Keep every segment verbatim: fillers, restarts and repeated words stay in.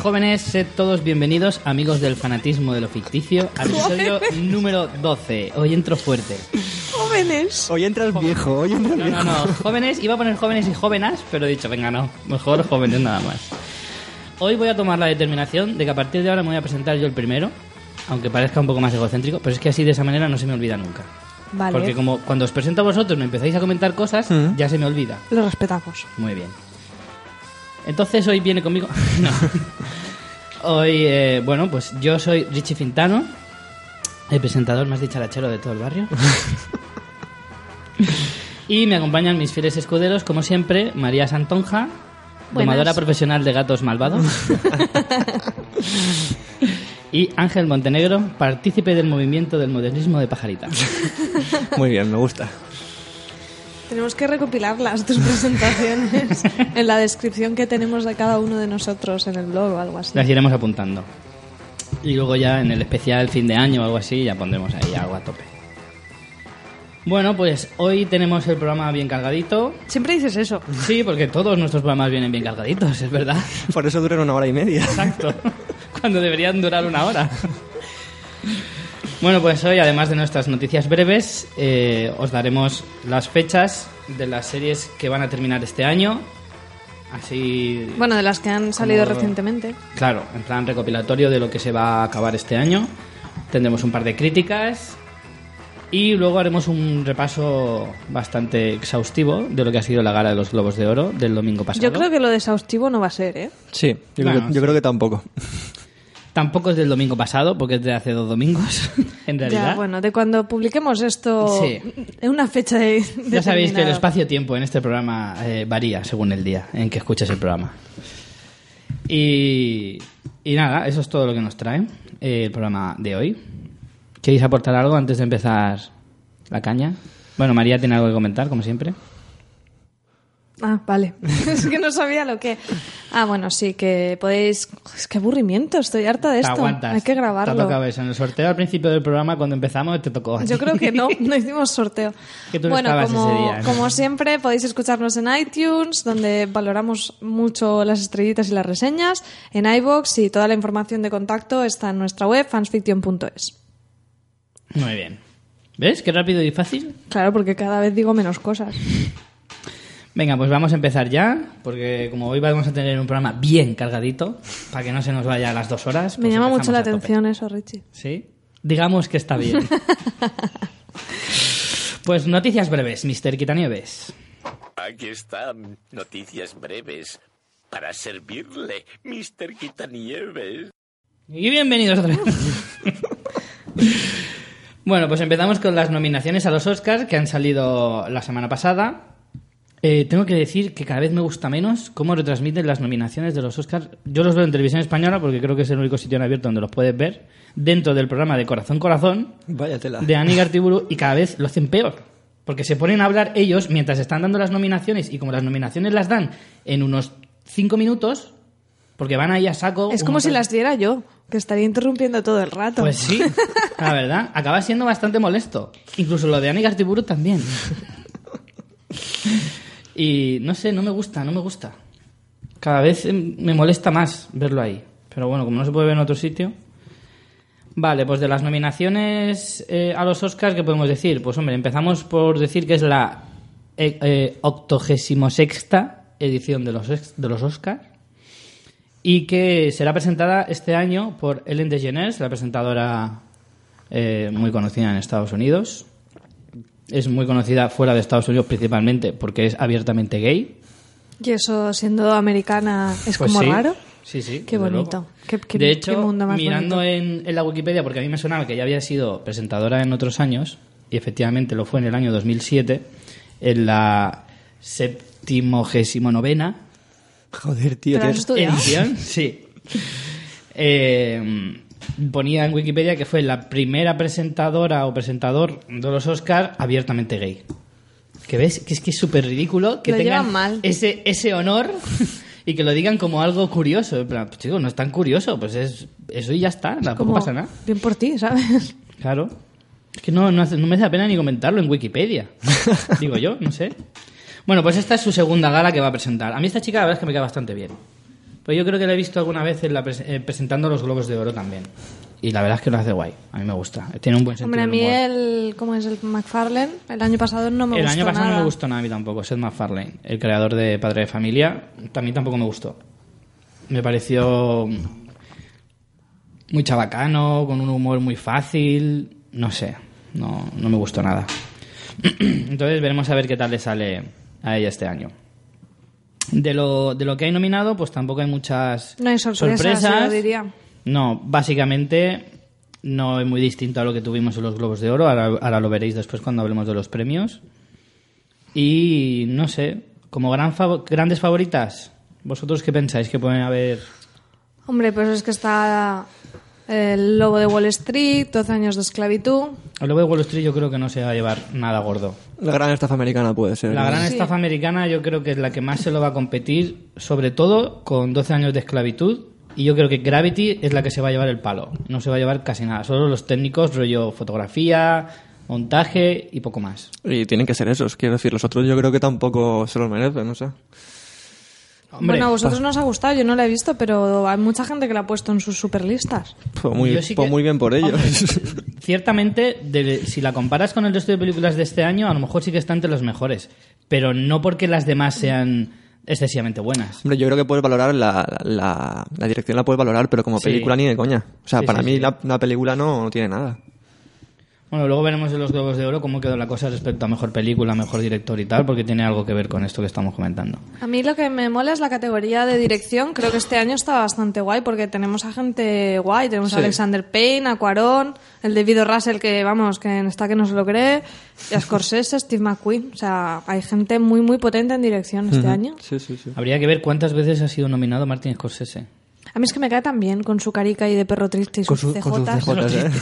jóvenes, sed todos bienvenidos, amigos del fanatismo de lo ficticio, al episodio número doce. Hoy entro fuerte. Jóvenes. Hoy entras viejo, hoy entras No, viejo. no, no, jóvenes, iba a poner jóvenes y jóvenes, pero he dicho, venga, no, mejor jóvenes nada más. Hoy voy a tomar la determinación de que a partir de ahora me voy a presentar yo el primero, aunque parezca un poco más egocéntrico, pero es que así de esa manera no se me olvida nunca. Vale. Porque como cuando os presento a vosotros me empezáis a comentar cosas, Mm. ya se me olvida. Lo respetamos. Muy bien. Entonces hoy viene conmigo... No. Hoy, eh, bueno, pues yo soy Richie Fintano, el presentador más dicharachero de todo el barrio. Y me acompañan mis fieles escuderos, como siempre, María Santonja, Buenas. domadora profesional de gatos malvados. Y Ángel Montenegro, partícipe del movimiento del modernismo de Pajarita. Muy bien, me gusta. Tenemos que recopilar las tus presentaciones en la descripción que tenemos de cada uno de nosotros en el blog o algo así. Las iremos apuntando. Y luego ya en el especial fin de año o algo así ya pondremos ahí algo a tope. Bueno, pues hoy tenemos el programa bien cargadito. Siempre dices eso. Sí, porque todos nuestros programas vienen bien cargaditos, es verdad. Por eso duran una hora y media. Exacto. Cuando deberían durar una hora. Bueno, pues hoy, además de nuestras noticias breves, eh, os daremos las fechas de las series que van a terminar este año. Así... Bueno, de las que han salido Como- recientemente. Claro, en plan recopilatorio de lo que se va a acabar este año. Tendremos un par de críticas y luego haremos un repaso bastante exhaustivo de lo que ha sido la gala de los Globos de Oro del domingo pasado. Yo creo que lo de exhaustivo no va a ser, ¿eh? Sí, yo, Bueno, creo, que, yo sí. creo que tampoco. Tampoco es del domingo pasado, porque es de hace dos domingos, en realidad. Ya, bueno, de cuando publiquemos esto Sí. en una fecha de, Ya sabéis que el determinada. espacio-tiempo en este programa eh, varía según el día en que escuches el programa. Y, y nada, eso es todo lo que nos trae eh, el programa de hoy. ¿Queréis aportar algo antes de empezar la caña? Bueno, María tiene algo que comentar, como siempre. Ah, vale. Es que no sabía lo que... Ah, bueno, sí, que podéis... Es que aburrimiento, estoy harta de Te esto. aguantas. Hay que Te ha grabarlo. tocado eso. En el sorteo al principio del programa, cuando empezamos, te tocó. a Yo ti. creo que no, no hicimos sorteo. Que tú no bueno, estabas como, ese día, ¿no? como siempre, podéis escucharnos en iTunes, donde valoramos mucho las estrellitas y las reseñas, en iVoox, y toda la información de contacto está en nuestra web, fansfiction punto es. Muy bien. ¿Ves? Qué rápido y fácil. Claro, porque cada vez digo menos cosas. Venga, pues vamos a empezar ya, porque como hoy vamos a tener un programa bien cargadito, para que no se nos vaya a las dos horas. Me pues llama mucho empezamos la a tope. atención eso, Richie. ¿Sí? Digamos que está bien. Pues noticias breves, mister Quitanieves. Aquí están noticias breves para servirle, mister Quitanieves. Y bienvenidos otra vez. Bueno, pues empezamos con las nominaciones a los Oscars que han salido la semana pasada. Eh, tengo que decir que cada vez me gusta menos cómo retransmiten las nominaciones de los Oscars. Yo los veo en televisión española porque creo que es el único sitio en abierto donde los puedes ver, dentro del programa de Corazón Corazón Vaya tela. de Ani Gartiburu, y cada vez lo hacen peor. Porque se ponen a hablar ellos mientras están dando las nominaciones, y como las nominaciones las dan en unos cinco minutos, porque van ahí a saco... Es uno como si tras- las diera yo, que estaría interrumpiendo todo el rato. Pues sí, la verdad, acaba siendo bastante molesto. Incluso lo de Ani Gartiburu también. Y no sé, no me gusta, no me gusta. Cada vez eh, me molesta más verlo ahí. Pero bueno, como no se puede ver en otro sitio... Vale, pues de las nominaciones eh, a los Oscars, ¿qué podemos decir? Pues hombre, empezamos por decir que es la eh, eh, octogésimo sexta edición de los, ex- de los Oscars, y que será presentada este año por Ellen DeGeneres, la presentadora eh, muy conocida en Estados Unidos. Es muy conocida fuera de Estados Unidos principalmente porque es abiertamente gay. Y eso, siendo americana, es Pues como sí. raro. Sí, sí. Qué desde bonito. luego. Qué- qué- de qué hecho, mundo más mirando bonito. en, en la Wikipedia, porque a mí me sonaba que ya había sido presentadora en otros años, y efectivamente lo fue en el año dos mil siete, en la septimogésimo novena Joder, tío. Pero has tienes- estudiado. edición. Sí. Eh, ponía en Wikipedia que fue la primera presentadora o presentador de los Oscars abiertamente gay. Que ves, que es que es súper ridículo que Lo tengan llevan mal. ese ese honor y que lo digan como algo curioso. En plan, pues, chico, no es tan curioso, pues es eso y ya está, tampoco Como, pasa nada. bien por ti, ¿sabes? Claro. Es que no, no, hace- no me da pena ni comentarlo en Wikipedia. Digo yo, no sé. Bueno, pues esta es su segunda gala que va a presentar. A mí esta chica la verdad es que me queda bastante bien. Pues yo creo que la he visto alguna vez en la pres- eh, presentando los Globos de Oro también. Y la verdad es que lo hace guay. A mí me gusta. Tiene un buen sentido Hombre, a del mí humor. el... ¿Cómo es el McFarlane? El año pasado no me El gustó año pasado nada. no me gustó nada a mí tampoco. Seth MacFarlane, el creador de Padre de Familia, también tampoco me gustó. Me pareció muy chabacano, con un humor muy fácil. No sé, no, no me gustó nada. Entonces veremos a ver qué tal le sale a ella este año. De lo, de lo que hay nominado, pues tampoco hay muchas No hay sorpresas, yo diría. No, básicamente no es muy distinto a lo que tuvimos en los Globos de Oro. Ahora, ahora lo veréis después cuando hablemos de los premios. Y no sé, como gran fav- grandes favoritas, ¿vosotros qué pensáis que pueden haber? Hombre, pues es que está El Lobo de Wall Street, doce años de esclavitud. El Lobo de Wall Street yo creo que no se va a llevar nada gordo. La gran estafa americana puede ser. La ¿no? gran Sí. estafa americana yo creo que es la que más se lo va a competir, sobre todo con doce años de esclavitud. Y yo creo que Gravity es la que se va a llevar el palo. No se va a llevar casi nada. Solo los técnicos, rollo fotografía, montaje y poco más. Y tienen que ser esos, quiero decir. Los otros yo creo que tampoco se los merecen, no sé. Hombre, bueno, a vosotros no os ha gustado, yo no la he visto, pero hay mucha gente que la ha puesto en sus superlistas. Pues muy, Yo sí pues que- muy bien por ellos. Hombre, ciertamente, de- si la comparas con el resto de películas de este año, a lo mejor sí que está entre las mejores. Pero no porque las demás sean excesivamente buenas. Hombre, yo creo que puedes valorar la, la, la dirección, la puedes valorar, pero como Sí. película ni de coña. O sea, Sí, para sí, mí sí. La, la película no, no tiene nada. Bueno, luego veremos en los Globos de Oro cómo quedó la cosa respecto a mejor película, mejor director y tal, porque tiene algo que ver con esto que estamos comentando. A mí lo que me mola es la categoría de dirección. Creo que este año está bastante guay porque tenemos a gente guay. Tenemos a Sí. Alexander Payne, a Cuarón, el David O. Russell que, vamos, que está que no se lo cree, y a Scorsese, Steve McQueen. O sea, hay gente muy, muy potente en dirección este año. Sí, sí, sí. Habría que ver cuántas veces ha sido nominado Martin Scorsese. A mí es que me cae tan bien con su carica y de perro triste y Con, sus su- con sus cejotas. C Jotas, ¿eh?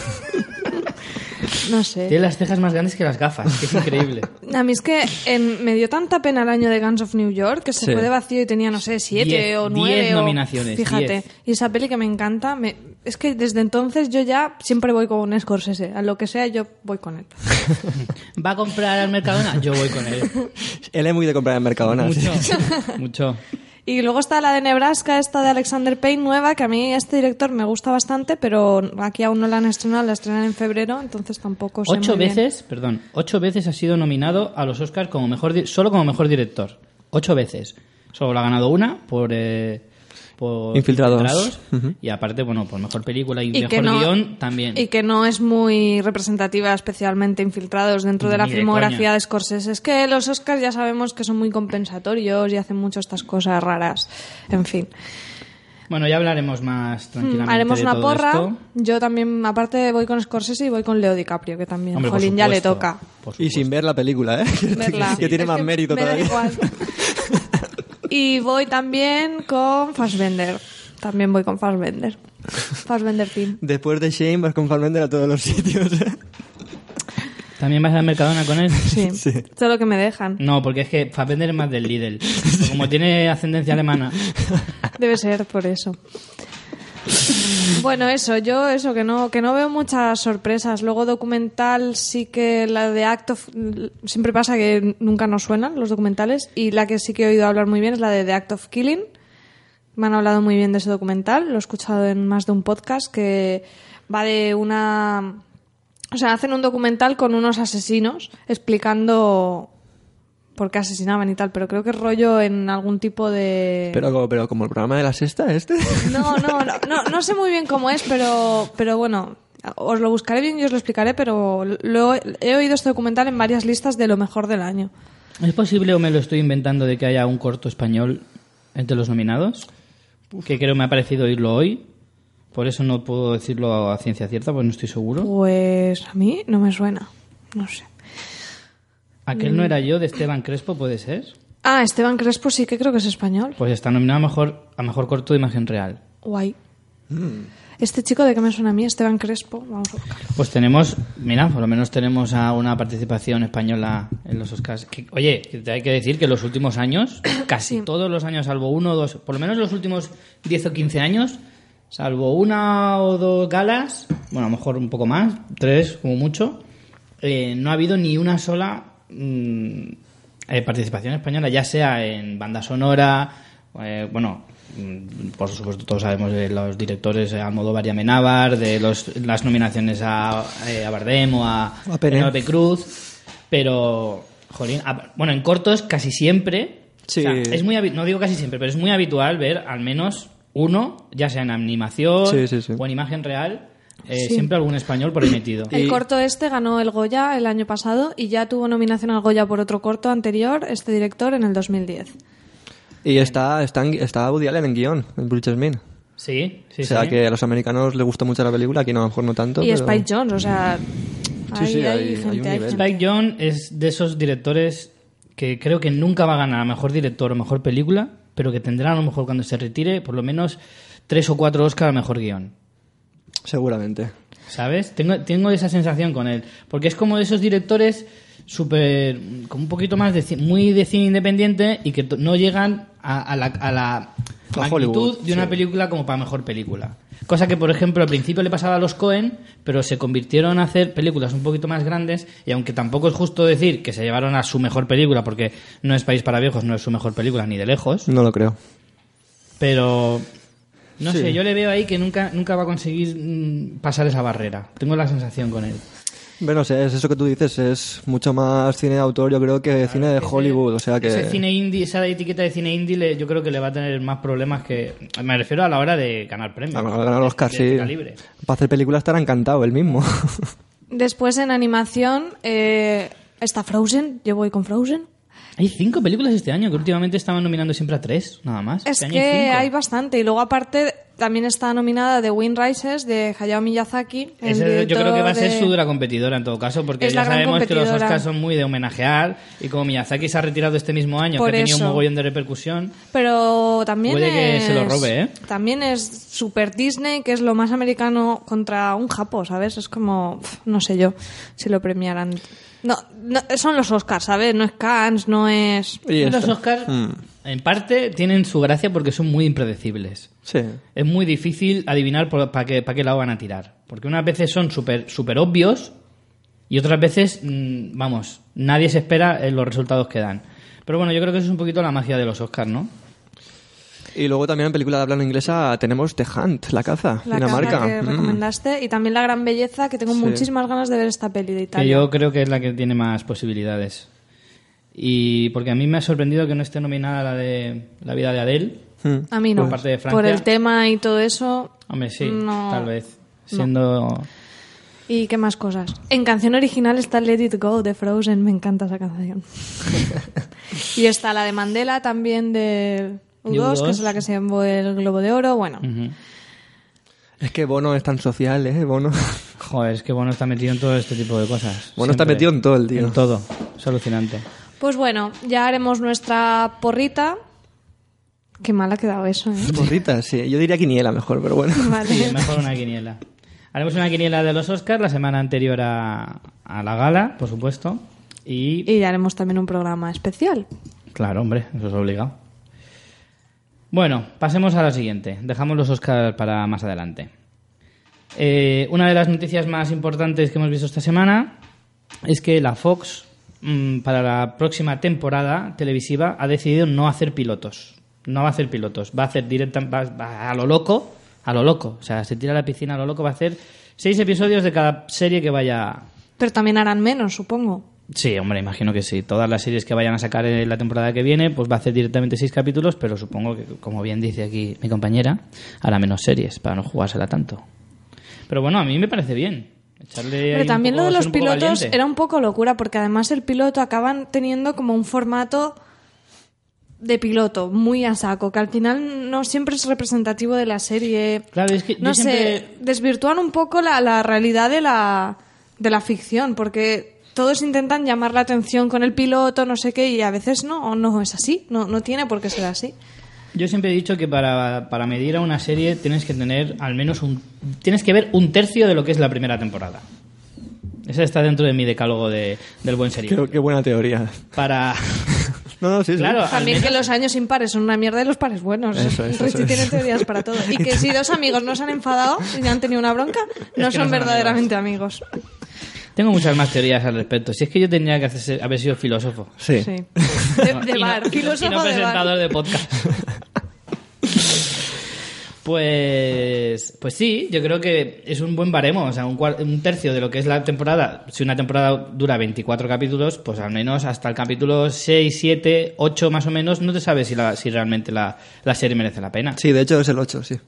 No sé. Tiene las cejas más grandes que las gafas, que es increíble. A mí es que en- me dio tanta pena el año de Guns of New York que se Sí. fue de vacío y tenía, no sé, siete Diez- o nueve. diez o- nominaciones, Fíjate. diez. Y esa peli que me encanta, me- es que desde entonces yo ya siempre voy con Scorsese. A lo que sea, yo voy con él. ¿Va a comprar al Mercadona? Yo voy con él. Él es muy de comprar en Mercadona. sí. Mucho, mucho. Y luego está la de Nebraska, esta de Alexander Payne, nueva, que a mí este director me gusta bastante, pero aquí aún no la han estrenado, la estrenan en febrero, entonces tampoco sé Ocho muy bien. veces, perdón, ocho veces ha sido nominado a los Oscars como mejor, di- solo como mejor director. Ocho veces. Solo lo ha ganado una por, eh, por Infiltrados. Ujú. y aparte, bueno, por mejor película y, Y mejor que no- guión también. Y que no es muy representativa, especialmente Infiltrados dentro de la Ni de filmografía coña. de Scorsese. Es que los Oscars ya sabemos que son muy compensatorios y hacen mucho estas cosas raras. En fin. Bueno, ya hablaremos más tranquilamente. Mm, Haremos de una todo porra. esto. Yo también, aparte, voy con Scorsese y voy con Leo DiCaprio, que también, Hombre, por jolín, ya le supuesto, toca por Y sin supuesto. ver la película, ¿eh? verla. que tiene Es más que mérito me da todavía. igual. Y voy también con Fassbender. También voy con Fassbender. Fassbender Team. Después de Shane vas con Fassbender a todos los sitios. ¿eh? ¿También vas al Mercadona con él? Sí. Sí. Todo lo que me dejan. No, porque es que Fassbender es más del Lidl. Como tiene ascendencia alemana. Debe ser por eso. Bueno, eso, yo eso, que no, que no veo muchas sorpresas. Luego documental sí que la de Act of... Siempre pasa que nunca nos suenan los documentales y la que sí que he oído hablar muy bien es la de The Act of Killing. Me han hablado muy bien de ese documental, lo he escuchado en más de un podcast que va de una... O sea, hacen un documental con unos asesinos explicando por qué asesinaban y tal, pero creo que es rollo en algún tipo de... Pero, pero como el programa de la sexta, este. No, no, no, no, no sé muy bien cómo es, pero, pero bueno, os lo buscaré bien y os lo explicaré, pero lo, he oído este documental en varias listas de lo mejor del año. ¿Es posible o me lo estoy inventando de que haya un corto español entre los nominados? Que creo me ha parecido oírlo hoy. Por eso no puedo decirlo a ciencia cierta, porque no estoy seguro. Pues a mí no me suena, no sé. ¿Aquel no era yo de Esteban Crespo, puede ser? Ah, Esteban Crespo sí que creo que es español. Pues está nominado a mejor, a mejor corto de imagen real. Guay. Este chico de qué me suena a mí, Esteban Crespo, vamos a buscarlo. Pues tenemos, mira, por lo menos tenemos a una participación española en los Oscars. Que, oye, que te hay que decir que en los últimos años, casi Sí. todos los años, salvo uno o dos, por lo menos los últimos diez o quince años, salvo una o dos galas, bueno, a lo mejor un poco más, tres como mucho, eh, no ha habido ni una sola mm, eh, participación española, ya sea en banda sonora, eh, bueno, por supuesto todos sabemos de los directores a Almodóvar y Amenábar, de los, las nominaciones a, eh, a Bardem o a, a Penélope Cruz, pero jolín, a, bueno, en cortos casi siempre, sí. o sea, es muy habi- no digo casi siempre, pero es muy habitual ver al menos uno, ya sea en animación sí, sí, sí. o en imagen real, eh, Sí. siempre algún español por ahí metido. El Y- corto este ganó el Goya el año pasado y ya tuvo nominación al Goya por otro corto anterior, este director, en el dos mil diez. Y está, está, en- está Woody Allen en guión, en Bridget Smith. Sí, sí, o sea sí. que a los americanos les gusta mucho la película, aquí no, a lo mejor no tanto. Y pero... Spike Jonze, o sea... Sí, ahí sí, hay, hay- hay gente, un hay nivel. gente. Spike Jonze es de esos directores que creo que nunca va a ganar a mejor director o mejor película, pero que tendrá a lo mejor cuando se retire por lo menos tres o cuatro Oscar a mejor guión. Seguramente. ¿Sabes? Tengo, tengo esa sensación con él. Porque es como de esos directores súper... con un poquito más de... ci- muy de cine independiente y que t- no llegan a, a la, a la magnitud Hollywood, de una sí. película como para mejor película. Cosa que, por ejemplo, al principio le pasaba a los Coen, pero se convirtieron a hacer películas un poquito más grandes y aunque tampoco es justo decir que se llevaron a su mejor película, porque No es País para Viejos, no es su mejor película ni de lejos, No lo creo. pero... No Sí. sé, yo le veo ahí que nunca, nunca va a conseguir mm, pasar esa barrera. Tengo la sensación con él. Bueno, sé, es eso que tú dices, es mucho más cine de autor, yo creo, que cine de Ese- Hollywood, o sea que... Ese cine indie, esa etiqueta de cine indie, le- yo creo que le va a tener más problemas que... Me refiero a la hora de ganar premios. A ganar Oscar, de, sí. de calibre. Para hacer películas estará encantado él mismo. Después en animación eh, está Frozen, yo voy con Frozen. Hay cinco películas este año, que últimamente estaban nominando siempre a tres, nada más. Es Este año que cinco. hay bastante. Y luego aparte también está nominada The Wind Rises de Hayao Miyazaki. el Ese yo creo que va a ser director su de- dura competidora en todo caso, porque Es ya la gran sabemos que los competidora. Oscars son muy de homenajear y como Miyazaki se ha retirado este mismo año, Por que ha tenido eso. un mogollón de repercusión, Pero también Puede que es... se lo robe, ¿eh? También es Super Disney, que es lo más americano contra un japo, ¿sabes? Es como... pf, no sé yo si lo premiaran. No, no, son los Oscars, ¿sabes? No es Cannes, no es... Y los esto. Oscars Mm. en parte tienen su gracia porque son muy impredecibles. Sí. Es muy difícil adivinar para qué, pa qué lado van a tirar. Porque unas veces son súper super obvios y otras veces, mmm, vamos, nadie se espera en los resultados que dan. Pero bueno, yo creo que eso es un poquito la magia de los Oscars, ¿no? Y luego también en película de habla inglesa tenemos The Hunt, La Caza, La Dinamarca. caza que Mm. recomendaste y también La Gran Belleza, que tengo Sí. muchísimas ganas de ver esta peli de Italia. Que yo creo que es la que tiene más posibilidades. Y porque a mí me ha sorprendido que no esté nominada la de La vida de Adele. Mm. A mí no. Por parte de Francia. Por el tema y todo eso. Hombre, sí, No. tal vez. Siendo... ¿Y qué más cosas? En canción original está Let It Go de Frozen, me encanta esa canción. Y está la de Mandela también de U dos, U dos. que es la que se llevó el Globo de Oro. Bueno, Ujú. Es que Bono es tan social, ¿eh? Bono. Joder, es que Bono está metido en todo este tipo de cosas. Bono está Siempre. metido en todo el tío. En todo. Es alucinante. pues bueno, ya haremos nuestra porrita. Qué mal ha quedado eso, ¿eh? Borritas, sí. Yo diría quiniela mejor, pero bueno. Vale. Sí, mejor una quiniela. Haremos una quiniela de los Oscars la semana anterior a, a la gala, por supuesto. Y, Y ya haremos también un programa especial. claro, hombre, eso es obligado. Bueno, pasemos a la siguiente. Dejamos los Oscars para más adelante. Eh, una de las noticias más importantes que hemos visto esta semana es que la Fox, mmm, para la próxima temporada televisiva, ha decidido no hacer pilotos. No va a hacer pilotos. Va a hacer directa, va, va a lo loco, a lo loco. O sea, se tira a la piscina a lo loco. Va a hacer seis episodios de cada serie que vaya... Pero también harán menos, supongo. Sí, hombre, imagino que sí. Todas las series que vayan a sacar en la temporada que viene, pues va a hacer directamente seis capítulos, pero supongo que, como bien dice aquí mi compañera, hará menos series para no jugársela tanto. Pero bueno, a mí me parece bien. Echarle ahí Pero un también poco- lo de los ser un poco pilotos valiente. era un poco locura, porque además el piloto acaban teniendo como un formato de piloto muy a saco, que al final no siempre es representativo de la serie. Claro, es que yo No siempre- sé, desvirtúan un poco la, la realidad de la, de la ficción, porque todos intentan llamar la atención con el piloto, no sé qué, y a veces no, no es así, no, no tiene por qué ser así. Yo siempre he dicho que para, para medir a una serie tienes que tener al menos un... Tienes que ver un tercio de lo que es la primera temporada. Esa está dentro de mi decálogo de, del buen serie. Qué, qué buena teoría. Para... No, no, sí, sí. Claro, al También menos- que los años impares son una mierda y los pares buenos. Eso es, Richie eso es. tiene teorías para todo. Y que si dos amigos no se han enfadado y han tenido una bronca, no que son no son verdaderamente amigos. Tengo muchas más teorías al respecto. Si es que yo tendría que hacer- haber sido filósofo. Sí. Sí. De, de Y no- bar, y no- filósofo y no de bar. presentador de podcast. Pues, pues sí, yo creo que es un buen baremo, o sea, un, cuar- un tercio de lo que es la temporada. Si una temporada dura veinticuatro capítulos, pues al menos hasta el capítulo seis, siete, ocho más o menos, no te sabes si, la, si realmente la, la serie merece la pena. Sí, de hecho es el ocho, sí.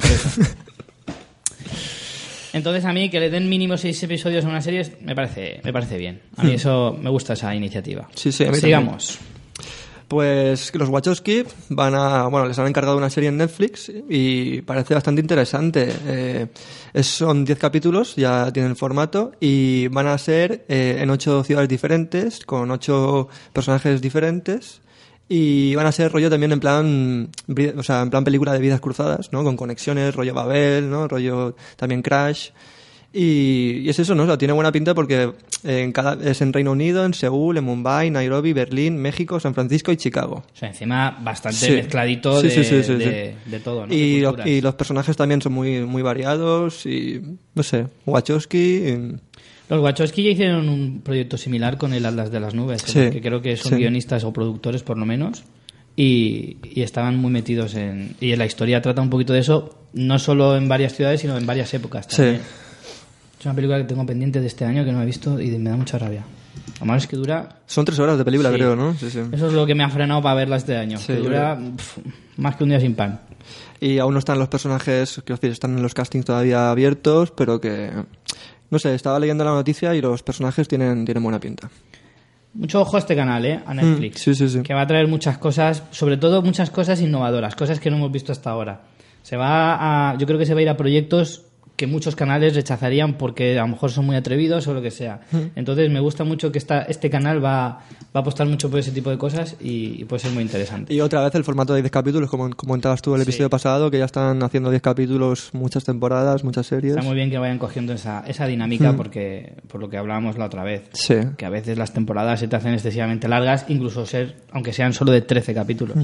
Entonces a mí que le den mínimo seis episodios a una serie me parece, me parece bien. A mí eso me gusta esa iniciativa. Sí, sí, a mí Sigamos. Pues los Wachowski van a, bueno, les han encargado una serie en Netflix y parece bastante interesante. Eh, es- son diez capítulos, ya tienen el formato y van a ser eh, en ocho ciudades diferentes, con ocho personajes diferentes y van a ser rollo también en plan, vi- o sea, en plan película de vidas cruzadas, ¿no? Con conexiones, rollo Babel, ¿no? Rollo también Crash. Y, y es eso, ¿no? O sea, tiene buena pinta porque en cada, es en Reino Unido, en Seúl, en Mumbai, Nairobi, Berlín, México, San Francisco y Chicago. O sea, encima bastante Sí. mezcladito Sí, de, sí, sí, sí, de, de todo, ¿no? Y, De lo- culturas. y los personajes también son muy, muy variados y, no sé, Wachowski... y- Los Wachowski ya hicieron un proyecto similar con el Atlas de las Nubes, Sí, que creo que son sí. guionistas o productores por lo menos, y, y estaban muy metidos en... Y en la historia trata un poquito de eso, no solo en varias ciudades, sino en varias épocas también. Sí. Es una película que tengo pendiente de este año que no he visto y me da mucha rabia. Lo malo es que dura... Son tres horas de película, Sí. creo, ¿no? Sí, sí. Eso es lo que me ha frenado para verla este año, Sí, que yo dura pf, más que un día sin pan. Y aún no están los personajes, quiero decir, están en los castings todavía abiertos, pero que... No sé, estaba leyendo la noticia y los personajes tienen, tienen buena pinta. Mucho ojo a este canal, ¿eh? A Netflix. Mm, sí, sí, sí. Que va a traer muchas cosas, sobre todo muchas cosas innovadoras, cosas que no hemos visto hasta ahora. Se va a, yo creo que se va a ir a proyectos que muchos canales rechazarían porque a lo mejor son muy atrevidos o lo que sea. Entonces me gusta mucho que esta, este canal va, va a apostar mucho por ese tipo de cosas y, y puede ser muy interesante. Y otra vez el formato de diez capítulos, como comentabas tú el Sí. episodio pasado, que ya están haciendo diez capítulos, muchas temporadas, muchas series. Está muy bien que vayan cogiendo esa, esa dinámica porque por lo que hablábamos la otra vez. Sí. Que a veces las temporadas se te hacen excesivamente largas, incluso ser, aunque sean solo de trece capítulos.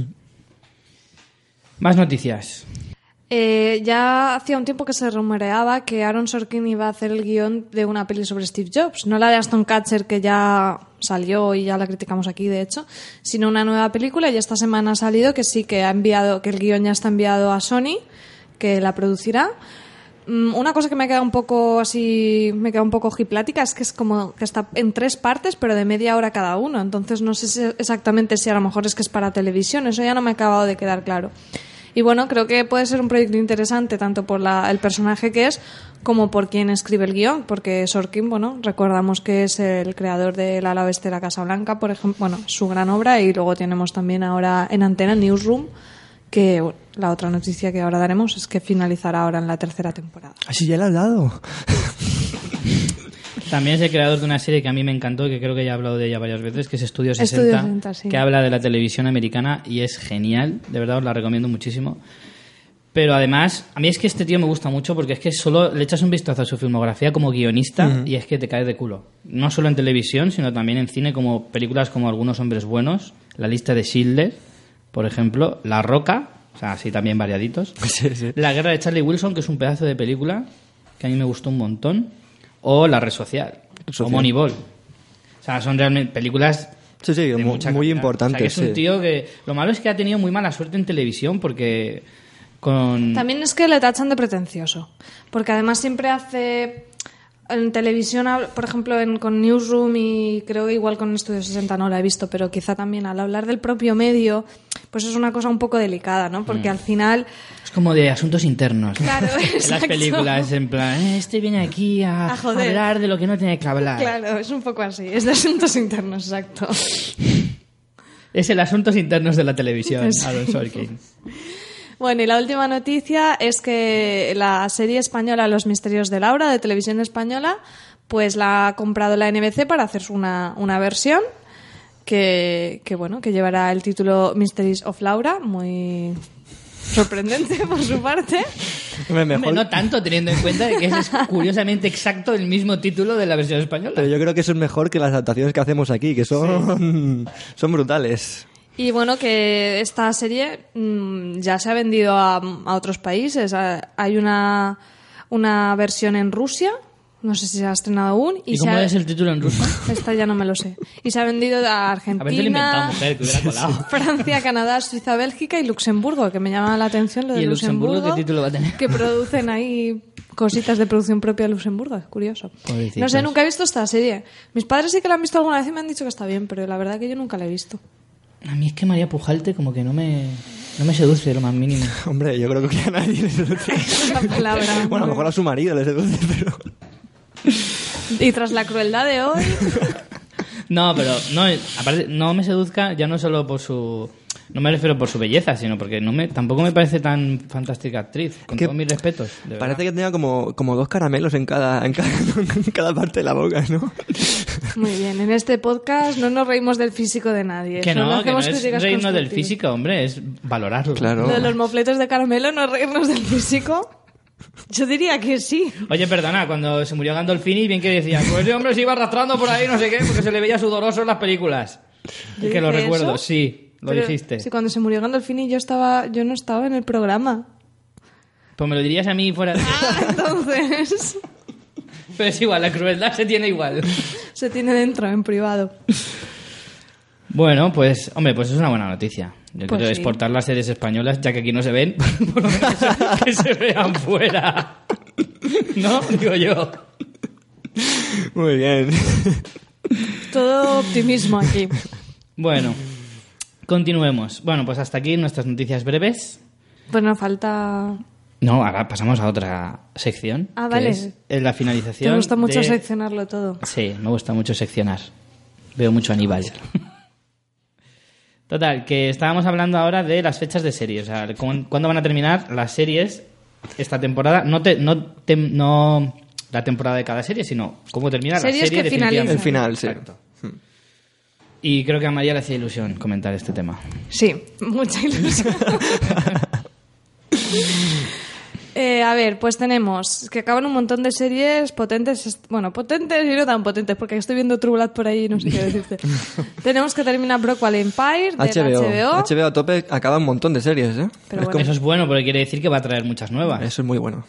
Más noticias. Eh, ya hacía un tiempo que se rumoreaba que Aaron Sorkin iba a hacer el guión de una peli sobre Steve Jobs. No la de Aston Kutcher, que ya salió y ya la criticamos aquí, de hecho, sino una nueva película. Y esta semana ha salido que sí, que ha enviado, que el guión ya está enviado a Sony, que la producirá. Mm, Una cosa que me queda un poco así, me queda un poco ojiplática, es que es como que está en tres partes, pero de media hora cada uno. Entonces no sé si- exactamente si a lo mejor es que es para televisión. Eso ya no me ha acabado de quedar claro. Y bueno, creo que puede ser un proyecto interesante tanto por la, el personaje que es como por quien escribe el guión, porque Sorkin, bueno, recordamos que es el creador de La ala oeste de la Casa Blanca, por ejemplo, bueno, su gran obra, y luego tenemos también ahora en antena Newsroom, que bueno, la otra noticia que ahora daremos es que finalizará ahora en la tercera temporada. Así ya le has dado. También es el creador de una serie que a mí me encantó, que creo que ya he hablado de ella varias veces, que es Estudio sesenta, Estudio sesenta, sí. que habla de la televisión americana y es genial, de verdad os la recomiendo muchísimo. Pero además, a mí es que este tío me gusta mucho porque es que solo le echas un vistazo a su filmografía como guionista Ujú. y es que te caes de culo. No solo en televisión, sino también en cine, como películas como Algunos hombres buenos, La lista de Schindler, por ejemplo, La Roca, o sea, así también variaditos. Sí, sí. La guerra de Charlie Wilson, que es un pedazo de película que a mí me gustó un montón. O La Red Social. Social. O Moneyball. O sea, son realmente películas Sí, sí, de muy, mucha muy calidad. importante. O sea, que es un sí. tío que... Lo malo es que ha tenido muy mala suerte en televisión porque con... También es que le tachan de pretencioso, porque además siempre hace en televisión, hab- por ejemplo, en, con Newsroom y creo que igual con Estudio sesenta no la he visto, pero quizá también al hablar del propio medio, pues es una cosa un poco delicada, ¿no? Porque al final... Es como de asuntos internos. ¿no? Claro, En las exacto. películas, en plan, "Eh, este viene aquí a, A joder". hablar de lo que no tiene que hablar. Claro, es un poco así, es de asuntos internos, exacto. Es el asuntos internos de la televisión, Sí. Aaron Sorkin. Bueno, y la última noticia es que la serie española Los misterios de Laura, de Televisión Española, pues la ha comprado la N B C para hacer una, una versión que, que, bueno, que llevará el título Mysteries of Laura, muy sorprendente por su parte. Hombre, mejor- Hombre, no tanto, teniendo en cuenta de que es curiosamente exacto el mismo título de la versión española. Pero yo creo que eso es mejor que las adaptaciones que hacemos aquí, que son, son brutales. Y bueno, que esta serie mm, ya se ha vendido a, a otros países. Ah, Hay una, una versión en Rusia, No sé si se ha estrenado aún. ¿Y, ¿Y cómo se ha... es el título en ruso? Esta ya no me lo sé. Y se ha vendido a Argentina, A ver si lo he inventado, mujer, que hubiera colado. Francia, Canadá, Suiza, Bélgica y Luxemburgo, que me llama la atención lo de ¿Y el Luxemburgo Luxemburgo. qué título va a tener? Que producen ahí cositas de producción propia de Luxemburgo, es curioso. Pobrecitos. No sé, nunca he visto esta serie. Mis padres sí que la han visto alguna vez y me han dicho que está bien, pero la verdad que yo nunca la he visto. A mí es que María Pujalte como que no me, no me seduce lo más mínimo. Hombre, yo creo que a nadie le seduce. Esa palabra. Bueno, a lo mejor a su marido le seduce, pero... Y tras la crueldad de hoy... No, pero no, aparte no me seduzca ya no solo por su... No me refiero por su belleza, sino porque no me, tampoco me parece tan fantástica actriz, con Que todos mis respetos. De Parece verdad. que tenía como, como dos caramelos en cada, en, cada, en cada parte de la boca, ¿no? Muy bien, en este podcast no nos reímos del físico de nadie. Que solo no, que no hacemos es críticas reírnos del constructivas. físico, hombre, es valorarlo. Claro. Lo de los mofletes de caramelo no es reírnos del físico. Yo diría que sí. Oye, perdona, cuando se murió Gandolfini, bien que decía, pues ese hombre se iba arrastrando por ahí, no sé qué, porque se le veía sudoroso en las películas. ¿Yo Y que lo dije recuerdo, eso? sí, lo Pero dijiste. Sí, cuando se murió Gandolfini yo estaba, yo no estaba en el programa. Pues me lo dirías a mí fuera de... Ah, entonces Pero es igual, la crueldad se tiene igual. se tiene dentro, en privado. Bueno, pues, hombre, pues es una buena noticia. Yo Pues quiero sí. exportar las series españolas, ya que aquí no se ven, por lo menos que se, que se vean fuera. ¿No? Digo yo. Muy bien. Todo optimismo aquí. Bueno, continuemos. Bueno, pues hasta aquí nuestras noticias breves. Pues nos falta... No, ahora pasamos a otra sección. Ah, que vale. es en la finalización. Te gusta mucho de- seccionarlo todo. Sí, me gusta mucho seccionar. Veo mucho Aníbal. Total, que estábamos hablando ahora de las fechas de series. O sea, cu- cuándo van a terminar las series esta temporada. No, te, no, te- no la temporada de cada serie, sino cómo termina Series la serie que definitivamente. El final, sí. Exacto. Y creo que a María le hacía ilusión comentar este tema. Sí, mucha ilusión. Eh, a ver, pues tenemos que acaban un montón de series potentes, est- bueno, potentes y no tan potentes, porque estoy viendo True Blood por ahí y no sé qué decirte. Tenemos que terminar Brockwell Empire de H B O. H B O. H B O a tope acaba un montón de series, ¿eh? Pero Es bueno. como- Eso es bueno porque quiere decir que va a traer muchas nuevas. Eso es muy bueno.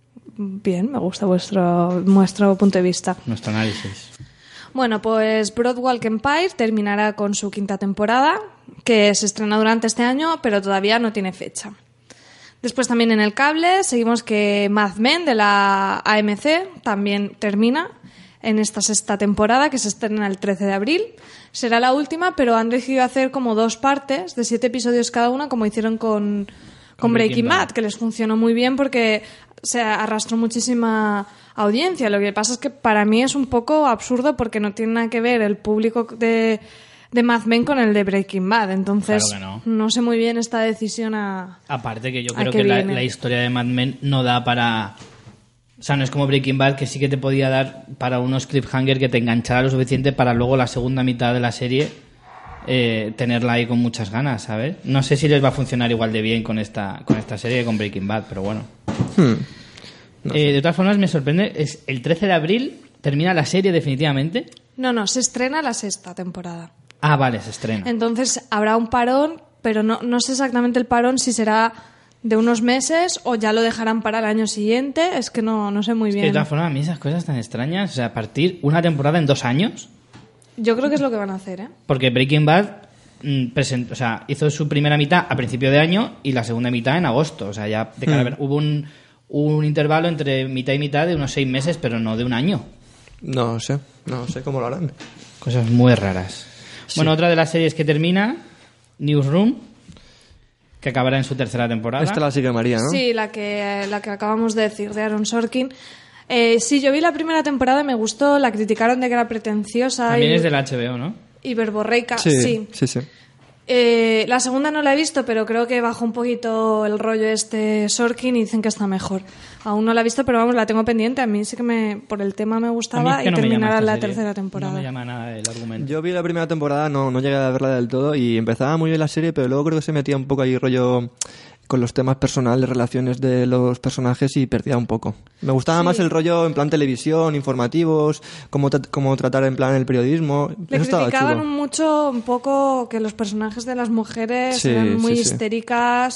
Bien, me gusta vuestro, vuestro punto de vista. Nuestro análisis. Bueno, pues Broadwalk Empire terminará con su quinta temporada, que se estrena durante este año, pero todavía no tiene fecha. Después también en el cable seguimos que Mad Men de la A M C también termina en esta sexta temporada, que se estrena el trece de abril. Será la última, pero han decidido hacer como dos partes de siete episodios cada una, como hicieron con, con Con Breaking Breaking Bad, Bad. que les funcionó muy bien porque se arrastró muchísima audiencia. Lo que pasa es que para mí es un poco absurdo porque no tiene nada que ver el público de, de Mad Men con el de Breaking Bad. Entonces, Claro que no. no sé muy bien esta decisión a... Aparte que yo ¿A creo qué que la, viene? la historia de Mad Men no da para... O sea, no es como Breaking Bad, que sí que te podía dar para unos cliffhanger que te enganchara lo suficiente para luego la segunda mitad de la serie eh, tenerla ahí con muchas ganas, ¿sabes? No sé si les va a funcionar igual de bien con esta, con esta serie que con Breaking Bad, pero bueno. Hmm. Eh, de todas formas, me sorprende, es el trece de abril termina la serie definitivamente. No, no, se estrena la sexta temporada. Ah, vale, se estrena. Entonces habrá un parón, pero no, no sé exactamente el parón si será de unos meses o ya lo dejarán para el año siguiente. Es que no, no sé muy Es que bien. de todas formas, a mí esas cosas tan extrañas, o sea, partir una temporada en dos años... Yo creo que es lo que van a hacer, ¿eh? Porque Breaking Bad mm, present- o sea, hizo su primera mitad a principio de año y la segunda mitad en agosto. O sea, ya de cara a ver- hubo un, un intervalo entre mitad y mitad de unos seis meses, pero no de un año. No sé, no sé cómo lo harán. Cosas muy raras. Bueno, otra de las series que termina, Newsroom, que acabará en su tercera temporada. Esta la sigue María, ¿no? Sí, la que, la que acabamos de decir, de Aaron Sorkin. Eh, sí, yo vi la primera temporada, me gustó, la criticaron de que era pretenciosa También y, es del H B O, ¿no? y verborreica. Sí, Sí. sí, sí. Eh, la segunda no la he visto, pero creo que bajó un poquito el rollo este Sorkin y dicen que está mejor. Aún no la he visto, pero vamos, la tengo pendiente. A mí sí que me, por el tema me A mí gustaba es que y no me llama terminará esta la serie. tercera temporada. No me llama nada el argumento. Yo vi la primera temporada, no, no llegué a verla del todo y empezaba muy bien la serie, pero luego creo que se metía un poco ahí rollo con los temas personales, relaciones de los personajes y perdía un poco. Me gustaba Sí. más el rollo en plan televisión, informativos, cómo, tra- cómo tratar en plan el periodismo. Le Eso estaba criticaban chulo. mucho un poco que los personajes de las mujeres Sí, eran muy sí, sí. histéricas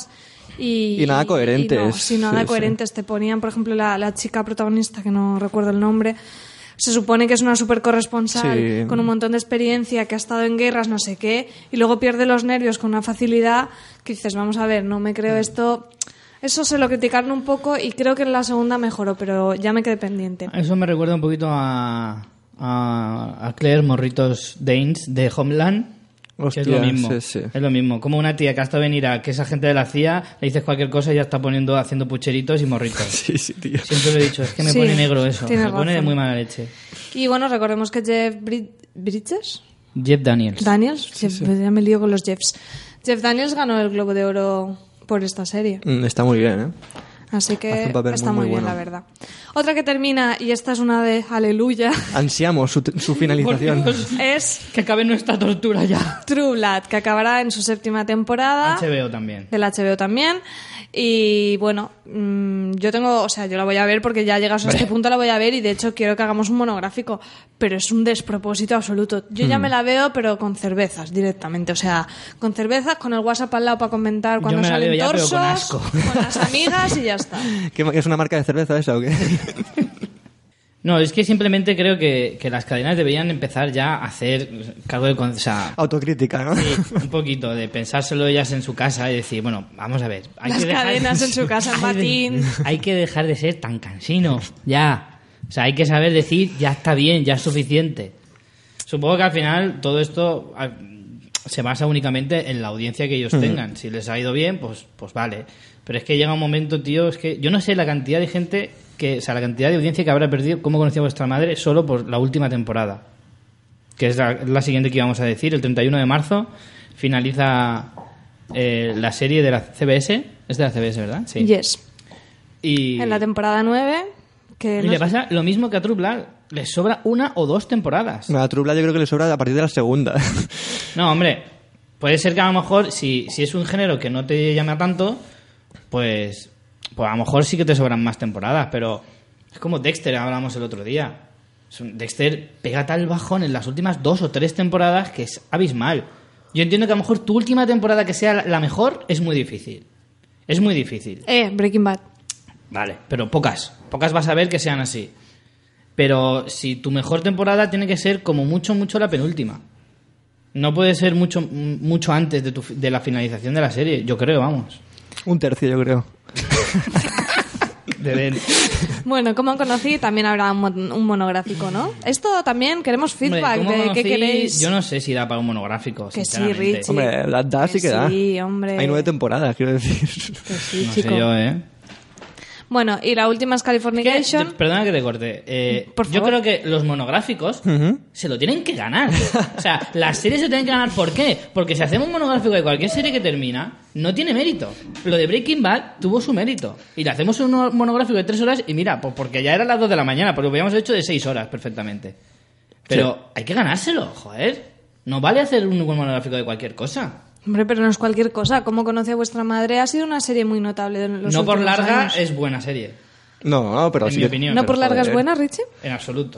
Y, Y nada coherentes. y no, sí, nada Sí, sí. coherentes. Te ponían, por ejemplo, la, la chica protagonista, que no recuerdo el nombre, se supone que es una super corresponsal Sí. con un montón de experiencia, que ha estado en guerras, no sé qué, y luego pierde los nervios con una facilidad que dices, vamos a ver, no me creo esto. Eso se lo criticaron un poco y creo que en la segunda mejoró, pero ya me quedé pendiente. Eso me recuerda un poquito a, a, a Claire Morritos Danes de Homeland. Que es lo Hostia, mismo. sí, sí. Es lo mismo. Como una tía que ha estado en Irak, que esa gente de la C I A, le dices cualquier cosa y ya está poniendo, haciendo pucheritos y morritos. Sí, sí, tío. Siempre lo he dicho, es que me Sí, pone negro eso. tienes Me pone de razón. muy mala leche. Y bueno, recordemos que Jeff Brid- Bridges, Jeff Daniels. Daniels, Jeff- ya me lío con los Jeffs. Jeff Daniels ganó el Globo de Oro por esta serie. Mm, Está muy bien, ¿eh? Así Hace que un papel está muy, muy, muy bien, bueno. la verdad. Otra que termina, y esta es una de aleluya, Ansiamos su, su finalización. Por Dios, es que acabe nuestra tortura ya. True Blood, que acabará en su séptima temporada. H B O también. Del H B O también. Y bueno, mmm, yo tengo, o sea, yo la voy a ver porque ya llegas a este punto, la voy a ver y de hecho quiero que hagamos un monográfico, pero es un despropósito absoluto. Yo ya me la veo, pero con cervezas directamente, o sea, con cervezas, con el WhatsApp al lado para comentar cuando me la salen veo ya, pero torsos, con asco. con las amigas y ya está. ¿Qué, ¿Es una marca de cerveza esa o qué? No, es que simplemente creo que, que las cadenas deberían empezar ya a hacer cargo de... con- O sea, Autocrítica, ¿no? sí, un poquito de pensárselo ellas en su casa y decir, bueno, vamos a ver. Hay Las que dejar- cadenas en su casa, en hay de- batín. Hay que dejar de ser tan cansinos, ya. O sea, hay que saber decir, ya está bien, ya es suficiente. Supongo que al final todo esto a- se basa únicamente en la audiencia que ellos tengan. Si les ha ido bien, pues, pues vale. Pero es que llega un momento, tío, es que yo no sé la cantidad de gente, que, o sea, la cantidad de audiencia que habrá perdido Cómo conocí a vuestra madre solo por la última temporada. Que es la, la siguiente que íbamos a decir. El treinta y uno de marzo finaliza eh, la serie de la C B S. Es de la C B S, ¿verdad? Sí. Yes. Y, En la temporada nueve, que y no le sé- pasa lo mismo que a True Blood. Les sobra una o dos temporadas. A Trubla yo creo que le sobra a partir de la segunda. No, hombre, puede ser que a lo mejor, si, si es un género que no te llama tanto, pues, pues a lo mejor sí que te sobran más temporadas, pero es como Dexter, hablamos el otro día. Es un- Dexter pega tal bajón en las últimas dos o tres temporadas que es abismal. Yo entiendo que a lo mejor tu última temporada que sea la- la mejor es muy difícil. Es muy difícil. Eh, Breaking Bad. Vale, pero pocas. Pocas vas a ver que sean así. Pero si tu mejor temporada tiene que ser como mucho, mucho la penúltima. No puede ser mucho, mucho antes de, tu, de la finalización de la serie, yo creo, vamos. Un tercio, yo creo. De ver. Bueno, como conocí, también habrá un, mon- un monográfico, ¿no? Esto también queremos feedback Hombre, ¿cómo de qué conocí? queréis. Yo no sé si da para un monográfico, Que sí, sinceramente. Richie. Hombre, la da sí Que que da. sí, hombre. Hay nueve temporadas, quiero decir. Que sí, No chico. sé yo, ¿eh? Bueno, y la última es Que- Californication. te- perdona que te corte. Eh, Por yo favor. creo que los monográficos se lo tienen que ganar. O sea, las series se tienen que ganar. ¿Por qué? Porque si hacemos un monográfico de cualquier serie que termina, no tiene mérito. Lo de Breaking Bad tuvo su mérito. Y le hacemos un monográfico de tres horas y mira, pues porque ya eran las dos de la mañana, porque lo habíamos hecho de seis horas perfectamente. Pero Sí. hay que ganárselo, joder. No vale hacer un monográfico de cualquier cosa. Hombre, pero no es cualquier cosa. Como conoce a vuestra madre, ha sido una serie muy notable en los No por últimos larga años. es buena serie. No, no, pero En sí mi que- opinión. ¿No pero por larga es joder. buena, Richie? En absoluto.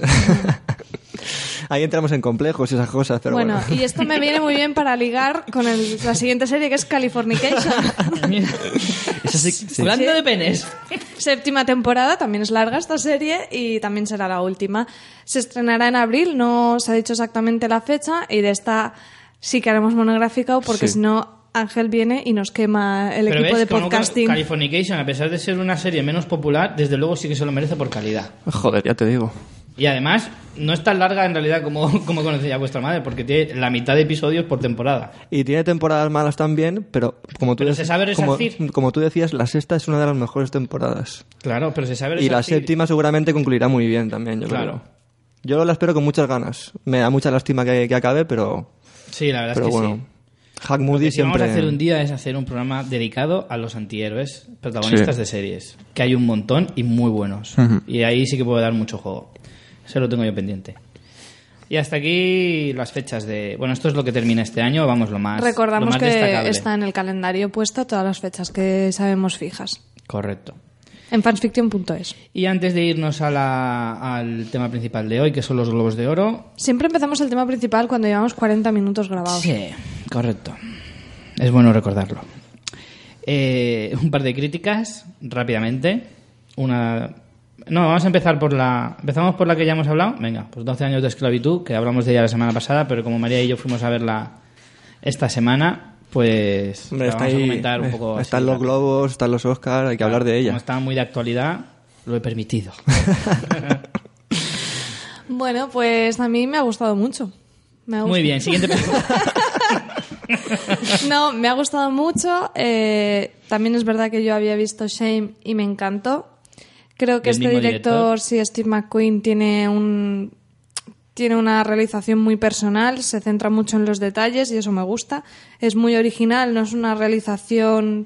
Ahí entramos en complejos y esas cosas, pero bueno. bueno, y esto me viene muy bien para ligar con el- la siguiente serie que es Californication. Mira. Esa sí- sí. Hablando de penes. Séptima temporada, también es larga esta serie y también será la última. Se estrenará en abril, no se ha dicho exactamente la fecha y de esta sí que haremos monográfica porque Sí. si no Ángel viene y nos quema el Pero equipo ves, de como podcasting. Californication, a pesar de ser una serie menos popular, desde luego sí que se lo merece por calidad. Joder, ya te digo. Y además, no es tan larga en realidad como, como conocía vuestra madre, porque tiene la mitad de episodios por temporada. Y tiene temporadas malas también, pero como tú, Pero dec- se sabe como, resarcir. como tú decías, la sexta es una de las mejores temporadas. Claro, pero se sabe Y la resarcir. séptima seguramente concluirá muy bien también, yo Claro. creo. Yo la espero con muchas ganas. Me da mucha lástima que, que acabe, pero, Sí, la verdad pero es que bueno. sí. Hack Lo Moody que sí vamos siempre... a hacer un día es hacer un programa dedicado a los antihéroes protagonistas Sí. de series, que hay un montón y muy buenos. Ujú. Y ahí sí que puedo dar mucho juego. Eso lo tengo yo pendiente. Y hasta aquí las fechas de... Bueno, esto es lo que termina este año, vamos, lo más, lo Recordamos más que destacable. está en el calendario puesto todas las fechas que sabemos fijas. Correcto. En fansfiction punto es. Y antes de irnos a la- al tema principal de hoy, que son los Globos de Oro... Siempre empezamos el tema principal cuando llevamos cuarenta minutos grabados. Sí, correcto. Es bueno recordarlo. Eh, un par de críticas, rápidamente. Una... No, vamos a empezar por la... ¿Empezamos por la que ya hemos hablado? Venga, pues doce años de esclavitud, que hablamos de ella la semana pasada, pero como María y yo fuimos a verla esta semana, pues Hombre, la está vamos ahí, a comentar un eh, poco... están así, los rápido. globos, están los Oscars, hay que hablar de ella. Como está muy de actualidad, lo he permitido. Bueno, pues a mí me ha gustado mucho. Me ha Muy gustado. bien, siguiente película. No, me ha gustado mucho. Eh, también es verdad que yo había visto Shame y me encantó. Creo que Del este mismo director, director. sí, Steve McQueen, tiene un tiene una realización muy personal, se centra mucho en los detalles y eso me gusta. Es muy original, no es una realización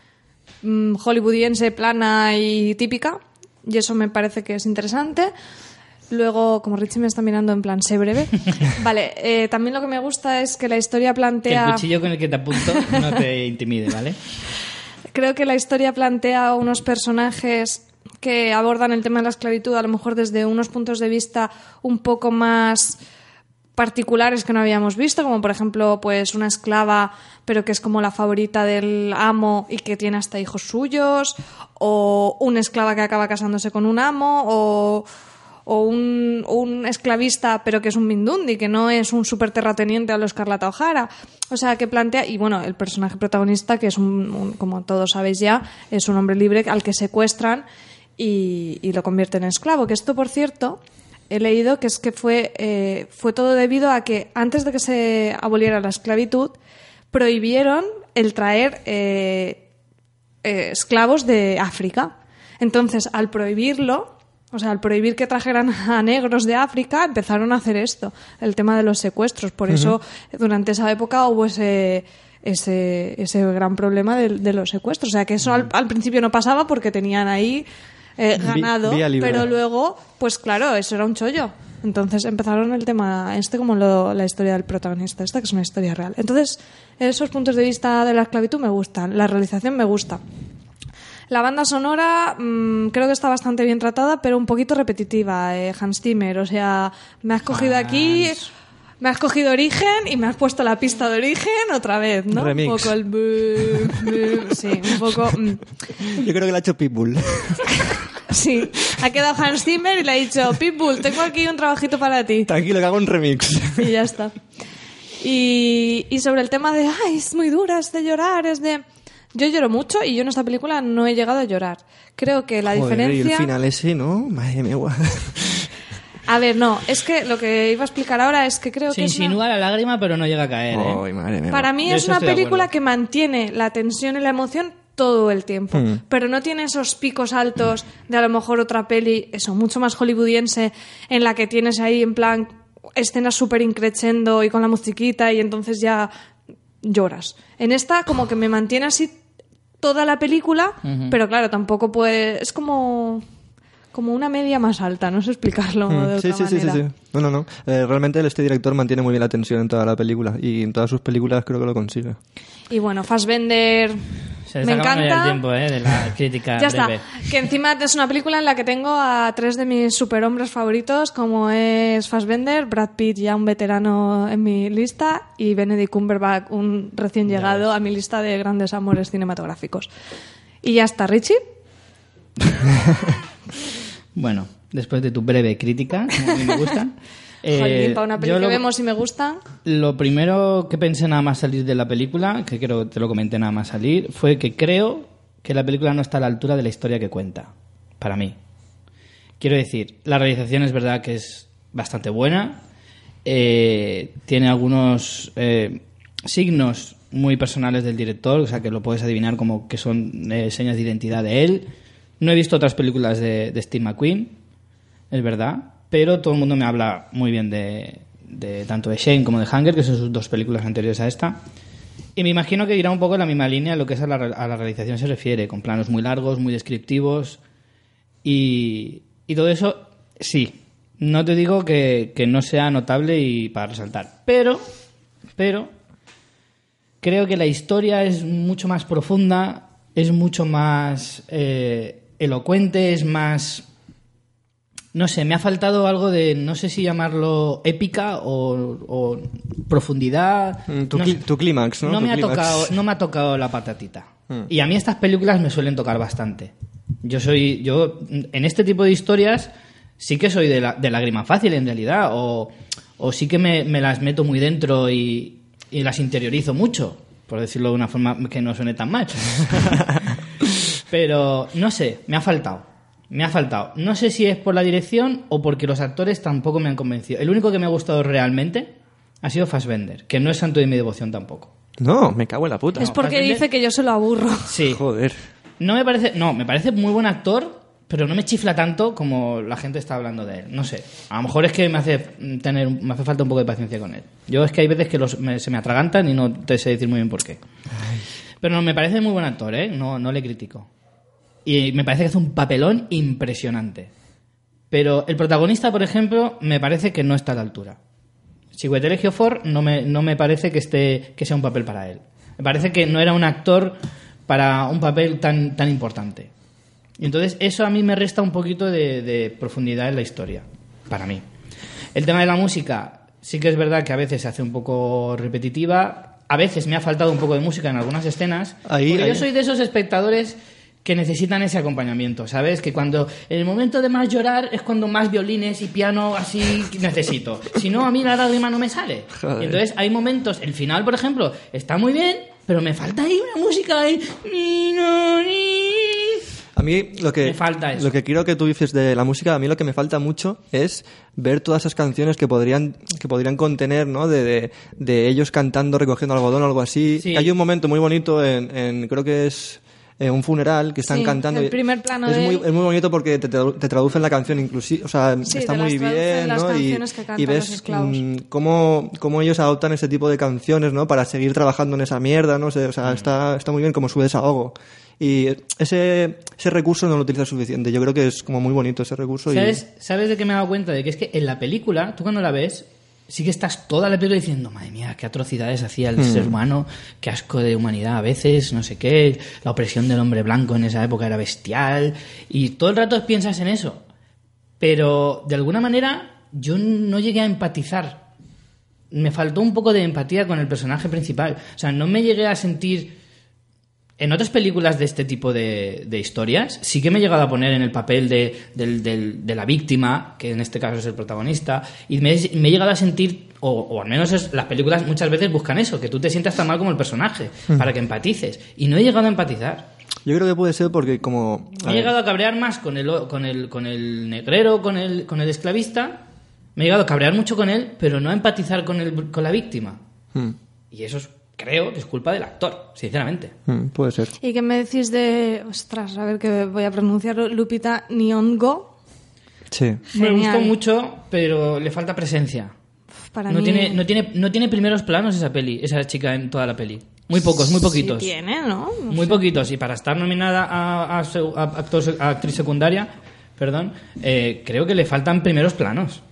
mm, hollywoodiense, plana y típica, y eso me parece que es interesante. Luego, como Richie me está mirando en plan, sé breve. Vale, eh, también lo que me gusta es que la historia Que plantea... el cuchillo con el que te apunto no te intimide, ¿vale? Creo que la historia plantea unos personajes que abordan el tema de la esclavitud a lo mejor desde unos puntos de vista un poco más particulares que no habíamos visto, como por ejemplo pues una esclava pero que es como la favorita del amo y que tiene hasta hijos suyos, o una esclava que acaba casándose con un amo, o, o un, un esclavista pero que es un mindundi, que no es un super terrateniente a lo Escarlata O'Hara. O sea, que plantea... Y bueno, el personaje protagonista, que es un, un como todos sabéis ya, es un hombre libre al que secuestran y, y lo convierten en esclavo. Que esto, por cierto, he leído que es que fue, eh, fue todo debido a que antes de que se aboliera la esclavitud, prohibieron el traer eh, eh, esclavos de África. Entonces, al prohibirlo, o sea, al prohibir que trajeran a negros de África, empezaron a hacer esto, el tema de los secuestros. Por uh-huh. eso, durante esa época hubo ese... Ese, ese gran problema de, de los secuestros. O sea, que eso al, al principio no pasaba porque tenían ahí eh, ganado, Vía libre. pero luego, pues claro, eso era un chollo. Entonces empezaron el tema este como lo, la historia del protagonista, esta que es una historia real. Entonces, esos puntos de vista de la esclavitud me gustan, la realización me gusta. La banda sonora mmm, creo que está bastante bien tratada, pero un poquito repetitiva, eh, Hans Zimmer. O sea, me has cogido Hans. aquí... Me has cogido Origen y me has puesto la pista de Origen otra vez, ¿no? Remix. Un poco el... bu- bu- sí, un poco... mm. Yo creo que la ha hecho Pitbull. Sí, ha quedado Hans Zimmer y le ha dicho, Pitbull, tengo aquí un trabajito para ti. Tranquilo, que hago un remix. Y ya está. Y, y sobre el tema de, ay, es muy dura, es de llorar, es de... Yo lloro mucho y yo en esta película no he llegado a llorar. Creo que la Joder, diferencia... y el final ese, ¿no? Madre mía. A ver, no, es que lo que iba a explicar ahora es que creo Se que es una- insinúa la lágrima, pero no llega a caer, ¿eh? Ay, madre mía. Para mí Yo es eso una estoy de película acuerdo. que mantiene la tensión y la emoción todo el tiempo, Mm. pero no tiene esos picos altos de a lo mejor otra peli, eso, mucho más hollywoodiense, en la que tienes ahí en plan escenas súper increchendo y con la musiquita y entonces ya lloras. En esta como que me mantiene así toda la película, Ujú. pero claro, tampoco puede... Es como... como una media más alta, no sé explicarlo de Mm, otra sí, sí, sí, sí, manera. sí. No, no, no. Eh, realmente este director mantiene muy bien la tensión en toda la película y en todas sus películas creo que lo consigue. Y bueno, Fassbender Se me está acabando ya encanta. el tiempo, ¿eh? De la crítica Ya está. breve. Que encima es una película en la que tengo a tres de mis superhombres favoritos, como es Fassbender, Brad Pitt, ya un veterano en mi lista, y Benedict Cumberbatch, un recién Ya llegado ves. a mi lista de grandes amores cinematográficos. Y ya está, Richie. Bueno, después de tu breve crítica, como a mí me gusta... eh, Jolín, para una yo película que lo- vemos y me gusta. Lo primero que pensé nada más salir de la película, que creo que te lo comenté nada más salir, fue que creo que la película no está a la altura de la historia que cuenta, para mí. Quiero decir, la realización es verdad que es bastante buena, eh, tiene algunos eh, signos muy personales del director, o sea que lo puedes adivinar como que son eh, señas de identidad de él. No he visto otras películas de, de Steve McQueen, es verdad, pero todo el mundo me habla muy bien de, de tanto de Shane como de Hunger, que son sus dos películas anteriores a esta. Y me imagino que irá un poco en la misma línea en lo que es a la, a la realización se refiere, con planos muy largos, muy descriptivos. Y, y todo eso, sí. No te digo que, que no sea notable y para resaltar. Pero, pero, creo que la historia es mucho más profunda, es mucho más eh, elocuente, es más... No sé, me ha faltado algo de, no sé si llamarlo épica o, o profundidad. Mm, tu No clí- sé. tu clímax, ¿no? No Tu me, ha clímax. tocado, no me ha tocado la patatita. Hmm. Y a mí estas películas me suelen tocar bastante. Yo soy, yo en este tipo de historias sí que soy de, la, de lágrima fácil en realidad, o, o sí que me, me las meto muy dentro y, y las interiorizo mucho, por decirlo de una forma que no suene tan mal. Pero no sé, me ha faltado. Me ha faltado. No sé si es por la dirección o porque los actores tampoco me han convencido. El único que me ha gustado realmente ha sido Fassbender, que no es santo de mi devoción tampoco. No, me cago en la puta. Es porque Fassbender- dice que yo se lo aburro. Sí. Joder. No me parece, no, me parece muy buen actor, pero no me chifla tanto como la gente está hablando de él. No sé. A lo mejor es que me hace tener, me hace falta un poco de paciencia con él. Yo es que hay veces que los, me- se me atragantan y no te sé decir muy bien por qué. Pero no, me parece muy buen actor, ¿eh? No, no le critico. Y me parece que hace un papelón impresionante. Pero el protagonista, por ejemplo, me parece que no está a la altura. Chiwetel Ejiofor no me, no me parece que esté que sea un papel para él. Me parece que no era un actor para un papel tan, tan importante. Y entonces eso a mí me resta un poquito de, de profundidad en la historia, para mí. El tema de la música, sí que es verdad que a veces se hace un poco repetitiva. A veces me ha faltado un poco de música en algunas escenas. Ahí, porque ahí. yo soy de esos espectadores que necesitan ese acompañamiento, ¿sabes? Que cuando en el momento de más llorar es cuando más violines y piano así necesito. Si no, a mí la lágrima no me sale. Joder. Y entonces hay momentos, el final, por ejemplo, está muy bien, pero me falta ahí una música ahí. Ni, no, ni. A mí lo que, Me falta eso. lo que quiero que tú dices de la música, a mí lo que me falta mucho es ver todas esas canciones que podrían que podrían contener, ¿no? De, de, de ellos cantando, recogiendo algodón o algo así. Sí. Que hay un momento muy bonito en, en creo que es eh, un funeral que están Sí, cantando. el primer plano es de muy él. es muy bonito porque te, tradu- te traducen la canción inclusive, o sea, Sí, está te muy las traducen bien, las ¿no? Y, canciones que cantan y los ves esclavos. mm, cómo, cómo ellos adoptan ese tipo de canciones, ¿no? Para seguir trabajando en esa mierda, no sé, o sea, está está muy bien como su desahogo. Y ese, ese recurso no lo utiliza suficiente. Yo creo que es como muy bonito ese recurso. y- ¿Sabes, ¿Sabes de qué me he dado cuenta? De que es que en la película, tú cuando la ves, sí que estás toda la película diciendo, madre mía, qué atrocidades hacía el ser humano, qué asco de humanidad a veces, no sé qué, la opresión del hombre blanco en esa época era bestial, y todo el rato piensas en eso. Pero, de alguna manera, yo no llegué a empatizar. Me faltó un poco de empatía con el personaje principal. O sea, no me llegué a sentir... En otras películas de este tipo de, de historias, sí que me he llegado a poner en el papel de, del- del- de la víctima, que en este caso es el protagonista, y me, he- me he llegado a sentir, o, o al menos es- las películas muchas veces buscan eso, que tú te sientas tan mal como el personaje, para que empatices. Y no he llegado a empatizar. Yo creo que puede ser porque como... a Me he ver, llegado a cabrear más con el, o- con el, con el negrero, con el, con el esclavista. Me he llegado a cabrear mucho con él, pero no a empatizar con, el, con la víctima. mm, Y eso es, creo que es culpa del actor, sinceramente. mm, puede ser. ¿Y qué me decís de... Ostras, a ver que voy a pronunciarlo. Lupita Nyong'o. Sí. Me Genial. gustó mucho, pero le falta presencia. Para No mí... tiene, no, tiene, no tiene primeros planos esa peli, esa chica en toda la peli. Muy pocos, muy poquitos. Sí tiene, ¿no? No Muy sé. poquitos. Y para estar nominada a, a seu- a actor- a actriz secundaria, perdón, eh, creo que le faltan primeros planos.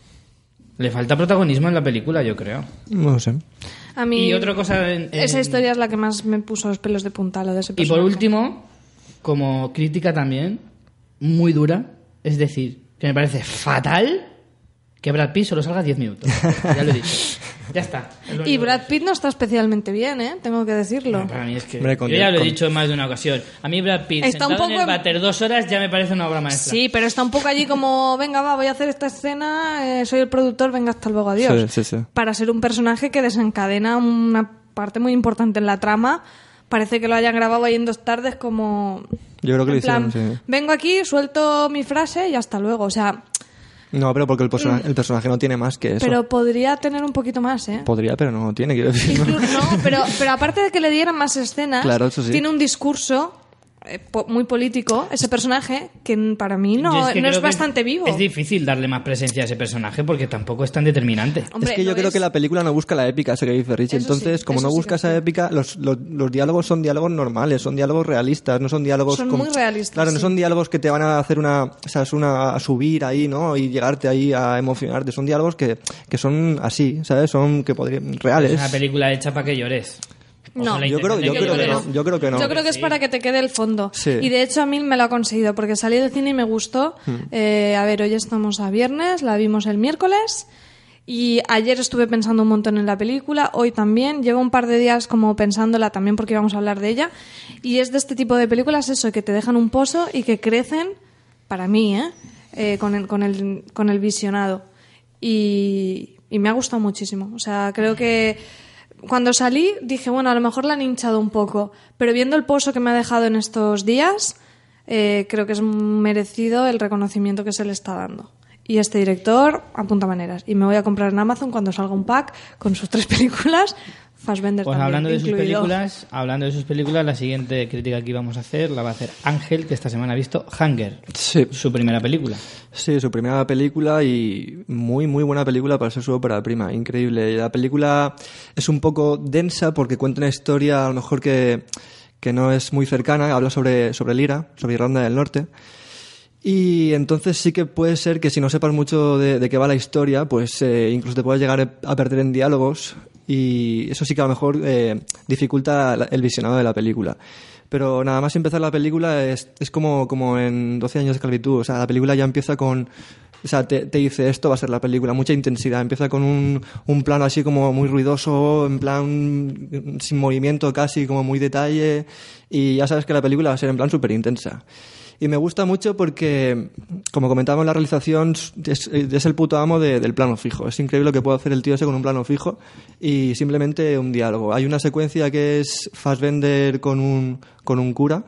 Le falta protagonismo en la película, yo creo. No lo sé. A mí... Y otra cosa... en- en- Esa historia es la que más me puso los pelos de punta, lo de ese Y por personaje. último, como crítica también, muy dura, es decir, que me parece fatal que Brad Pitt solo salga diez minutos. Ya lo he dicho. Ya está. Es lo Y único Brad que- Pitt no está especialmente bien, ¿eh? Tengo que decirlo. No, para mí es que... Hombre, con- yo ya lo he con- dicho en más de una ocasión. A mí Brad Pitt Está un sentado poco en el en- váter dos horas ya me parece una obra maestra. Sí, pero está un poco allí como, venga, va, voy a hacer esta escena, eh, soy el productor, venga, hasta luego, adiós. Sí, sí, sí. Para ser un personaje que desencadena una parte muy importante en la trama, parece que lo hayan grabado ahí en dos tardes como... Yo creo que en lo hicieron, plan, sí. vengo aquí, suelto mi frase y hasta luego. O sea, No, pero porque el, persona- el personaje no tiene más que eso. pero podría tener un poquito más, ¿eh? Podría, pero no tiene, quiero decir. ¿no? Incluso- no, pero, pero aparte de que le dieran más escenas, Claro, eso sí. tiene un discurso eh, po- muy político, ese personaje, que para mí Yo no, que no creo es que bastante vivo. Es difícil darle más presencia a ese personaje porque tampoco es tan determinante. Hombre, es que yo lo creo es. que la película no busca la épica, eso que dice Rich. Eso Entonces, sí, como eso no sí busca que es esa cierto. épica, los, los, los diálogos son diálogos normales, son diálogos realistas, no son diálogos... Son como- muy realistas, Claro, no sí. son diálogos que te van a hacer una... O sea, es una, a subir ahí, ¿no? Y llegarte ahí a emocionarte. Son diálogos que, que son así, ¿sabes? Son que podrían... reales. Es una película hecha para que llores. No. Ojo, la Yo creo, intención yo de creo que llores. no. Yo creo que no. Yo creo que es para que te quede el fondo. Sí. Y de hecho a mí me lo ha conseguido, porque salí del cine y me gustó. Hmm. Eh, a ver, hoy estamos a viernes, la vimos el miércoles Y ayer estuve pensando un montón en la película, hoy también, llevo un par de días como pensándola también porque íbamos a hablar de ella, y es de este tipo de películas eso, que te dejan un pozo y que crecen, para mí, ¿eh? Eh, con, el, con, el, con el visionado. Y, y me ha gustado muchísimo. O sea, creo que cuando salí dije, bueno, a lo mejor la han hinchado un poco, pero viendo el pozo que me ha dejado en estos días, eh, creo que es merecido el reconocimiento que se le está dando. Y este director apunta maneras. Y me voy a comprar en Amazon cuando salga un pack con sus tres películas. Fassbender pues también hablando de incluido. sus películas, hablando de sus películas, la siguiente crítica que íbamos a hacer la va a hacer Ángel, que esta semana ha visto Hunger, Sí. su primera película. Sí, su primera película y muy, muy buena película para ser su ópera prima. Increíble. La película es un poco densa porque cuenta una historia a lo mejor que, que no es muy cercana. Habla sobre, sobre el IRA, sobre Irlanda del Norte. Y entonces sí que puede ser que si no sepas mucho de, de qué va la historia, pues eh, incluso te puedes llegar a perder en diálogos y eso sí que a lo mejor eh, dificulta el visionado de la película. Pero nada más empezar la película es, es como, como en doce años de esclavitud. O sea, la película ya empieza con... O sea, te, te dice esto va a ser la película, mucha intensidad. Empieza con un, un plano así como muy ruidoso, en plan sin movimiento casi, como muy detalle. Y ya sabes que la película va a ser en plan súper intensa. Y me gusta mucho porque, como comentábamos en la realización, es, es el puto amo de, del plano fijo. Es increíble lo que puede hacer el tío ese con un plano fijo y simplemente un diálogo. Hay una secuencia que es Fassbender con un, con un cura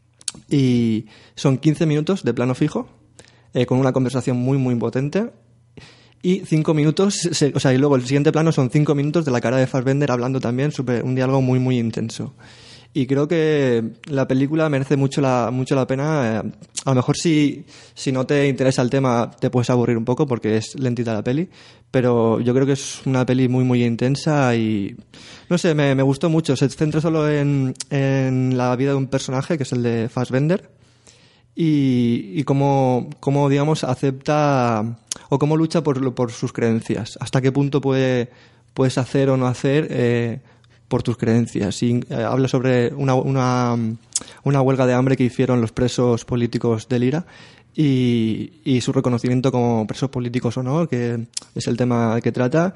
y son quince minutos de plano fijo eh, con una conversación muy, muy potente. Y cinco minutos, se, o sea, y luego el siguiente plano son cinco minutos de la cara de Fassbender hablando también, super, un diálogo muy, muy intenso. Y creo que la película merece mucho la, mucho la pena. Eh, a lo mejor si, si no te interesa el tema te puedes aburrir un poco porque es lentita la peli, pero yo creo que es una peli muy, muy intensa y no sé, me, me gustó mucho. Se centra solo en, en la vida de un personaje, que es el de Fassbender, y, y cómo, cómo, digamos, acepta o cómo lucha por, por sus creencias. Hasta qué punto puede, puedes hacer o no hacer... Eh, por tus creencias. Y eh, habla sobre una, una, una huelga de hambre que hicieron los presos políticos del IRA y, y su reconocimiento como presos políticos o no, que es el tema que trata.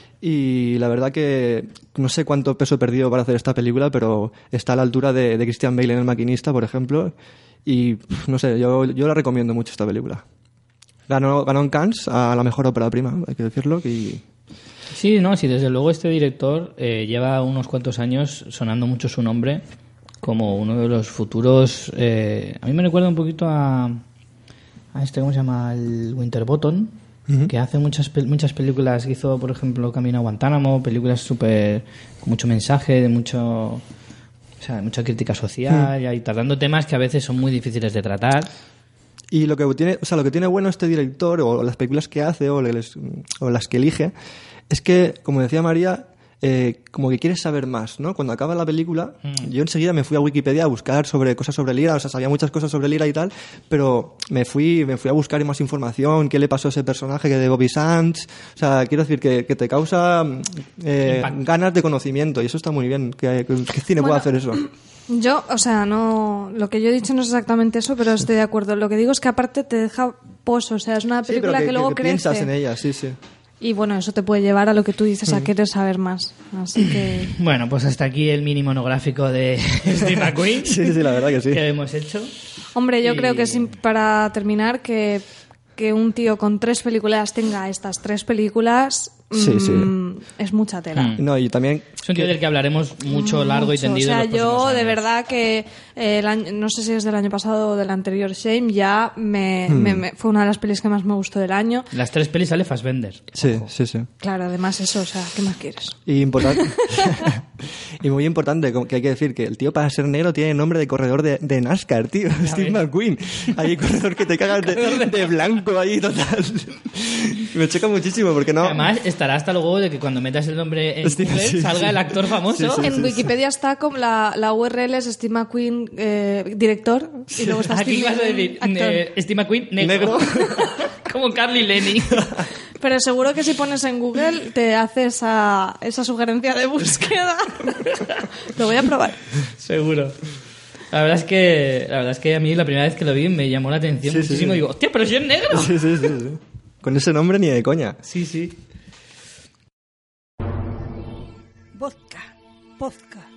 Y la verdad que no sé cuánto peso he perdido para hacer esta película, pero está a la altura de, de Christian Bale en El Maquinista, por ejemplo. Y no sé, yo, yo la recomiendo mucho esta película. Ganó, ganó en Cannes a la mejor ópera prima, hay que decirlo, y... Sí, no, sí, desde luego este director eh, lleva unos cuantos años sonando mucho su nombre como uno de los futuros... Eh, a mí me recuerda un poquito a, a este, ¿cómo se llama? El Winterbottom, uh-huh. que hace muchas muchas películas, que hizo, por ejemplo, Camino a Guantánamo, películas súper con mucho mensaje, de mucho... O sea, mucha crítica social uh-huh. y tratando temas que a veces son muy difíciles de tratar. Y lo que tiene, o sea, lo que tiene bueno este director, o las películas que hace, o, les, o las que elige, es que, como decía María, eh, como que quieres saber más, ¿no? Cuando acaba la película, mm. yo enseguida me fui a Wikipedia a buscar sobre cosas sobre el IRA, o sea, sabía muchas cosas sobre el IRA y tal, pero me fui, me fui a buscar más información, qué le pasó a ese personaje de Bobby Sands, o sea, quiero decir que, que te causa eh, ganas de conocimiento, y eso está muy bien. ¿Qué, qué cine bueno, puede hacer eso? Yo, o sea, no, lo que yo he dicho no es exactamente eso, pero estoy de acuerdo. Lo que digo es que aparte te deja pozo, o sea, es una película sí, que, que luego que crece. piensas en ella, sí, sí. Y bueno, eso te puede llevar a lo que tú dices, a querer saber más. Así que... Bueno, pues hasta aquí el mini monográfico de Steve McQueen. Sí, sí, la verdad que sí. Que hemos hecho. Hombre, yo y... creo que sin, para terminar, que, que un tío con tres películas tenga estas tres películas... Sí, sí. Mmm, es mucha tela. Mm. No, y también... Es un tío del que hablaremos mucho, largo mucho. y tendido. O sea, en los yo años. de verdad que eh, el año, no sé si es del año pasado o del anterior, Shame, ya me, mm. me, me, fue una de las pelis que más me gustó del año. Las tres pelis sale Fassbender. Sí, Ojo. sí, sí. Claro, además eso, o sea, ¿qué más quieres? Y importante... y muy importante, que hay que decir que el tío para ser negro tiene nombre de corredor de, de NASCAR, tío. Ya Steve ves. McQueen. Hay corredor que te cagas de, de blanco ahí, total. Me choca muchísimo porque no... Además, estará hasta luego de que cuando metas el nombre en Steve, Google sí, salga sí. el actor famoso. Sí, sí, en sí, Wikipedia sí. está como la, la U R L es Steve McQueen, eh, director, y luego está Aquí Steve vas a decir eh, Steve McQueen, negro. negro. Como Carly Lenny. Pero seguro que si pones en Google te hace esa, esa sugerencia de búsqueda. Lo voy a probar. Seguro. La verdad es que la verdad es que a mí la primera vez que lo vi me llamó la atención sí, muchísimo. Sí, sí. Digo, hostia, pero si es negro. Sí, sí, sí, sí. Con ese nombre ni de coña. Sí, sí. vodka, vodka.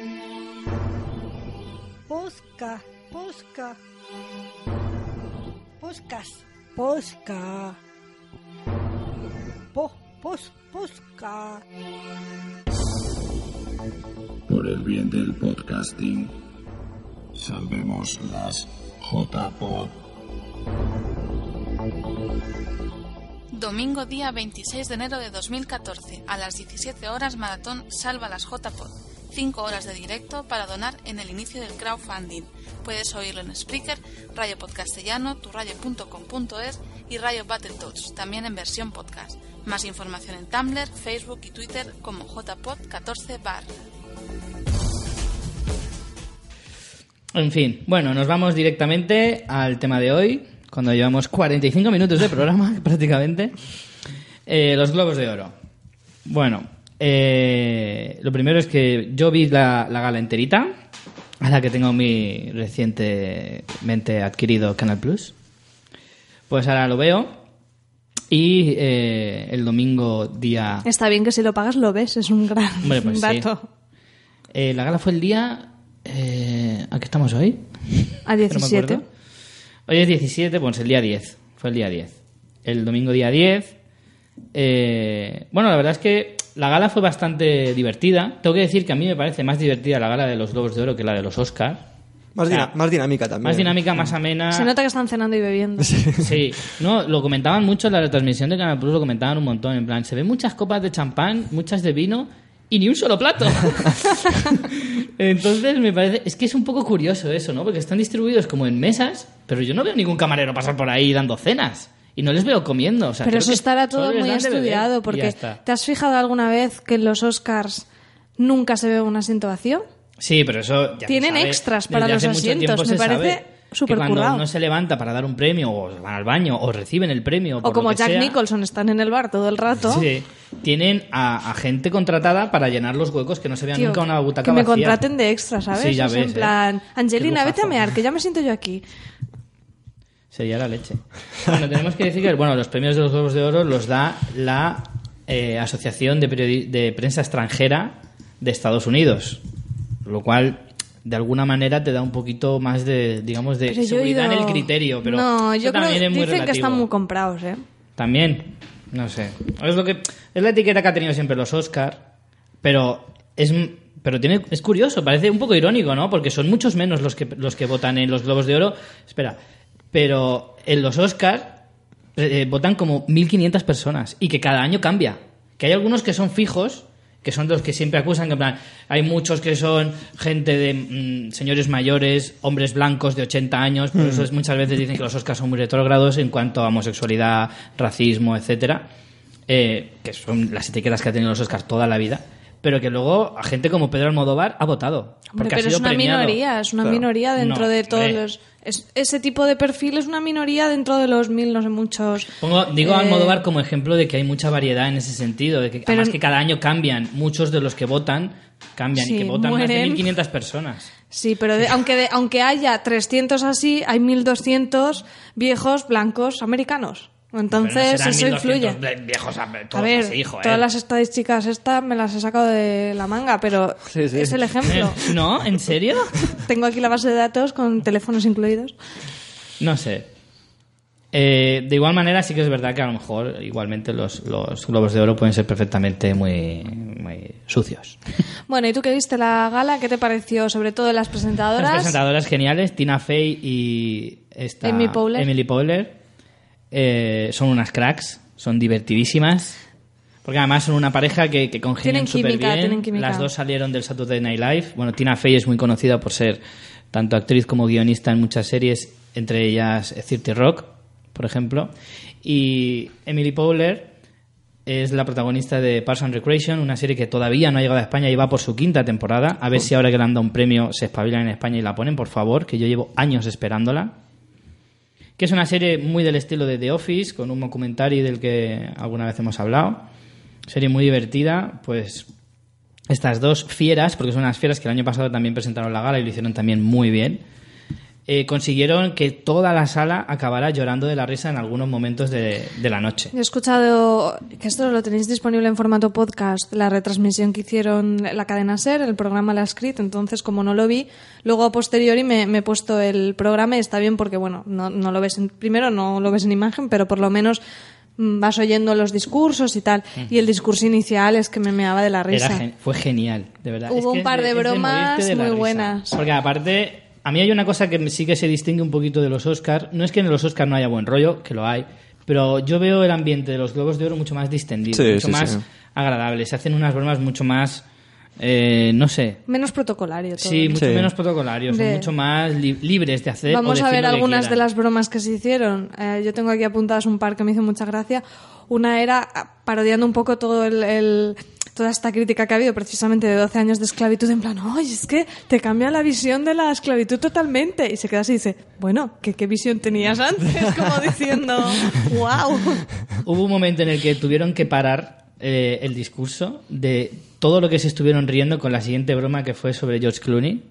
Posca, posca. Poscas, posca. Po, pos, posca. Por el bien del podcasting, salvemos las J-Pod. Domingo día veintiséis de enero de dos mil catorce, a las diecisiete horas, maratón Salva las J-Pod. cinco horas de directo para donar en el inicio del crowdfunding. Puedes oírlo en Spreaker, Radio Podcastellano, turradio punto com punto es y Radio Battletoads, también en versión podcast. Más información en Tumblr, Facebook y Twitter como J Pod catorce bar. En fin, bueno, nos vamos directamente al tema de hoy, cuando llevamos cuarenta y cinco minutos de programa, prácticamente. Eh, los Globos de Oro. Bueno, eh, lo primero es que yo vi la, la gala enterita, a la que tengo mi recientemente adquirido Canal Plus. Pues ahora lo veo. Y eh, el domingo día... Está bien que si lo pagas lo ves, es un gran Hombre, pues dato. Sí. Eh, la gala fue el día... Eh, ¿A qué estamos hoy? A diecisiete. No hoy es diecisiete, pues el día diez. Fue el día diez. El domingo día diez. Eh, bueno, la verdad es que la gala fue bastante divertida. Tengo que decir que a mí me parece más divertida la gala de los Globos de Oro que la de los Oscars. Más, O sea, dina- más dinámica también. Más dinámica, más amena. Se nota que están cenando y bebiendo. Sí, no, lo comentaban mucho en la retransmisión de Canal Plus, lo comentaban un montón, en plan, se ven muchas copas de champán, muchas de vino y ni un solo plato. Entonces me parece, es que es un poco curioso eso, ¿no? Porque están distribuidos como en mesas, pero yo no veo ningún camarero pasar por ahí dando cenas y no les veo comiendo. O sea, Pero creo eso que estará solo todo les muy dan de beber y estudiado, ya porque está. ¿te has fijado alguna vez que en los Oscars nunca se ve un asiento vacío? Sí, pero eso ya se Tienen sabe. extras Desde para los hace mucho asientos, tiempo me se parece sabe que supercurrado. cuando uno se levanta para dar un premio o van al baño o reciben el premio O por como lo que Jack sea, Nicholson están en el bar todo el rato. sí, tienen a, a gente contratada para llenar los huecos que no se vean Tío, nunca una butaca que me vacía. contraten de extra, ¿sabes? Sí, ya O sea, ves, en plan, ¿eh? Angelina, Qué vete a lujazo. mear, que ya me siento yo aquí. Sería la leche. Bueno, tenemos que decir que bueno, los premios de los Globos de Oro los da la eh, Asociación de, Periodi- de Prensa Extranjera de Estados Unidos, lo cual de alguna manera te da un poquito más de, digamos, de Pero yo he seguridad ido- en el criterio, pero no, eso yo creo también que es muy dicen que relativo. están muy comprados, ¿eh? También, no sé. Es lo que es la etiqueta que ha tenido siempre los Oscar, pero es pero tiene es curioso, parece un poco irónico, ¿no? Porque son muchos menos los que los que votan en los Globos de Oro. Espera, pero en los Oscar eh, votan como mil quinientas personas y que cada año cambia. Que hay algunos que son fijos, que son de los que siempre acusan, que en plan, hay muchos que son gente de mm, señores mayores, hombres blancos de ochenta años, por eso es, muchas veces dicen que los Oscars son muy retrógrados en cuanto a homosexualidad, racismo, etcétera, eh, que son las etiquetas que ha tenido los Oscars toda la vida, pero que luego a gente como Pedro Almodóvar ha votado. Hombre, Porque ha pero sido es una premiado. minoría, es una Claro. minoría dentro No, de todos hombre. los... es- ese tipo de perfil es una minoría dentro de los mil, no sé, muchos... Pongo, digo eh, a Almodóvar como ejemplo de que hay mucha variedad en ese sentido, de que Pero- además que cada año cambian, muchos de los que votan cambian Sí, y que votan más de mueren. mil quinientas personas. Sí, pero de- aunque, de- aunque haya trescientos así, hay mil doscientos viejos blancos americanos. Entonces, Pero no serán eso mil influye. doscientos ble- viejos, a A todos ver, así, joder. todas las estadísticas estas me las he sacado de la manga, pero Sí, sí. es el ejemplo. Eh, ¿No? ¿En serio? Tengo aquí la base de datos con teléfonos incluidos. No sé. Eh, de igual manera, sí que es verdad que a lo mejor igualmente los, los Globos de Oro pueden ser perfectamente muy, muy sucios. Bueno, ¿y tú que viste la gala? ¿Qué te pareció? Sobre todo de las presentadoras. Las presentadoras geniales, Tina Fey y esta Amy Poehler. Emily Poehler, eh, son unas cracks, son divertidísimas. Porque además son una pareja que, que congenian Tienen súper química, bien. tienen química. Las dos salieron del Saturday Night Live. Bueno, Tina Fey es muy conocida por ser tanto actriz como guionista en muchas series, entre ellas thirty Rock, por ejemplo. Y Emily Poehler es la protagonista de Parks and Recreation, una serie que todavía no ha llegado a España y va por su quinta temporada. A ver si ahora que le han dado un premio se espabilan en España y la ponen, por favor, que yo llevo años esperándola. Que es una serie muy del estilo de The Office, con un documentario del que alguna vez hemos hablado. Serie muy divertida, pues estas dos fieras, porque son unas fieras que el año pasado también presentaron la gala y lo hicieron también muy bien, eh, consiguieron que toda la sala acabara llorando de la risa en algunos momentos de, de la noche. He escuchado que esto lo tenéis disponible en formato podcast, la retransmisión que hicieron la cadena SER, el programa La Script, entonces como no lo vi, luego a posteriori me, me he puesto el programa y está bien porque, bueno, no, no lo ves en, primero no lo ves en imagen, pero por lo menos vas oyendo los discursos y tal. Uh-huh. Y el discurso inicial es que me meaba de la risa. Era gen- fue genial, de verdad. Hubo es que un par de, de bromas de muy risa. buenas. Porque aparte, a mí hay una cosa que sí que se distingue un poquito de los Oscars. No es que en los Oscars no haya buen rollo, que lo hay, pero yo veo el ambiente de los Globos de Oro mucho más distendido, sí, mucho sí, más sí. agradable. Se hacen unas bromas mucho más... Eh, no sé. Menos protocolario todo. Sí, mucho Sí. menos protocolarios, son De- mucho más li- libres de hacer. Vamos o a decir ver lo que algunas de quieran. las bromas que se hicieron. Eh, yo tengo aquí apuntadas un par que me hizo mucha gracia. Una era ah, parodiando un poco todo el, el- toda esta crítica que ha habido precisamente de doce años de esclavitud, en plan, oye, es que te cambia la visión de la esclavitud totalmente. Y se queda así y dice, bueno, ¿qué, qué visión tenías antes? Como diciendo, wow. Hubo un momento en el que tuvieron que parar eh, el discurso de todo lo que se estuvieron riendo con la siguiente broma que fue sobre George Clooney,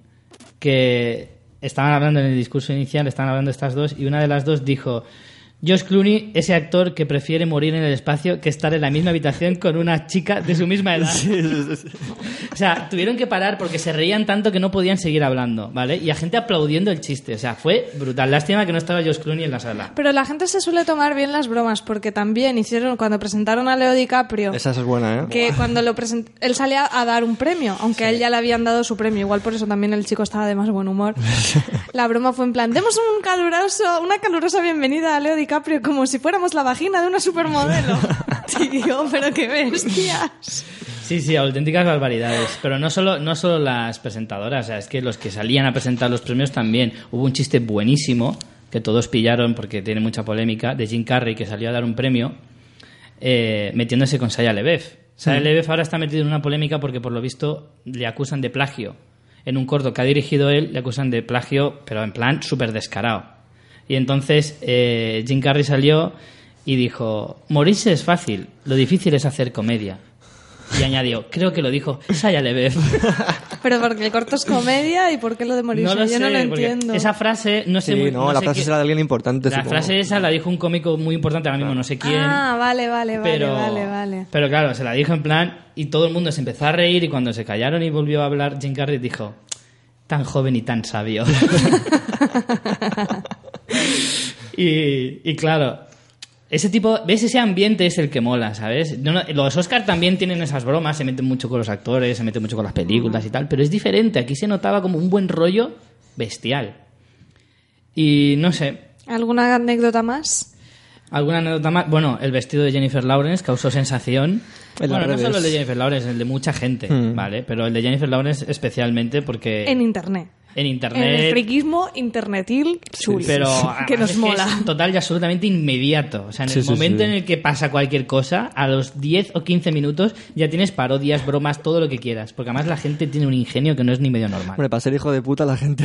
que estaban hablando en el discurso inicial, estaban hablando estas dos, y una de las dos dijo: George Clooney, ese actor que prefiere morir en el espacio que estar en la misma habitación con una chica de su misma edad. Sí, sí, sí. O sea, tuvieron que parar porque se reían tanto que no podían seguir hablando, ¿vale? Y la gente aplaudiendo el chiste. O sea, fue brutal. Lástima que no estaba George Clooney en la sala. Pero la gente se suele tomar bien las bromas, porque también hicieron, cuando presentaron a Leo DiCaprio, Esa es buena, ¿eh? que cuando lo present... él salía a dar un premio, aunque a él ya le habían dado su premio, igual por eso también el chico estaba de más buen humor. La broma fue en plan, demos un caluroso, una calurosa bienvenida a Leo DiCaprio como si fuéramos la vagina de una supermodelo. Tío, pero qué bestias. Sí, sí, auténticas barbaridades. Pero no solo, no solo las presentadoras, o sea, es que los que salían a presentar los premios también. Hubo un chiste buenísimo que todos pillaron porque tiene mucha polémica, de Jim Carrey, que salió a dar un premio eh, metiéndose con Shia LaBeouf. Shia Mm. LaBeouf ahora está metido en una polémica porque por lo visto le acusan de plagio. En un corto que ha dirigido él le acusan de plagio, pero en plan súper descarado. Y entonces eh, Jim Carrey salió y dijo: morirse es fácil, lo difícil es hacer comedia. Y añadió, creo que lo dijo Shia LaBeouf. Pero porque el corto es comedia y por qué lo de morirse, No lo yo sé, no lo porque entiendo. esa frase, no sé Sí, muy, no, la sé frase qué- será de alguien importante, La supongo. frase esa la dijo un cómico muy importante, ahora mismo no sé quién. Ah, vale, vale, vale, pero, vale, vale. pero claro, se la dijo en plan y todo el mundo se empezó a reír y cuando se callaron y volvió a hablar Jim Carrey dijo: tan joven y tan sabio. y, y claro, ese tipo, ¿ves? Ese ambiente es el que mola, ¿sabes? No, no, los Oscars también tienen esas bromas, se meten mucho con los actores, se meten mucho con las películas y tal, pero es diferente. Aquí se notaba como un buen rollo bestial. Y no sé, ¿Alguna anécdota más? ¿alguna anécdota más? Bueno, el vestido de Jennifer Lawrence causó sensación. En las Bueno, no redes. solo el de Jennifer Lawrence, el de mucha gente, Hmm. ¿vale? Pero el de Jennifer Lawrence especialmente porque... En internet. en En internet... el friquismo internetil chuli. Pero que además nos es mola. es total y absolutamente inmediato. O sea, en Sí, el sí, momento sí. en el que pasa cualquier cosa, a los diez o quince minutos ya tienes parodias, bromas, todo lo que quieras. Porque además la gente tiene un ingenio que no es ni medio normal. Hombre, para ser hijo de puta la gente...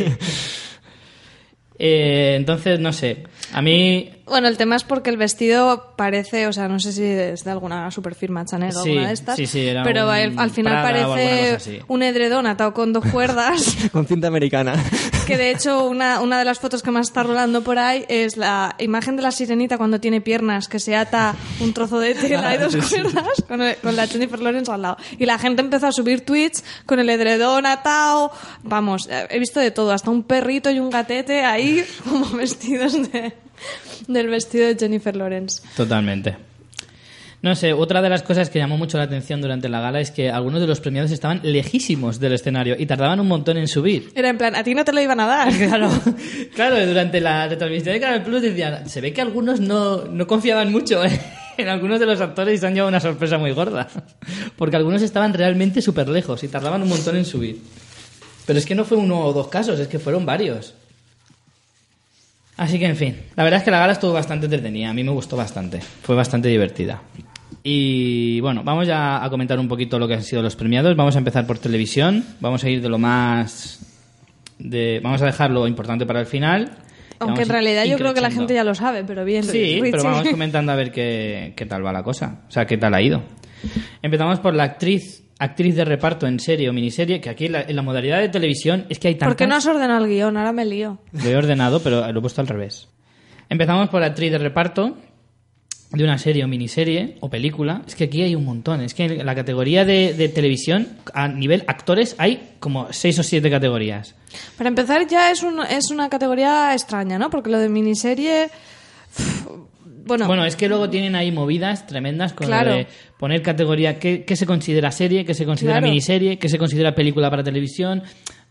Eh, entonces, no sé. A mí... Bueno, el tema es porque el vestido parece, o sea, no sé si es de alguna superfirma Chanel o Sí, alguna de estas, sí, sí, era pero un al, al final Prada o alguna cosa parece así. un edredón atado con dos cuerdas. Con cinta americana. Que de hecho una, una de las fotos que más está rolando por ahí es la imagen de la sirenita cuando tiene piernas, que se ata un trozo de tela y dos cuerdas con, el- con la Jennifer Lawrence al lado. Y la gente empezó a subir tweets con el edredón atado. Vamos, eh, he visto de todo, hasta un perrito y un gatete ahí como vestidos de, del vestido de Jennifer Lawrence. Totalmente. No sé, otra de las cosas que llamó mucho la atención durante la gala es que algunos de los premiados estaban lejísimos del escenario y tardaban un montón en subir. Era en plan, a ti no te lo iban a dar. Claro, claro, durante la retransmisión de Canal Plus decían, se ve que algunos no, no confiaban mucho ¿eh? en algunos de los actores y se han llevado una sorpresa muy gorda. Porque algunos estaban realmente súper lejos y tardaban un montón en subir. Pero es que no fue uno o dos casos, es que fueron varios. Así que, en fin, la verdad es que la gala estuvo bastante entretenida, a mí me gustó bastante, fue bastante divertida. Y bueno, vamos ya a comentar un poquito lo que han sido los premiados. Vamos a empezar por televisión, vamos a ir de lo más... de vamos a dejar lo importante para el final. Aunque en realidad yo creo que la gente ya lo sabe, pero bien. Sí, Richie. pero vamos comentando a ver qué, qué tal va la cosa, o sea, qué tal ha ido. Empezamos por la actriz actriz de reparto en serie o miniserie, que aquí en la, en la modalidad de televisión es que hay tantas... ¿Por qué no has ordenado el guión? Ahora me lío. Lo he ordenado, pero lo he puesto al revés. Empezamos por la actriz de reparto de una serie o miniserie o película. Es que aquí hay un montón. Es que en la categoría de, de televisión, a nivel actores, hay como seis o siete categorías. Para empezar, ya es, un, es una categoría extraña, ¿no? Porque lo de miniserie... Bueno, Bueno, es que luego tienen ahí movidas tremendas con Claro. lo de poner categoría, qué, qué se considera serie, qué se considera Claro. miniserie, qué se considera película para televisión.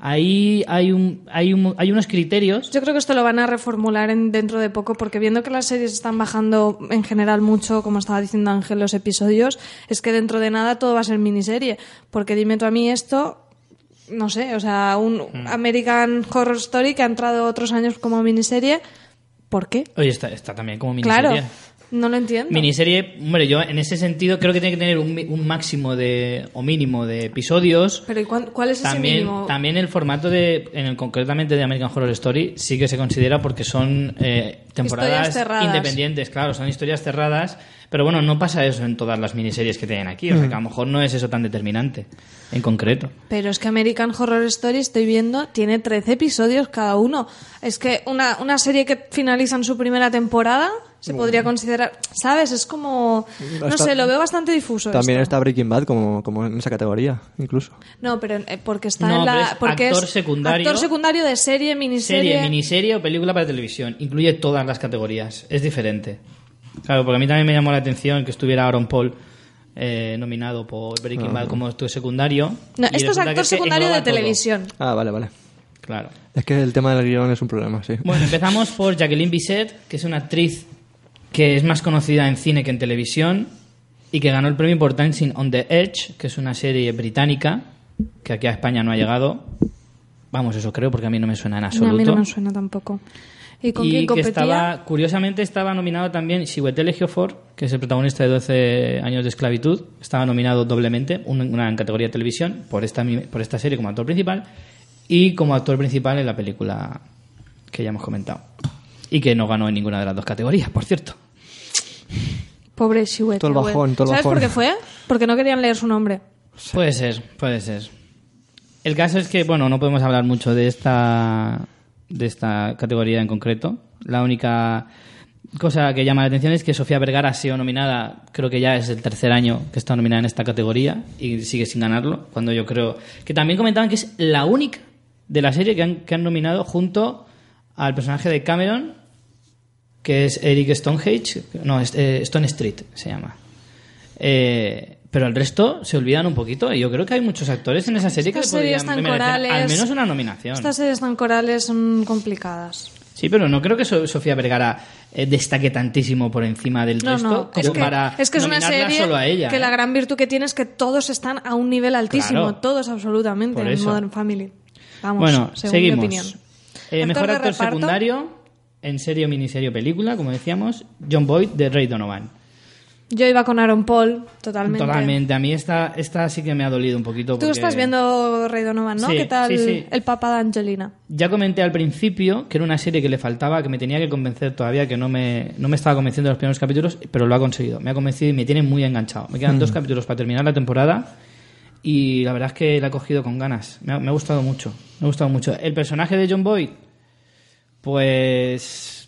Ahí hay un, hay un, hay unos criterios. yo creo que esto lo van a reformular en, dentro de poco, porque viendo que las series están bajando en general mucho, como estaba diciendo Ángel, los episodios, es que dentro de nada todo va a ser miniserie. Porque dime tú a mí esto, no sé, o sea, un Mm. American Horror Story que ha entrado otros años como miniserie, ¿por qué? Oye, está, está también como miniserie. Claro, no lo entiendo. Miniserie, hombre, yo en ese sentido creo que tiene que tener un, mi- un máximo de o mínimo de episodios. Pero ¿y cuán- cuál es ese También, mínimo? también el formato de, en el concretamente de American Horror Story sí que se considera porque son eh, temporadas Historias cerradas. independientes, claro, son historias cerradas, pero bueno, no pasa eso en todas las miniseries que tienen aquí, o sea que a lo mejor no es eso tan determinante en concreto. Pero es que American Horror Story, estoy viendo, tiene trece episodios cada uno. Es que una, una serie que finaliza en su primera temporada se podría considerar... ¿Sabes? Es como... No Está- sé, lo veo bastante difuso. También esto. está Breaking Bad como, como en esa categoría, incluso. No, pero eh, porque está No, en pero la... es porque actor es secundario. Actor secundario de serie, miniserie... Serie, miniserie o película para televisión, incluye todas las categorías, es diferente. Claro, porque a mí también me llamó la atención que estuviera Aaron Paul eh, nominado por Breaking Bad como actor secundario. No, y esto es resulta actor que es que secundario de engloba todo. televisión. Ah, vale, vale. Claro. Es que el tema del guión es un problema, sí. Bueno, empezamos por Jacqueline Bisset, que es una actriz que es más conocida en cine que en televisión y que ganó el premio por Dancing on the Edge, que es una serie británica que aquí a España no ha llegado. Vamos, eso creo, porque a mí no me suena en No, absoluto. a mí no me suena tampoco. ¿Y con y quién que competía? estaba, curiosamente estaba nominado también Chiwetel Ejiofor, que es el protagonista de doce años de esclavitud. Estaba nominado doblemente, una, una en categoría de televisión, por esta, por esta serie como actor principal y como actor principal en la película que ya hemos comentado. Y que no ganó en ninguna de las dos categorías, por cierto. Pobre Chiwetel. Todo el bajón, todo el ¿Sabes bajón. por qué fue? Porque no querían leer su nombre. Puede ser, puede ser. El caso es que, bueno, no podemos hablar mucho de esta, de esta categoría en concreto. La única cosa que llama la atención es que Sofía Vergara ha sido nominada, creo que ya es el tercer año que está nominada en esta categoría y sigue sin ganarlo, cuando yo creo que también comentaban que es la única de la serie que han, que han nominado junto al personaje de Cameron, que es Eric Stonehenge, no, es, eh, Stone Street se llama. Eh, pero el resto se olvidan un poquito y yo creo que hay muchos actores en esa serie Estas que le podrían series tan merecer corales- al menos una nominación. Estas series tan corales son complicadas. Sí, pero no creo que So- Sofía Vergara eh, destaque tantísimo por encima del No, resto no, como es que, para es que es una nominarla serie solo a ella. que ¿eh? la gran virtud que tiene es que todos están a un nivel altísimo, Claro. todos absolutamente, Por en eso. Modern Family. Vamos, Bueno, según mi seguimos. opinión. Eh, Actor mejor de actor reparto. secundario en serie o miniserie o película, como decíamos, John Boyd de Ray Donovan. Yo iba con Aaron Paul, totalmente. Totalmente. A mí esta, esta sí que me ha dolido un poquito. Tú porque estás viendo Ray Donovan, ¿no? Sí, ¿Qué tal sí, sí. el papá de Angelina? Ya comenté al principio que era una serie que le faltaba, que me tenía que convencer todavía, que no me, no me estaba convenciendo de los primeros capítulos, pero lo ha conseguido. Me ha convencido y me tiene muy enganchado. Me quedan dos capítulos para terminar la temporada y la verdad es que la he cogido con ganas. Me ha, me ha gustado mucho. Me ha gustado mucho. El personaje de John Boyd, pues...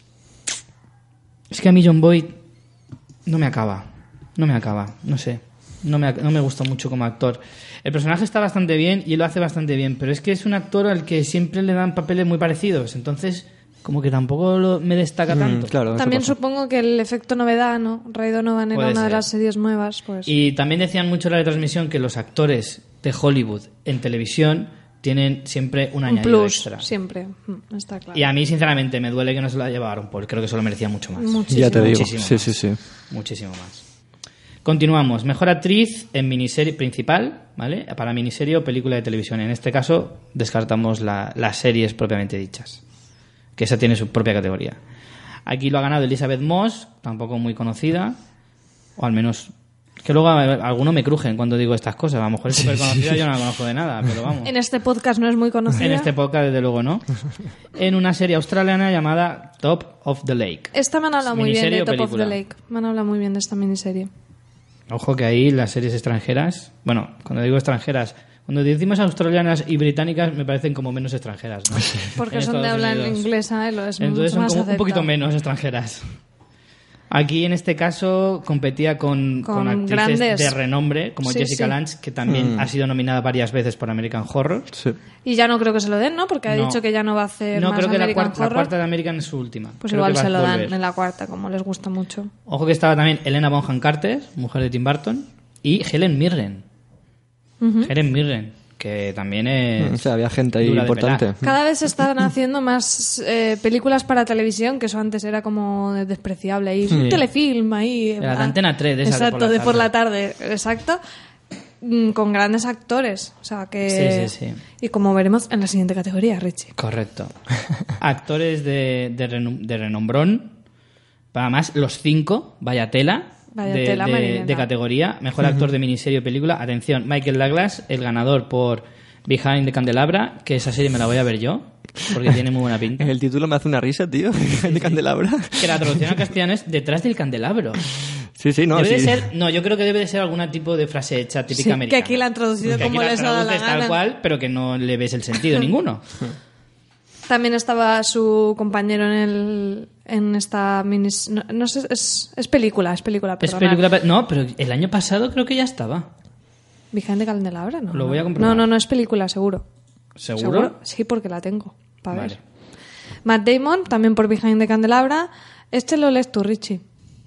Es que a mí John Boyd no me acaba. No me acaba. No sé. No me, no me gusta mucho como actor. El personaje está bastante bien y él lo hace bastante bien, pero es que es un actor al que siempre le dan papeles muy parecidos. Entonces, como que tampoco lo- me destaca tanto. Mm, claro, eso También pasa. supongo que el efecto novedad, ¿no? Ray Donovan era Puede una de ser. las series nuevas, pues... Y también decían mucho en la retransmisión que los actores de Hollywood en televisión tienen siempre un un añadido plus, extra. siempre. Mm, Está claro. Y a mí, sinceramente, me duele que no se lo llevaron, porque creo que se lo merecía mucho más. Muchísimo. Ya te digo. Muchísimo Sí, más. sí, sí. Muchísimo más. Continuamos. Mejor actriz en miniserie principal, ¿vale? Para miniserie o película de televisión. En este caso, descartamos la- las series propiamente dichas, que esa tiene su propia categoría. Aquí lo ha ganado Elizabeth Moss, tampoco muy conocida, o al menos... Que luego a- algunos me crujen cuando digo estas cosas. A lo mejor es súper conocida, yo no la conozco de nada, pero vamos. En este podcast no es muy conocida. En este podcast, desde luego, no. En una serie australiana llamada Top of the Lake. Esta me han hablado muy bien Miniserie de o Top of the película. Lake. Me han hablado muy bien de esta miniserie. Ojo que ahí las series extranjeras... Bueno, cuando digo extranjeras... Cuando decimos australianas y británicas me parecen como menos extranjeras, ¿no? Porque En son de Estados habla Unidos. inglesa, ¿eh? Lo es Entonces mucho son más como un aceptado. poquito menos extranjeras. Aquí en este caso competía con, Con con actrices grandes. de renombre como Sí, Jessica sí. Lange, que también Mm. ha sido nominada varias veces por American Horror. Sí. Y ya no creo que se lo den, ¿no? Porque ha No. dicho que ya no va a hacer No, más creo que la American cuarta, la Horror. cuarta de American es su última. Pues Creo igual que va se a lo dan volver. en la cuarta, como les gusta mucho. Ojo que estaba también Helena Bonham Carter, mujer de Tim Burton, y Helen Mirren. Helen Mirren, que también es... O sea, había gente ahí dura de importante. pelar. Cada vez se están haciendo más eh, películas para televisión, que eso antes era como despreciable. Ahí, un telefilm ahí. De las de ah, Antena tres, de esas de por Exacto, la de por la tarde. tarde. Exacto. Mm, Con grandes actores. O sea que... Sí, sí, sí. Y como veremos en la siguiente categoría, Richie. Correcto. Actores de, de, renom- de renombrón. Además, los cinco, vaya tela, Vaya de, tela, de- marinera. de categoría. Mejor actor de miniserie o película. Atención, Michael Douglas, el ganador por Behind the Candelabra, que esa serie me la voy a ver yo, porque tiene muy buena pinta. El título me hace una risa, tío. De Candelabra. Que la traducción al castellano es Detrás del candelabro. Sí, sí, no. debe de sí. ser, no, yo creo que debe de ser algún tipo de frase hecha típica Sí, americana. que aquí la han traducido Que aquí como la les ha dado la traduces gana. tal cual, pero que no le ves el sentido ninguno. También estaba su compañero en el en esta mini... No, no sé, es, es película, es película, Es perdonad. película, no, pero el año pasado creo que ya estaba. Behind the Candelabra, ¿no? Lo voy a comprobar. No, no, no es película, seguro. ¿Seguro? Sí, porque la tengo. Para Vale. ver. Matt Damon, también por Behind the Candelabra. Este lo lees tú, Richie.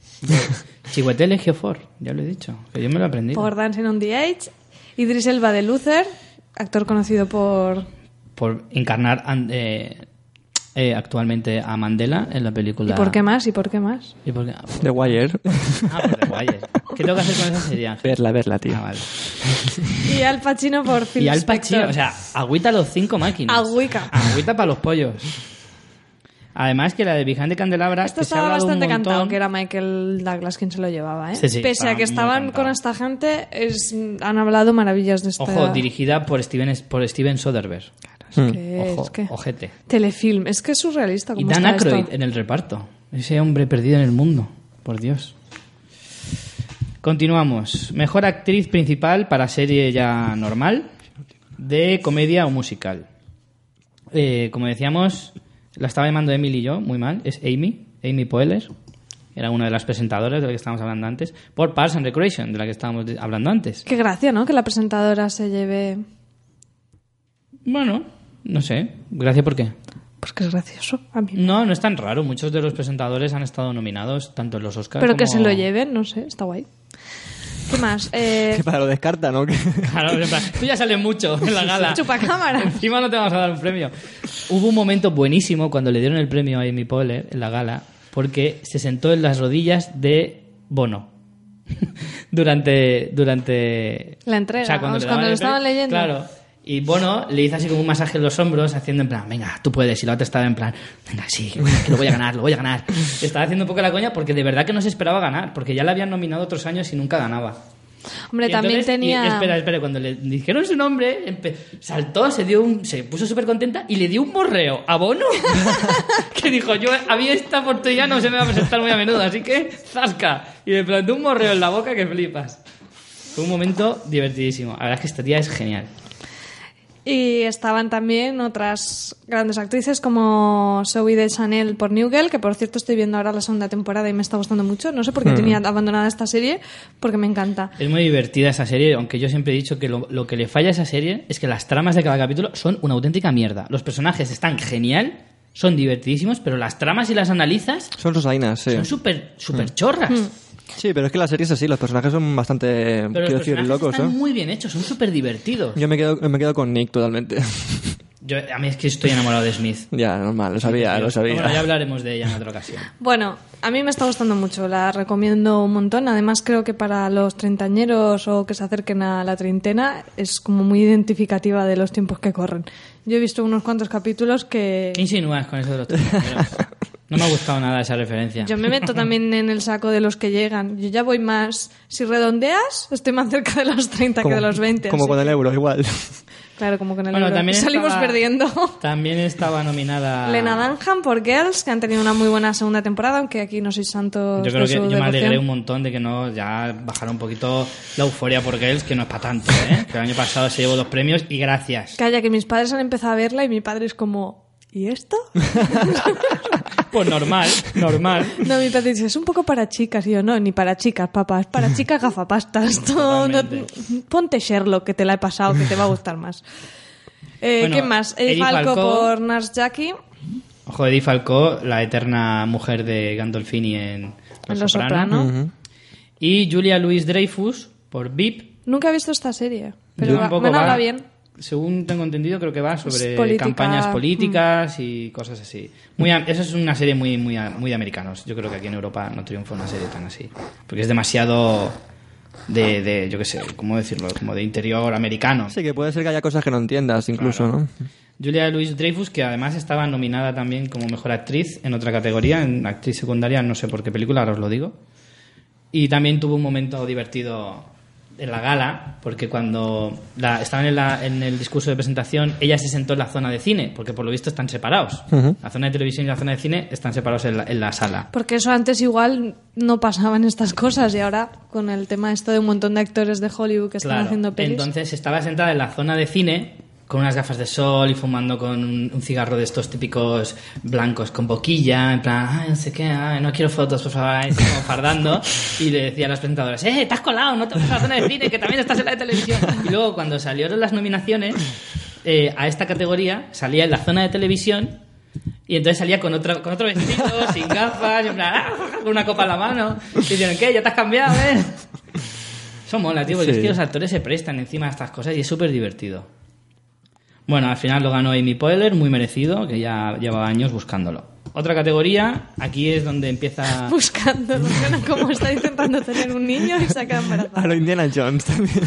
Chihuetel y Geofor, ya lo he dicho, que yo me lo he aprendido. Por Dancing on the Edge. Idris Elba de Luther, actor conocido por... Por encarnar an- eh, eh, actualmente a Mandela en la película. ¿Y por qué más? ¿Y por qué más? ¿Y por qué? The Wire. Ah, por The Wire. ¿Qué tengo que hacer con esa serie, Ángel? Verla, verla, tío. Ah, vale. Y Al Pacino por Phil Y Al Spector. Pacino, o sea, agüita a los cinco máquinas. Agüica. Agüita para los pollos. Además que la de Behind the Candelabra, Esto que se ha estaba hablado un bastante montón. cantado, que era Michael Douglas quien se lo llevaba, ¿eh? Sí, sí, Pese estaba a que muy estaban cantado. con esta gente, es, han hablado maravillas de esta... Ojo, dirigida por Steven, por Steven Soderbergh. Es que, Ojo, es que- ojete. Telefilm, es que es surrealista Y como Dan está Aykroyd esto. en el reparto. Ese hombre perdido en el mundo. Por Dios. Continuamos. Mejor actriz principal para serie ya normal, de comedia o musical. Eh, como decíamos, la estaba llamando Emily y yo, muy mal. Es Amy, Amy Poehler. Era una de las presentadoras de la que estábamos hablando antes. Por Parks and Recreation, de la que estábamos de- hablando antes. Qué gracia, ¿no? Que la presentadora se lleve... Bueno, no sé. Gracias, ¿por qué? Pues que es gracioso, a mí. No, no es tan raro. Muchos de los presentadores han estado nominados tanto en los Oscars Pero como... que se lo lleven, no sé, está guay. ¿Qué más? Eh, Que para lo descarta, ¿no? Que- Claro, en plan, tú ya sales mucho en la gala. Chupacámaras. Encima no te vamos a dar un premio. Hubo un momento buenísimo cuando le dieron el premio a Amy Poehler en la gala, porque se sentó en las rodillas de Bono. durante, durante... La entrega, vamos, le cuando daban lo el estaban premio, leyendo. Claro. Y Bono le hizo así como un masaje en los hombros, haciendo en plan, venga, tú puedes. Y la otra estaba en plan, venga, sí, que lo voy a ganar, lo voy a ganar. Estaba haciendo un poco la coña porque de verdad que no se esperaba ganar, porque ya la habían nominado otros años y nunca ganaba. Hombre, Y también entonces- tenía... y- espera, espera, cuando le dijeron su nombre, empe- saltó, se dio un, se puso súper contenta y le dio un morreo a Bono. Que dijo, yo a mí esta oportunidad no se me va a presentar muy a menudo, así que zasca. Y le plantó un morreo en la boca que flipas. Fue un momento divertidísimo. La verdad es que esta tía es genial. Y estaban también otras grandes actrices como Zoe de Chanel por New Girl, que por cierto estoy viendo ahora la segunda temporada y me está gustando mucho. No sé por qué tenía abandonada esta serie, porque me encanta. Es muy divertida esa serie, aunque yo siempre he dicho que lo, lo que le falla a esa serie es que las tramas de cada capítulo son una auténtica mierda. Los personajes están genial, son divertidísimos, pero las tramas, si las analizas, Son rosainas, sí. son súper súper chorras. Sí, pero es que la serie es así, los personajes son bastante, Pero quiero los decir, personajes locos, están ¿eh? muy bien hechos, son súper divertidos. Yo me quedo, me quedo con Nick totalmente. Yo, a mí es que estoy enamorado de Smith. Ya, normal, lo sabía, lo sabía. Bueno, ya hablaremos de ella en otra ocasión. Bueno, a mí me está gustando mucho, la recomiendo un montón. Además, creo que para los treintañeros o que se acerquen a la treintena es como muy identificativa de los tiempos que corren. Yo he visto unos cuantos capítulos que... ¿Qué insinúas con eso de los treintañeros? No me ha gustado nada esa referencia. Yo me meto también en el saco de los que llegan. Yo ya voy más... Si redondeas, estoy más cerca de los treinta Como, que de los veinte. como así con el que- euro, igual. Claro, como con el Bueno, euro. también Salimos estaba- perdiendo. También estaba nominada... Lena Dunham por Girls, que han tenido una muy buena segunda temporada, aunque aquí no sois santos Yo creo de que su yo me devoción. alegré un montón de que no ya bajara un poquito la euforia por Girls, que no es para tanto, ¿eh? Que el año pasado se llevó dos premios y gracias. Calla, que mis padres han empezado a verla y mi padre es como... ¿Y esto? Pues normal, normal. No, mi padre dice, es un poco para chicas. Y yo, no, ni para chicas, papá, es para chicas gafapastas. No, no, Totalmente. ponte Sherlock, que te la he pasado, que te va a gustar más. Eh, Bueno, ¿Qué más? Eddie Eddie Falco, Falco. por Nurse Jackie. Ojo, Eddie Falco, la eterna mujer de Gandolfini en En Los Soprano. Ujú. Y Julia Louis-Dreyfus por V I P. Nunca he visto esta serie, pero Yo va- tampoco, me va- habla bien. Según tengo entendido, creo que va sobre Es política. campañas políticas y cosas así. Muy, a- eso es una serie muy, muy, a- muy de americanos. Yo creo que aquí en Europa no triunfa una serie tan así. Porque es demasiado de, de yo qué sé, ¿cómo decirlo? Como de interior americano. Sí, que puede ser que haya cosas que no entiendas, incluso, Claro. ¿no? Julia Louis-Dreyfus, que además estaba nominada también como mejor actriz en otra categoría, en actriz secundaria, no sé por qué película, ahora os lo digo. Y también tuvo un momento divertido en la gala, porque cuando la, estaban en, la- en el discurso de presentación, ella se sentó en la zona de cine, porque por lo visto están separados. La zona de televisión y la zona de cine están separados en la, en la sala. Porque eso antes igual no pasaban estas cosas y ahora con el tema esto de un montón de actores de Hollywood que están Claro. haciendo pelis. Entonces estaba sentada en la zona de cine con unas gafas de sol y fumando con un, un cigarro de estos típicos blancos con boquilla, en plan, ay, no sé qué, ay, no quiero fotos, por favor, ahí, así como fardando, y le decía a las presentadoras, eh, te has colado, no te vas a la zona de cine, que también estás en la de televisión. Y luego cuando salieron las nominaciones eh, a esta categoría, salía en la zona de televisión y entonces salía con otro, con otro vestido, sin gafas, en plan, ah, con una copa en la mano, y dijeron, ¿qué? ¿Ya te has cambiado, eh? Eso mola, tío, porque Sí. es que los actores se prestan encima de estas cosas y es súper divertido. Bueno, al final lo ganó Amy Poehler, muy merecido, que ya llevaba años buscándolo. Otra categoría, aquí es donde empieza... Buscando, suena como está intentando tener un niño y se acaba embarazada. A lo Indiana Jones también.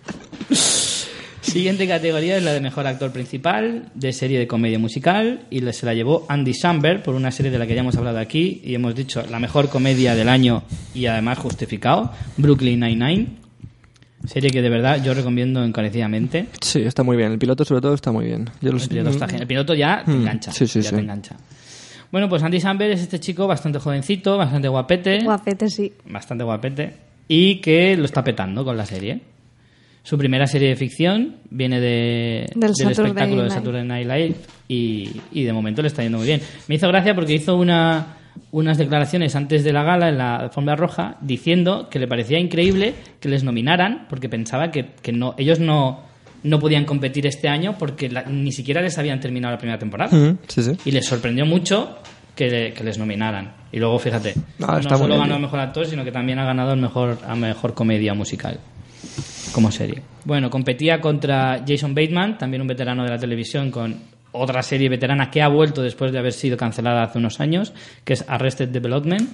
Siguiente categoría es la de mejor actor principal de serie de comedia musical y le- se la llevó Andy Samberg por una serie de la que ya hemos hablado aquí y hemos dicho la mejor comedia del año y además justificado, Brooklyn Nine-Nine. Serie que de verdad yo recomiendo encarecidamente. Sí, está muy bien. El piloto, sobre todo, está muy bien. Yo lo El piloto, está genial. El piloto ya te Mm, engancha. sí, sí, ya sí. te engancha. Bueno, pues Andy Samberg es este chico bastante jovencito, bastante guapete. Guapete, sí. Bastante guapete. Y que lo está petando con la serie. Su primera serie de ficción viene de, Del del Saturday espectáculo de Night. Saturday Night Live y, y de momento le está yendo muy bien. Me hizo gracia porque hizo una, unas declaraciones antes de la gala en la alfombra roja diciendo que le parecía increíble que les nominaran porque pensaba que, que no, ellos no, no podían competir este año porque la- ni siquiera les habían terminado la primera temporada. Mm, sí, sí. Y les sorprendió mucho que, que les nominaran. Y luego, fíjate, Ah, no está muy solo bien. ganó el mejor actor, sino que también ha ganado el mejor, a mejor comedia musical como serie. Bueno, competía contra Jason Bateman, también un veterano de la televisión, con otra serie veterana que ha vuelto después de haber sido cancelada hace unos años, que es Arrested Development,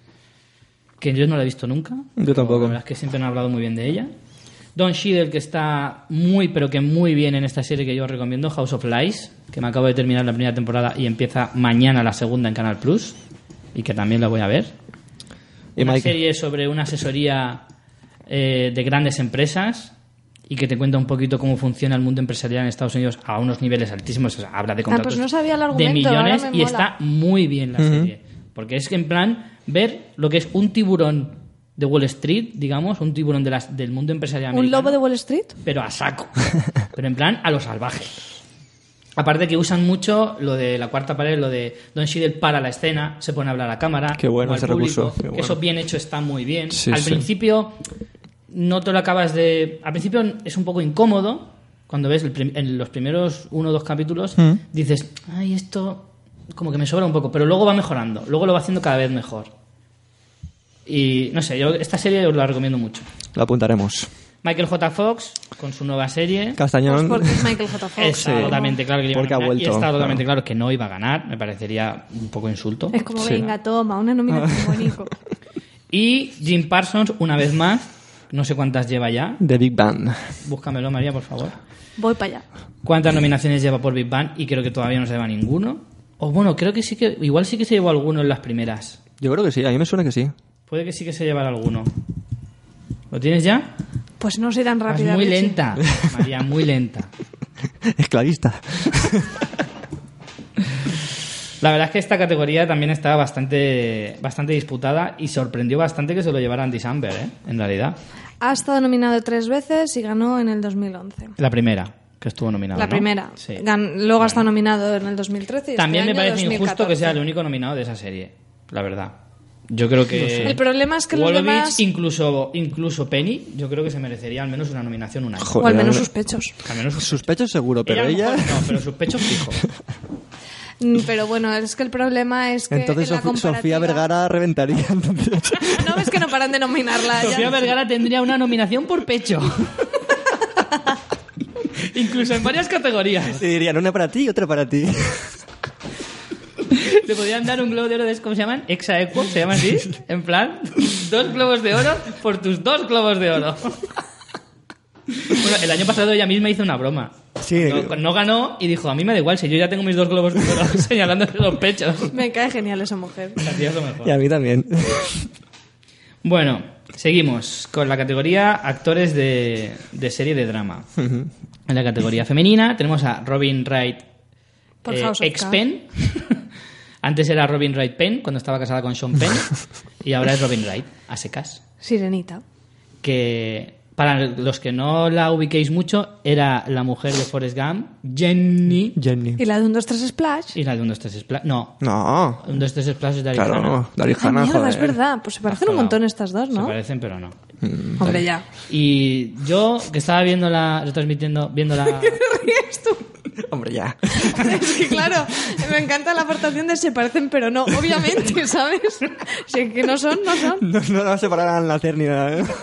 que yo no la he visto nunca. Yo tampoco. La verdad es que siempre me han hablado muy bien de ella. Don Cheadle, que está muy, pero que muy bien en esta serie que yo os recomiendo, House of Lies, que me acabo de terminar la primera temporada y empieza mañana la segunda en Canal Plus, y que también la voy a ver. Y Una Mike- serie sobre una asesoría eh, de grandes empresas y que te cuenta un poquito cómo funciona el mundo empresarial en Estados Unidos a unos niveles altísimos. O sea, habla de contratos pues no sabía el de argumento, ahora millones me y mola. está muy bien la serie. Porque es que en plan ver lo que es un tiburón de Wall Street, digamos, un tiburón de las, del mundo empresarial ¿Un americano, lobo de Wall Street? pero a saco. Pero en plan a lo salvaje. Aparte que usan mucho lo de la cuarta pared, lo de Don Cheadle para la escena, se pone a hablar a cámara. Qué bueno o al ese público, recurso, qué que bueno. eso bien hecho está muy bien. Sí, al sí. principio no te lo acabas de... Al principio es un poco incómodo. Cuando ves el prim- en los primeros uno o dos capítulos, Mm. dices, ay, esto como que me sobra un poco. Pero luego va mejorando. Luego lo va haciendo cada vez mejor. Y no sé, yo esta serie os la recomiendo mucho. Lo apuntaremos. Michael J. Fox, con su nueva serie... Castañón. Pues porque es Michael J. Fox. Está Sí. totalmente claro que le iban a Porque ha nominar, y vuelto, está totalmente claro. claro que no iba a ganar. Me parecería un poco insulto. Es como, Sí. venga, toma, una nominación bonito. Y Jim Parsons, una vez más, no sé cuántas lleva ya. The Big Bang. Búscamelo, María, por favor. Voy para allá. ¿Cuántas nominaciones lleva por Big Bang? Y creo que todavía no se lleva ninguno. O bueno, creo que sí que... Igual sí que se llevó alguno en las primeras. Yo creo que sí, a mí me suena que sí. Puede que sí que se llevara alguno. ¿Lo tienes ya? Pues no soy tan Vas rápida. muy Richie. lenta, María, muy lenta. Esclavista. La verdad es que esta categoría también estaba bastante, bastante disputada y sorprendió bastante que se lo llevara Andy Samberg, ¿eh? En realidad. Ha estado nominado tres veces y ganó en el dos mil once. La primera que estuvo nominada, La ¿no? primera. Sí. Gan- Luego ha estado nominado en el dos mil trece y También este me año parece dos mil injusto que sea el catorce. único nominado de esa serie, la verdad. Yo creo que... El problema es que los Wolowitz, demás... incluso, incluso Penny, yo creo que se merecería al menos una nominación un año. Joder, O al menos no- sus pechos. Al menos sus, Sus pechos seguro, pero a lo ella... mejor no, pero sus pechos fijo. Mm, Pero bueno, es que el problema es que Entonces en la Sofi- comparativa- Sofía Vergara reventaría. Entonces... No, es que no paran de nominarla. ya. Sofía Vergara tendría una nominación por pecho. Incluso en varias categorías. Sí, dirían una para ti y otra para ti. Te podrían dar un globo de oro de... ¿Cómo se llaman? Exaequo, ¿se llama así? En plan, dos globos de oro por tus dos globos de oro. Bueno, el año pasado ella misma hizo una broma. Sí. No, no ganó y dijo, a mí me da igual, si yo ya tengo mis dos globos de oro señalándose los pechos. Me cae genial esa mujer. La tía es lo mejor. Y a mí también. Bueno, seguimos con la categoría actores de, de serie de drama. En la categoría femenina tenemos a Robin Wright, Por eh, House of ex Cards. Penn. Antes era Robin Wright Penn, cuando estaba casada con Sean Penn. Y ahora es Robin Wright, a secas. Sirenita. Que para los que no la ubiquéis mucho, era la mujer de Forrest Gump, Jenny. Jenny. Y la de un dos tres Splash. Y la de un dos tres Splash. No, No. un dos tres Splash es de Arizona. Claro, Darío Ah, Hannah, mierda, joder. es verdad. Pues se parecen un Claro. montón estas dos, Se ¿no? parecen, pero no. Hombre, ya. Y yo, que estaba viendo la, retransmitiendo, viendo la... Ríes tú. Hombre, ya. Es que claro, me encanta la aportación de se parecen, pero no, obviamente, ¿sabes? Si que no son, no son. No, no la separarán al nacer ni nada, ¿eh?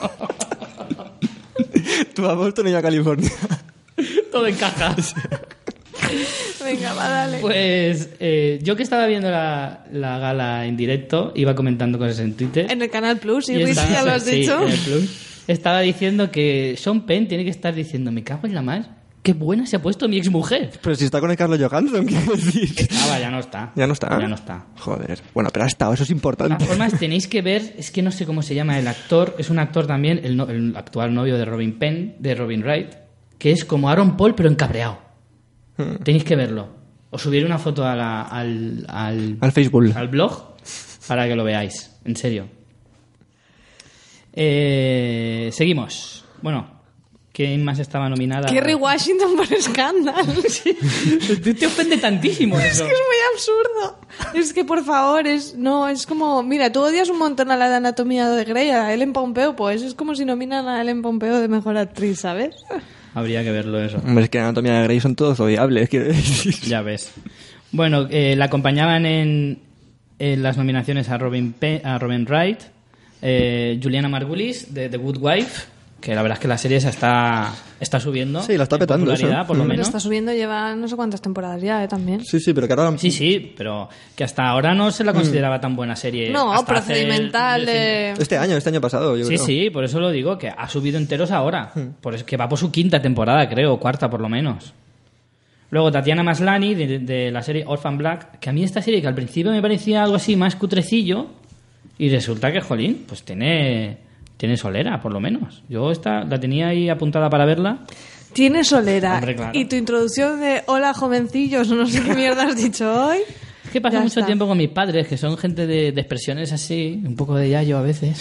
Tú a Boston y yo a California. Todo encaja. Venga, va, dale. Pues eh, yo que estaba viendo la, la gala en directo, iba comentando cosas en Twitter. En el Canal Plus, y, y Richie, estaba- ya lo has sí, dicho. en el Plus. Estaba diciendo que Sean Penn tiene que estar diciendo, me cago en la mar, qué buena se ha puesto mi exmujer. Pero si está con el Carlos Johansson, quiero decir. Estaba, ya no está. ¿Ya no está? Ya no está. Joder. Bueno, pero ha estado, eso es De importante. todas formas, tenéis que ver, es que no sé cómo se llama el actor, es un actor también, el, no- el actual novio de Robin Penn, de Robin Wright, que es como Aaron Paul, pero encabreado. Tenéis que verlo. Os subiré una foto a la- al, al, Al Facebook. al blog para que lo veáis, en serio. Eh, seguimos. Bueno, ¿quién más estaba nominada? Kerry Washington por Scandal. Te, te ofende tantísimo Es eso. que es muy absurdo. Es que, por favor, es no es como... Mira, tú odias un montón a la de Anatomía de Grey, a Ellen Pompeo, pues es como si nominan a Ellen Pompeo de Mejor Actriz, ¿sabes? Habría que verlo eso. Hombre, es que en Anatomía de Grey son todos odiables, quiero decir. Ya ves. Bueno, eh, la acompañaban en, en las nominaciones a Robin, Pe- a Robin Wright, eh, Juliana Margulis de The Good Wife, que la verdad es que la serie se está, está subiendo. Sí, la está en petando, popularidad, eso. por lo Mm. Pero menos. está subiendo, lleva no sé cuántas temporadas ya, ¿eh? También. Sí, sí, pero que ahora... Sí, sí, pero que hasta ahora no se la consideraba tan buena serie. No, hasta hace- procedimental de... Este año, este año pasado, yo Sí, creo. sí, por eso lo digo, que ha subido enteros ahora. Por es que va por su quinta temporada, creo, o cuarta por lo menos. Luego Tatiana Maslany, de, de la serie Orphan Black, que a mí esta serie, que al principio me parecía algo así más cutrecillo, y resulta que, jolín, pues tiene, tiene solera, por lo menos. Yo esta la tenía ahí apuntada para verla. Tiene solera. Hombre, claro. Y tu introducción de hola jovencillos, no sé qué mierda has dicho hoy. Es que paso Ya mucho está. tiempo con mis padres, que son gente de, de expresiones así, un poco de yayo a veces.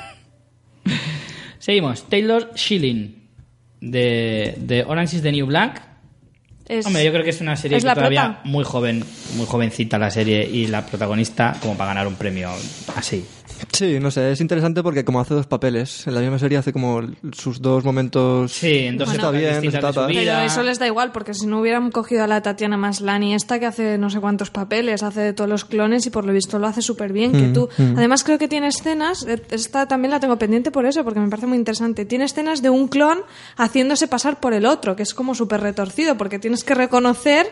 Seguimos. Taylor Schilling, de, de Orange is the New Black. Es... Hombre, yo creo que es una serie ¿Es que la todavía prota? muy joven, muy jovencita la serie, y la protagonista como para ganar un premio así. Sí, no sé, es interesante porque como hace dos papeles, en la misma serie hace como sus dos momentos... Sí, en dos Bueno, etapas está bien, distintas dos de su etapas. vida. Pero eso les da igual, porque si no hubieran cogido a la Tatiana Maslany, esta que hace no sé cuántos papeles, hace de todos los clones y por lo visto lo hace súper bien. Que tú, además creo que tiene escenas, eh, esta también la tengo pendiente por eso, porque me parece muy interesante. Tiene escenas de un clon haciéndose pasar por el otro, que es como súper retorcido, porque tienes que reconocer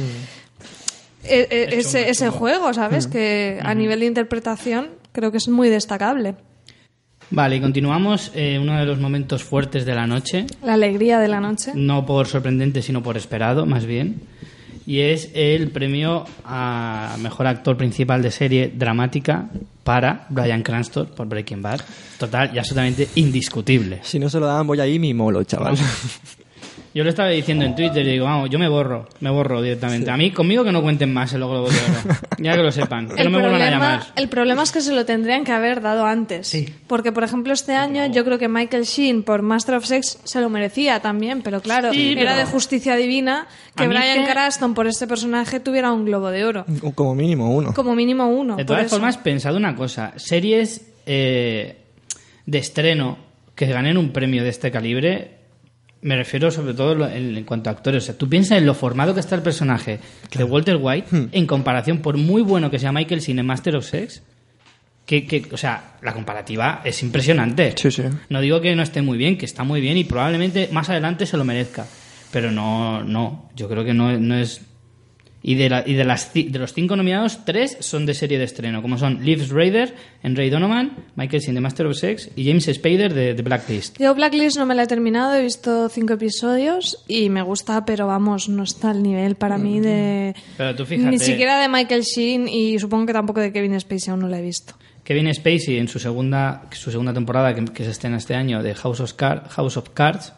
eh, eh, Es chungo, ese, es ese chungo. juego, ¿sabes? Que a nivel de interpretación creo que es muy destacable. Vale, y continuamos. eh, uno de los momentos fuertes de la noche, La alegría de la noche. no por sorprendente, sino por esperado, más bien. Y es el premio a mejor actor principal de serie dramática para Bryan Cranston por Breaking Bad. Total y absolutamente indiscutible. Si no se lo dan, voy a ir mi molo, chaval. Yo lo estaba diciendo en Twitter y digo, vamos, yo me borro, me borro directamente. Sí. A mí, conmigo que no cuenten más el Globo de Oro. Ya que lo sepan, que El no me vuelvan a problema, llamar. el problema es que se lo tendrían que haber dado antes. Sí. Porque, por ejemplo, este año yo creo que Michael Sheen por Master of Sex se lo merecía también, pero claro, Sí, era pero- de justicia divina que A mí Bryan que- Cranston por este personaje tuviera un Globo de Oro. Como mínimo uno. Como mínimo uno. De por todas eso. formas, pensad una cosa. Series eh, de estreno que ganen un premio de este calibre, me refiero sobre todo lo- en, en cuanto a actores. O sea, tú piensas en lo formado que está el personaje de Walter White en comparación, por muy bueno que sea Michael Sheen en Master of Sex, que, que, o sea, la comparativa es impresionante. Sí, sí. No digo que no esté muy bien, que está muy bien y probablemente más adelante se lo merezca. Pero no, no, yo creo que no, no es... Y de, la, y de, las, ci- de los cinco nominados, tres son de serie de estreno, como son Liv Schreiber en Ray Donovan, Michael Sheen de Master of Sex y James Spader de, de Blacklist. Yo Blacklist no me la he terminado, he visto cinco episodios y me gusta, pero vamos, no está al nivel para mí de... Pero tú fíjate, Ni siquiera de Michael Sheen y supongo que tampoco de Kevin Spacey, aún no la he visto. Kevin Spacey en su segunda, su segunda temporada, que, que se estrena este año, de House of, Car- House of Cards,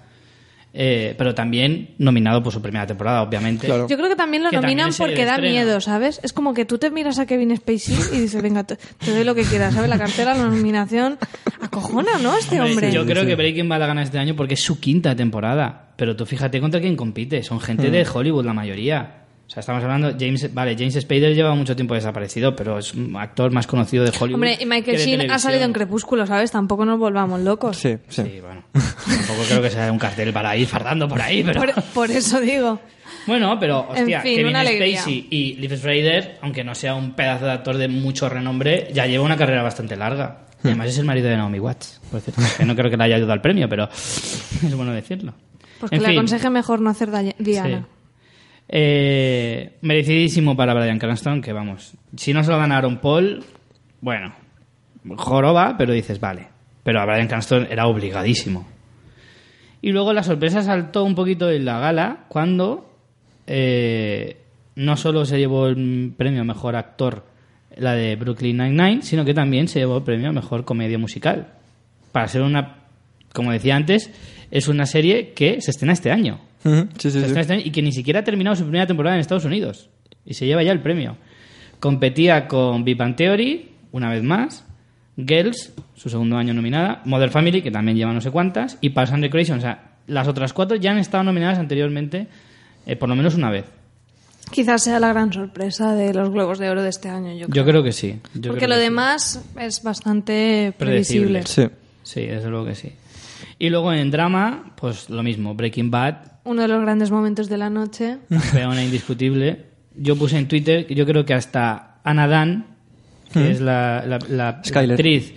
eh, pero también nominado por su primera temporada, obviamente. Claro. Yo creo que también lo Que también nominan es serie porque de da estreno. miedo, ¿sabes? Es como que tú te miras a Kevin Spacey y dices, venga, te, te doy lo que quieras, ¿sabes? La cartera, la nominación, acojona, ¿no? Este hombre. Yo creo sí. que Breaking Bad la gana este año porque es su quinta temporada. Pero tú fíjate contra quién compite. Son gente de Hollywood, la mayoría. O sea, estamos hablando... James Vale, James Spader lleva mucho tiempo desaparecido, pero es un actor más conocido de Hollywood. Hombre, y que Michael de Sheen ha televisión. salido en Crepúsculo, ¿sabes? Tampoco nos volvamos locos. Sí, sí. Sí, bueno. Tampoco creo que sea un cartel para ir fardando por ahí, pero... Por, por eso digo. Bueno, pero, hostia, En fin, Kevin una alegría. Spacey y Liv Schreiber, aunque no sea un pedazo de actor de mucho renombre, ya lleva una carrera bastante larga. Y además es el marido de Naomi Watts, por cierto. Que no creo que le haya ayudado al premio, pero es bueno decirlo. Pues que En le fin, aconseje mejor no hacer Di- Diana. sí. Eh, merecidísimo para Bryan Cranston, que vamos, si no se lo dan a Aaron Paul, bueno, joroba, pero dices, vale. Pero a Bryan Cranston era obligadísimo. Y luego la sorpresa saltó un poquito en la gala cuando eh, no solo se llevó el premio a mejor actor, la de Brooklyn Nine-Nine, sino que también se llevó el premio a mejor comedia musical. Para ser una, como decía antes, es una serie que se estrena este año. Ujú, sí, sí, Se sí. estrena este año y que ni siquiera ha terminado su primera temporada en Estados Unidos. Y se lleva ya el premio. Competía con Big Bang Theory, una vez más, Girls, su segundo año nominada, Modern Family, que también lleva no sé cuántas, y Parks and Recreation. O sea, las otras cuatro ya han estado nominadas anteriormente, eh, por lo menos una vez. Quizás sea la gran sorpresa de los Globos de Oro de este año, yo creo. Yo creo que sí. Yo Porque creo lo que sí. demás es bastante Predecible. previsible. Sí. Sí, desde luego que sí. Y luego en drama, pues lo mismo, Breaking Bad, Uno de los grandes momentos de la noche. campeona indiscutible. Yo puse en Twitter que yo creo que hasta Anna Dunn, que es la, la, la- la Skyler. actriz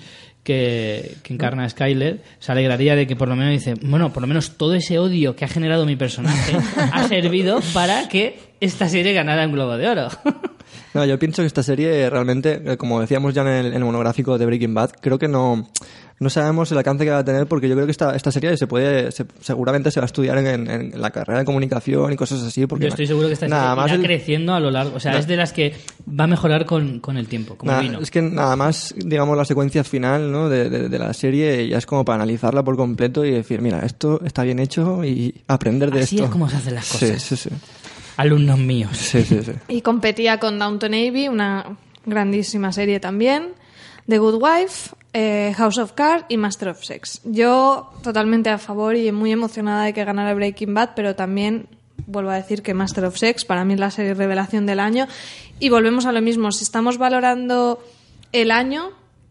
que, que encarna a Skyler, se alegraría de que por lo menos dice, bueno, por lo menos todo ese odio que ha generado mi personaje ha servido para que esta serie ganara un Globo de Oro. No, yo pienso que esta serie realmente, eh, como decíamos ya en el, en el monográfico de Breaking Bad, creo que no, no sabemos el alcance que va a tener porque yo creo que esta, esta serie se puede, se- seguramente se va a estudiar en, en- en la carrera de comunicación y cosas así. Porque Yo estoy seguro que esta serie nada más irá el- creciendo a lo largo. O sea, Na- es de las que va a mejorar con, con el tiempo, como Nada, vino. es que nada más, digamos, la secuencia final, ¿no? de, de- de la serie ya es como para analizarla por completo y decir, mira, esto está bien hecho y aprender de Así esto. es como se hacen las Sí, cosas. sí, sí. Alumnos míos. Sí, sí, sí. Y competía con Downton Abbey, una grandísima serie también. The Good Wife, eh, House of Cards y Master of Sex. Yo totalmente a favor y muy emocionada de que ganara Breaking Bad, pero también vuelvo a decir que Master of Sex para mí es la serie revelación del año. Y volvemos a lo mismo, si estamos valorando el año,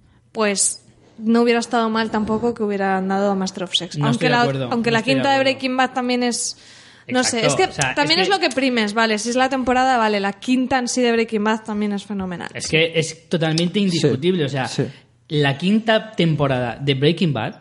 pues no hubiera estado mal tampoco que hubieran dado a Master of Sex. No aunque estoy de la, acuerdo, aunque no la estoy de quinta de, acuerdo. Breaking Bad también es... No sé, es Exacto, que o sea, también es es, que- lo que primes, vale, si es la temporada, vale, la quinta en sí de Breaking Bad también es fenomenal. Es que es totalmente indiscutible. Sí, o sea, sí. la quinta temporada de Breaking Bad,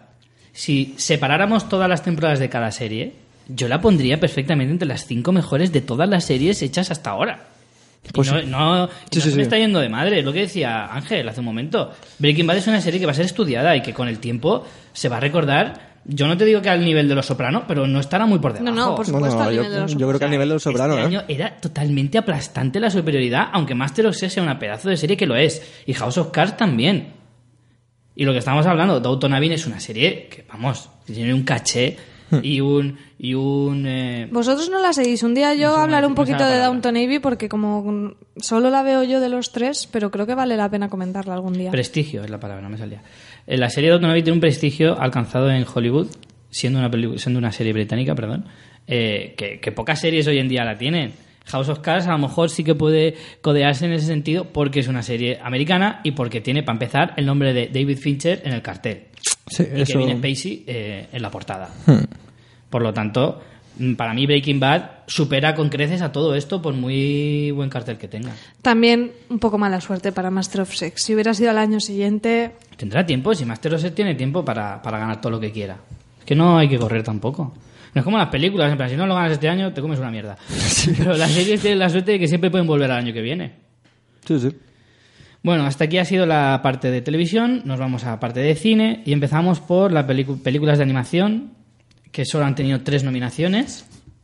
si separáramos todas las temporadas de cada serie, yo la pondría perfectamente entre las cinco mejores de todas las series hechas hasta ahora. Y Pues no, sí. no, y Sí, no sí, se me sí. está yendo de madre, es lo que decía Ángel hace un momento. Breaking Bad es una serie que va a ser estudiada y que con el tiempo se va a recordar Yo no te digo que al nivel de Los Soprano, pero no estará muy por debajo. No, no, por No, supuesto, no, al yo, nivel de los yo creo que a nivel de Los Soprano, Este ¿eh? año era totalmente aplastante la superioridad, aunque Master of Sex sea una pedazo de serie que lo es. Y House of Cards también. Y lo que estamos hablando, Downton Abbey es una serie que, vamos, que tiene un caché y un... Y un eh, Vosotros no la seguís. Un día yo No sé, hablaré no un sé poquito la de palabra. Downton Abbey porque como solo la veo yo de los tres, pero creo que vale la pena comentarla algún día. prestigio es la palabra, no me salía. Eh, La serie Downton Abbey tiene un prestigio alcanzado en Hollywood, siendo una, peli- siendo una serie británica, perdón, eh, que, que pocas series hoy en día la tienen. House of Cards a lo mejor sí que puede codearse en ese sentido porque es una serie americana y porque tiene, para empezar, el nombre de David Fincher en el cartel. Sí, Y eso... Kevin Spacey eh, en la portada. Hmm. Por lo tanto, mm, para mí Breaking Bad supera con creces a todo esto por muy buen cartel que tenga. También un poco mala suerte para Master of Sex. Si hubiera sido al año siguiente... Tendrá tiempo, si Master of Sex tiene tiempo para, para ganar todo lo que quiera. Es que no hay que correr tampoco. No es como las películas, en plan, si no lo ganas este año, te comes una mierda. Pero las series tienen la suerte de que siempre pueden volver al año que viene. Sí, sí. Bueno, hasta aquí ha sido la parte de televisión, nos vamos a la parte de cine y empezamos por las pelicu- películas de animación, que solo han tenido tres nominaciones.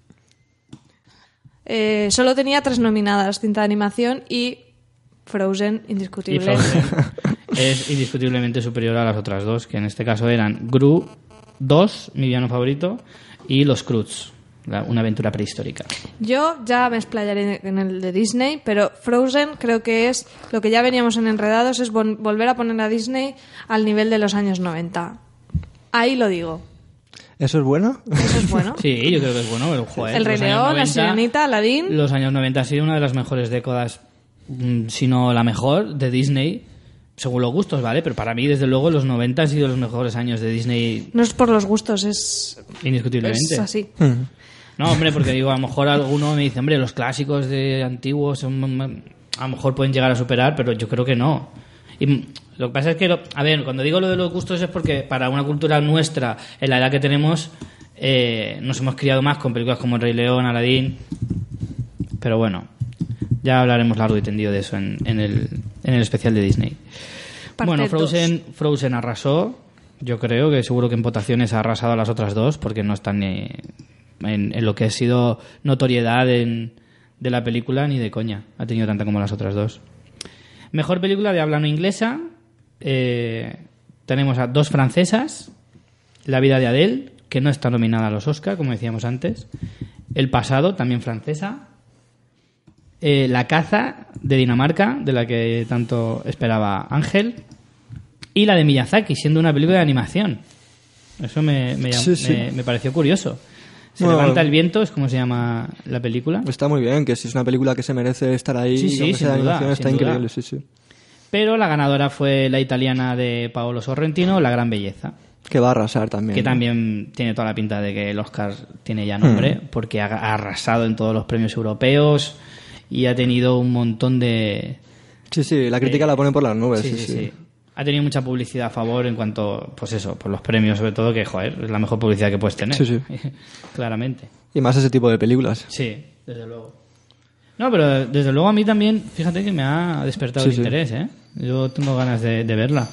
Eh, solo tenía tres nominadas, cinta de animación y Frozen, Y indiscutible. Frozen es indiscutiblemente superior a las otras dos, que en este caso eran Gru dos, mi villano favorito, y Los Croods, la- una aventura prehistórica. Yo ya me explayaré en el de Disney, pero Frozen creo que es lo que ya veníamos en Enredados, es vol- volver a poner a Disney al nivel de los años noventa. Ahí lo digo. ¿Eso es bueno? Eso es bueno. Sí, yo creo que es bueno, pero joder, El Rey los años León, La noventa Sirenita, Aladdin. Los años noventa ha sido una de las mejores décadas, mm, si no la mejor, de Disney, según los gustos, ¿vale? Pero para mí, desde luego, los noventa han sido los mejores años de Disney, No es por los gustos, es, indiscutiblemente. es así. Hmm. No, hombre, porque digo, a lo mejor alguno me dice, hombre, los clásicos de antiguos son- a lo mejor pueden llegar a superar, pero yo creo que no. Y mm, lo que pasa es que, lo- a ver, cuando digo lo de los gustos es porque para una cultura nuestra, en la edad que tenemos, eh, nos hemos criado más con películas como El Rey León, Aladdin. Pero bueno, ya hablaremos largo y tendido de eso en, en el, en el especial de Disney. Parte bueno, dos. Frozen, Frozen arrasó. Yo creo que seguro que en votaciones ha arrasado a las otras dos porque no están ni en, en lo que ha sido notoriedad en- de la película ni de coña. Ha tenido tanta como las otras dos. Mejor película de habla no inglesa. eh, tenemos a dos francesas. La vida de Adele, que no está nominada a los Oscar, como decíamos antes. El pasado, también francesa. Eh, La caza, de Dinamarca, de la que tanto esperaba Ángel. Y la de Miyazaki, siendo una película de animación. Eso me, me, llam- Sí, sí. me- me pareció curioso. Se Bueno, levanta el viento, es como se llama la película. Está muy bien, que si es una película que se merece estar ahí, Sí, sí, aunque sea sin de duda, animación, está sin duda. increíble, sí, sí. Pero la ganadora fue la italiana de Paolo Sorrentino, La gran belleza. Que va a arrasar también. Que ¿no? también tiene toda la pinta de que el Oscar tiene ya nombre, Hmm. porque ha, ha arrasado en todos los premios europeos y ha tenido un montón de... Sí, sí, la crítica Eh, la ponen por las nubes. sí, Sí, sí, sí. sí. Ha tenido mucha publicidad a favor en cuanto, pues eso, por los premios, sobre todo, que, joder, es la mejor publicidad que puedes tener. Sí, sí. Claramente. Y más ese tipo de películas. Sí, desde luego. No, pero desde luego a mí también, fíjate que me ha despertado Sí, el sí. interés, ¿eh? Yo tengo ganas de, de verla.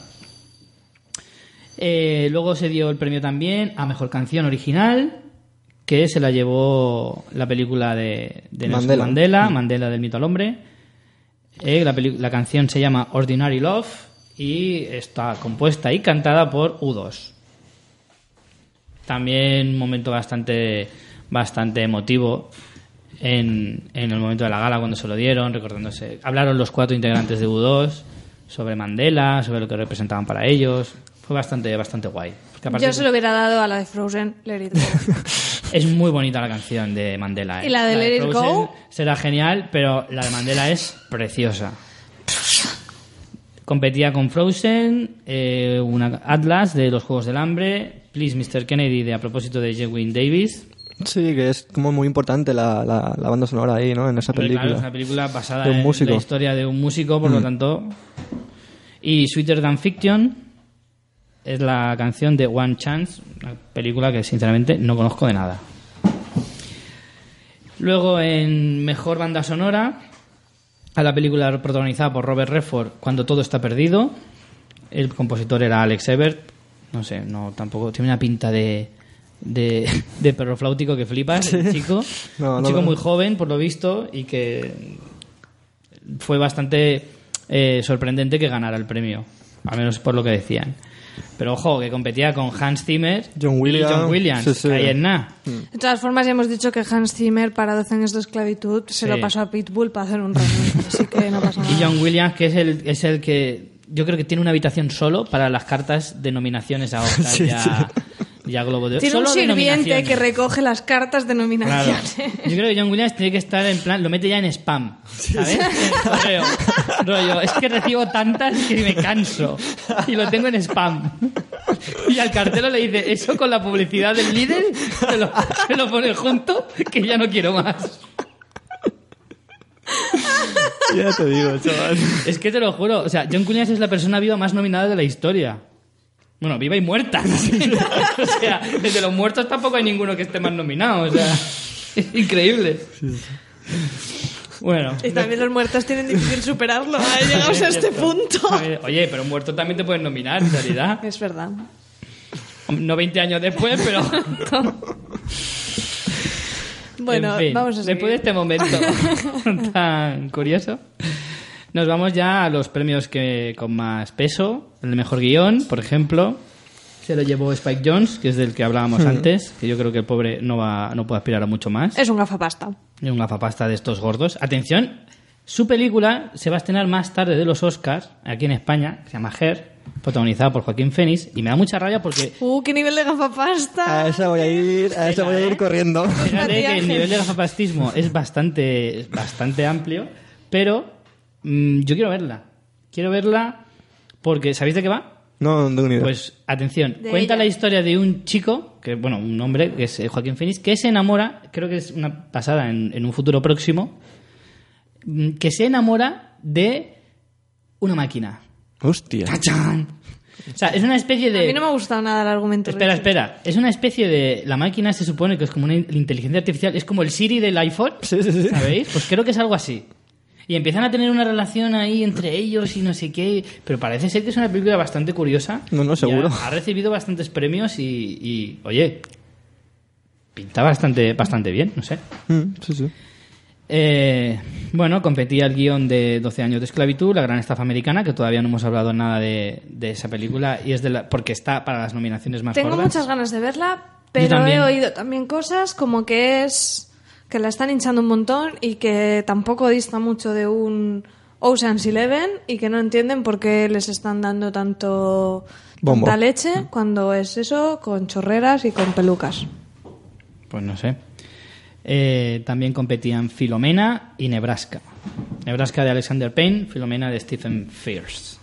Eh, luego se dio el premio también a Mejor Canción Original, que se la llevó la película de, de Nelson Mandela. Mandela, Mandela del mito al hombre. Eh, la, peli- la canción se llama Ordinary Love y está compuesta y cantada por U dos. También un momento bastante, bastante emotivo en, en el momento de la gala cuando se lo dieron, recordándose. Hablaron los cuatro integrantes de U dos sobre Mandela, sobre lo que representaban para ellos. Fue bastante, bastante guay. Porque aparte Yo se lo hubiera dado a la de Frozen, Let It Go. es muy bonita la canción de Mandela. ¿eh? ¿Y la de Let It Frozen Go? será genial, pero la de Mandela es preciosa. Competía con Frozen, eh, una Atlas de los Juegos del Hambre, Please mister Kennedy de A propósito de Jewin Davis. Sí, que es como muy importante la, la, la banda sonora ahí, ¿no? En esa Hombre, película. claro, es una película basada De un en músico. la historia de un músico, por lo Mm. tanto. Y Sweeter Than Fiction es la canción de One Chance, una película que sinceramente no conozco de nada. Luego en Mejor Banda Sonora, a la película protagonizada por Robert Redford, Cuando todo está perdido. El compositor era Alex Ebert, no sé, no tampoco tiene una pinta de de, de perro flautico que flipas, Sí. el chico, No, un no, chico no. muy joven por lo visto y que fue bastante eh, sorprendente que ganara el premio, al menos por lo que decían. Pero ojo, que competía con Hans Zimmer John Williams. y John Williams, Sí, sí. que ahí en nada. De todas formas, ya hemos dicho que Hans Zimmer para doce años de esclavitud se Sí. lo pasó a Pitbull para hacer un remake, así que no pasa nada. Y John Williams, que es el, es el que yo creo que tiene una habitación solo para las cartas de nominaciones a Oscar Sí, y, a, sí. y a Globo de Oro. Tiene Solo un de sirviente nominaciones. que recoge las cartas de Claro. nominaciones. Yo creo que John Williams tiene que estar en plan, lo mete ya en spam, ¿sabes? En correo. Rollo, es que recibo tantas que me canso y lo tengo en spam. Y al cartero le dice, eso con la publicidad del líder, se lo, se lo pone junto, que ya no quiero más. Ya te digo, chaval. Es que te lo juro, o sea, John Williams es la persona viva más nominada de la historia. Bueno, viva y muerta. O sea, desde los muertos tampoco hay ninguno que esté más nominado, o sea, es increíble. Bueno. Y también los muertos tienen difícil superarlo. ¿eh? Llegamos a este punto. Oye, pero muerto también te pueden nominar, en realidad. Es verdad. No veinte años después, pero... Bueno, En fin, vamos a seguir. después de este momento tan curioso, nos vamos ya a los premios que con más peso. El mejor guión, por ejemplo, se lo llevó Spike Jonze, que es del que hablábamos antes, que yo creo que el pobre no va no puede aspirar a mucho más. Es un gafapasta. Es un gafapasta de estos gordos. Atención, su película se va a estrenar más tarde de los Oscars, aquí en España, que se llama Her, protagonizada por Joaquín Phoenix, y me da mucha rabia porque... Uh, qué nivel de gafapasta. A esa voy a ir, a esa voy a ir corriendo. Fíjate que el nivel de gafapastismo es bastante, es bastante amplio, pero mm, yo quiero verla. Quiero verla porque, ¿sabéis de qué va? No, no tengo ni idea. Pues, atención, De cuenta ella. la historia de un chico, que bueno, un hombre, que es eh, Joaquín Phoenix, que se enamora, creo que es una pasada en, en un futuro próximo, mm, que se enamora de una máquina. Hostia. ¡Tachán! O sea, es una especie de... A mí no me ha gustado nada el argumento. Espera, Richie. espera. Es una especie de... La máquina se supone que es como una in- inteligencia artificial. Es como el Siri del iPhone. Sí, sí, sí. ¿Sabéis? Pues creo que es algo así. Y empiezan a tener una relación ahí entre ellos y no sé qué. Pero parece ser que es una película bastante curiosa. No, no, Y seguro. Ha, ha recibido bastantes premios y, y, oye, pinta bastante, bastante bien, no sé. Mm, sí, sí. Eh, bueno, competía el guión de doce años de esclavitud, La gran estafa americana, que todavía no hemos hablado nada de, de esa película y es de la, porque está para las nominaciones más Tengo gordas. muchas ganas de verla, pero también. he oído también cosas como que es que la están hinchando un montón y que tampoco dista mucho de un Ocean's Eleven y que no entienden por qué les están dando tanto Bombo. tanta leche cuando es eso con chorreras y con pelucas. Pues no sé. Eh, también competían Filomena y Nebraska. Nebraska de Alexander Payne, Filomena de Stephen Frears.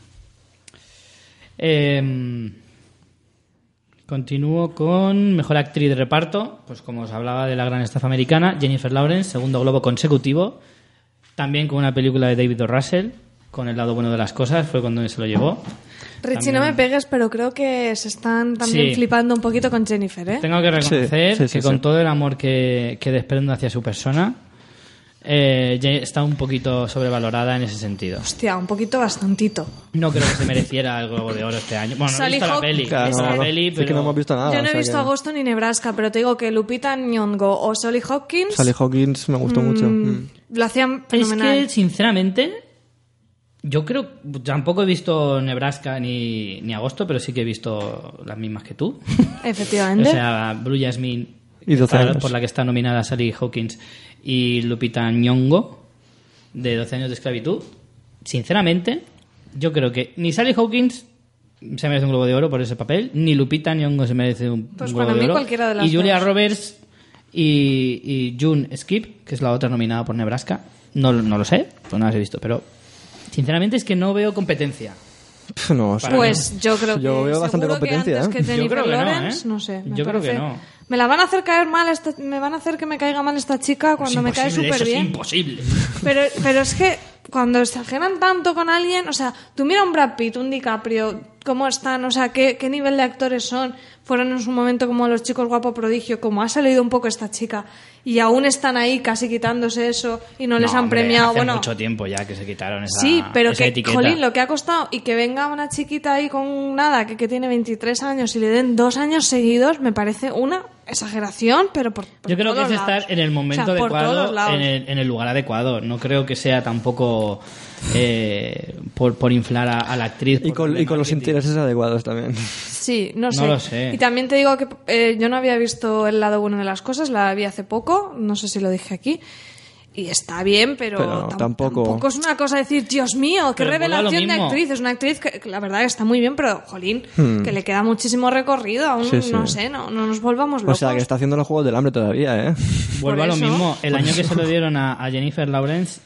Eh, continúo con mejor actriz de reparto. Pues como os hablaba de La gran estafa americana, Jennifer Lawrence, segundo globo consecutivo. También con una película de David O. Russell, con El lado bueno de las cosas, fue cuando se lo llevó. Richie, También- no me pegues, pero creo que se están también Sí. flipando un poquito con Jennifer, ¿eh? Tengo que reconocer Sí, sí, sí, que con sí. todo el amor que, que desprendo hacia su persona, eh, ya está un poquito sobrevalorada en ese sentido. Hostia, un poquito bastantito. No creo que se mereciera el Globo de Oro este año. Bueno, no he Sally visto la Hawk- peli. Claro, he visto no, la no. peli, Sí pero... que no hemos visto nada. Yo no o he sea visto que- Agosto ni Nebraska, pero te digo que Lupita Nyong'o o Sally Hawkins Sally Hawkins me gustó mucho. Mm. lo hacían Es fenomenal. que, sinceramente, yo creo... Tampoco he visto Nebraska ni, ni Agosto, pero sí que he visto las mismas que tú. Efectivamente. O sea, Blue Jasmine, Y doce para- años. por la que está nominada Sally Hawkins, y Lupita Nyong'o, de doce años de esclavitud. Sinceramente, yo creo que ni Sally Hawkins se merece un Globo de Oro por ese papel, ni Lupita Nyong'o se merece un, Pues un Globo para de mí Oro. cualquiera de las y Julia dos. Roberts y, y June Skip, que es la otra nominada por Nebraska. No, no lo sé, pues no las he visto, pero sinceramente es que no veo competencia. Pf, no, o sea, Pues yo creo que Yo veo bastante seguro que competencia, antes ¿eh? que Yo Jennifer creo que no, Lawrence, ¿eh? no sé. me Yo creo que parece- no. Me la van a hacer caer mal, esta- me van a hacer que me caiga mal esta chica cuando Es me cae imposible, súper eso bien. es imposible. Pero, pero es que cuando se ajenan tanto con alguien, o sea, tú mira a un Brad Pitt, un DiCaprio, cómo están, o sea, qué, qué nivel de actores son. Fueron en su momento como los chicos guapo prodigio, como ha salido un poco esta chica. Y aún están ahí casi quitándose eso y no, les han hombre, premiado. hace Bueno, mucho tiempo ya que se quitaron esa sí, pero esa que, etiqueta. jolín, lo que ha costado y que venga una chiquita ahí con nada, que, que tiene veintitrés años y le den dos años seguidos, me parece una exageración, pero por, por Yo creo que todos es lados. estar en el momento O sea, por todos adecuado, lados. en el, en el lugar adecuado. No creo que sea tampoco eh, por, por inflar a, a la actriz. Y por con, y con los marketing. intereses adecuados también. Sí, no sé. No lo sé. Y también te digo que eh, yo no había visto el lado bueno de las cosas, la vi hace poco, no sé si lo dije aquí. Y está bien, pero, Pero tam- tampoco- tampoco es una cosa decir, Dios mío, qué Pero vuelvo a lo revelación de mismo. actriz. Es una actriz que, que la verdad que está muy bien, pero, jolín, Hmm. que le queda muchísimo recorrido. Aún Sí, sí. no sé, no, no nos volvamos O locos. sea, que está haciendo los Juegos del Hambre todavía, ¿eh? Vuelvo Por a lo eso. mismo. El año que se lo dieron a, a Jennifer Lawrence,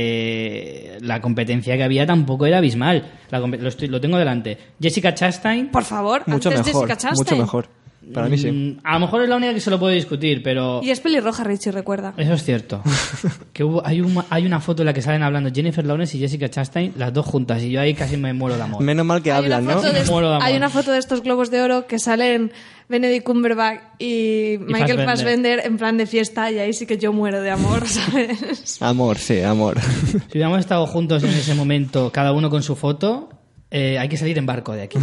eh, la competencia que había tampoco era abismal. La compe- lo, estoy- lo tengo delante. Jessica Chastain. Por favor, Mucho antes mejor, Jessica Chastain. mucho mejor. Para mí sí. mm, A lo mejor es la única que se lo puede discutir, pero... Y es pelirroja, Richie, recuerda. Eso es cierto. Que hubo, hay, una, hay una foto en la que salen hablando Jennifer Lawrence y Jessica Chastain, las dos juntas, y yo ahí casi me muero de amor. Menos mal que Hay una, hablan, ¿no? foto de, Muero de amor. hay una foto de estos globos de oro que salen Benedict Cumberbatch y Michael Fassbender. Fassbender en plan de fiesta, y ahí sí que yo muero de amor, ¿sabes? Amor, sí, amor. Si hubiéramos estado juntos en ese momento, cada uno con su foto, eh, hay que salir en barco de aquí.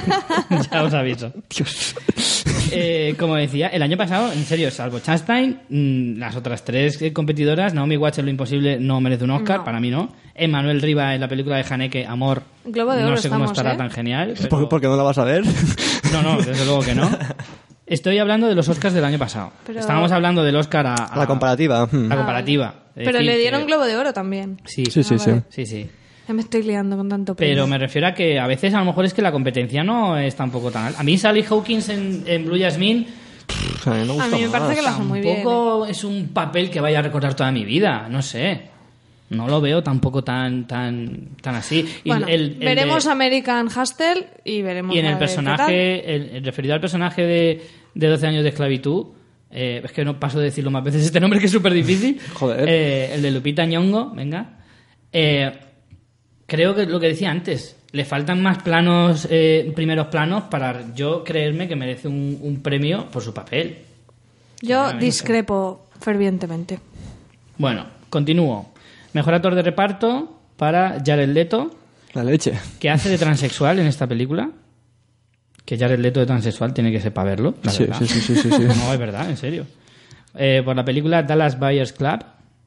Ya os aviso. Dios. Eh, como decía, el año pasado, en serio, salvo Chastain, mmm, las otras tres eh, competidoras, Naomi Watts en Lo Imposible no merece un Oscar, No. para mí no. Emmanuel Riva en la película de Haneke, Amor, Globo de no Oro sé cómo estamos, estará ¿eh? tan genial. pero- ¿Por, por qué no la vas a ver? No, no, desde luego que no. Estoy hablando de los Oscars del año pasado. Pero- Estábamos hablando del Oscar a, a- La comparativa. hmm. La comparativa. Es Pero decir, le dieron que- globo de oro también. Sí, Sí, sí, Ah, sí. vale. sí, sí. Ya me estoy liando con tanto pelo. Pero me refiero a que a veces a lo mejor es que la competencia no es tampoco tan alta. A mí Sally Hawkins en, en Blue Jasmine O sea, a mí me A gusta mí me parece más. que lo hace muy bien. tampoco es un papel que vaya a recordar toda mi vida, no sé. No lo veo tampoco tan tan tan así. Y Bueno, el- el de- veremos American Hustle y veremos Y en a el ver qué personaje, el, el referido al personaje de, de doce años de esclavitud, eh, es que no paso de decirlo más veces este nombre que es súper difícil. Joder. Eh, el de Lupita Nyong'o, venga. Eh, creo que lo que decía antes, le faltan más planos, eh, primeros planos para yo creerme que merece un, un premio por su papel. tal. Yo Sinceramente. discrepo fervientemente. Bueno, continúo. Mejor actor de reparto para Jared Leto, La leche. que hace de transexual en esta película. Que Jared Leto de transexual tiene que ser para verlo, la Sí, verdad. sí, sí, sí, sí, sí. No, es verdad, en serio. Eh, por la película Dallas Buyers Club,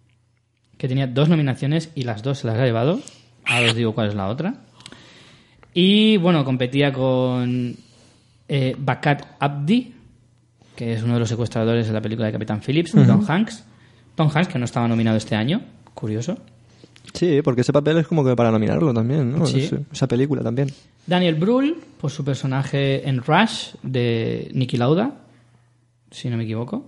que tenía dos nominaciones y las dos se las ha llevado. Ahora os digo cuál es la otra. Y bueno, competía con eh, Bakat Abdi, que es uno de los secuestradores de la película de Capitán Phillips, de Tom Hanks. Tom Hanks, que no estaba nominado este año, curioso. Sí, porque ese papel es como que para nominarlo también, ¿no? Sí. Ese- Esa película también. Daniel Brühl, por su personaje en Rush, de Niki Lauda, si no me equivoco.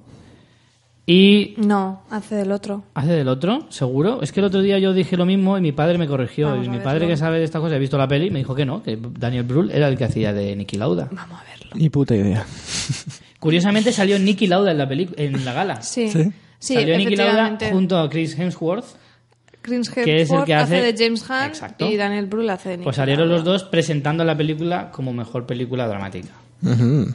Y No, hace del otro. hace del otro, seguro. Es que el otro día yo dije lo mismo y mi padre me corrigió. Vamos y a mi verlo. padre, que sabe de esta cosa, ha visto la peli, me dijo que no, que Daniel Brühl era el que hacía de Niki Lauda. Vamos a verlo. Ni puta idea. Curiosamente salió Niki Lauda en la, peli en la gala. Sí, ¿Sí? sí, salió Niki Lauda efectivamente. junto a Chris Hemsworth. Chris que es el Hemsworth que hace- de James Hunt Exacto. y Daniel Brühl hace de Nicky Pues salieron Lauda. los dos presentando la película como mejor película dramática. Ujú.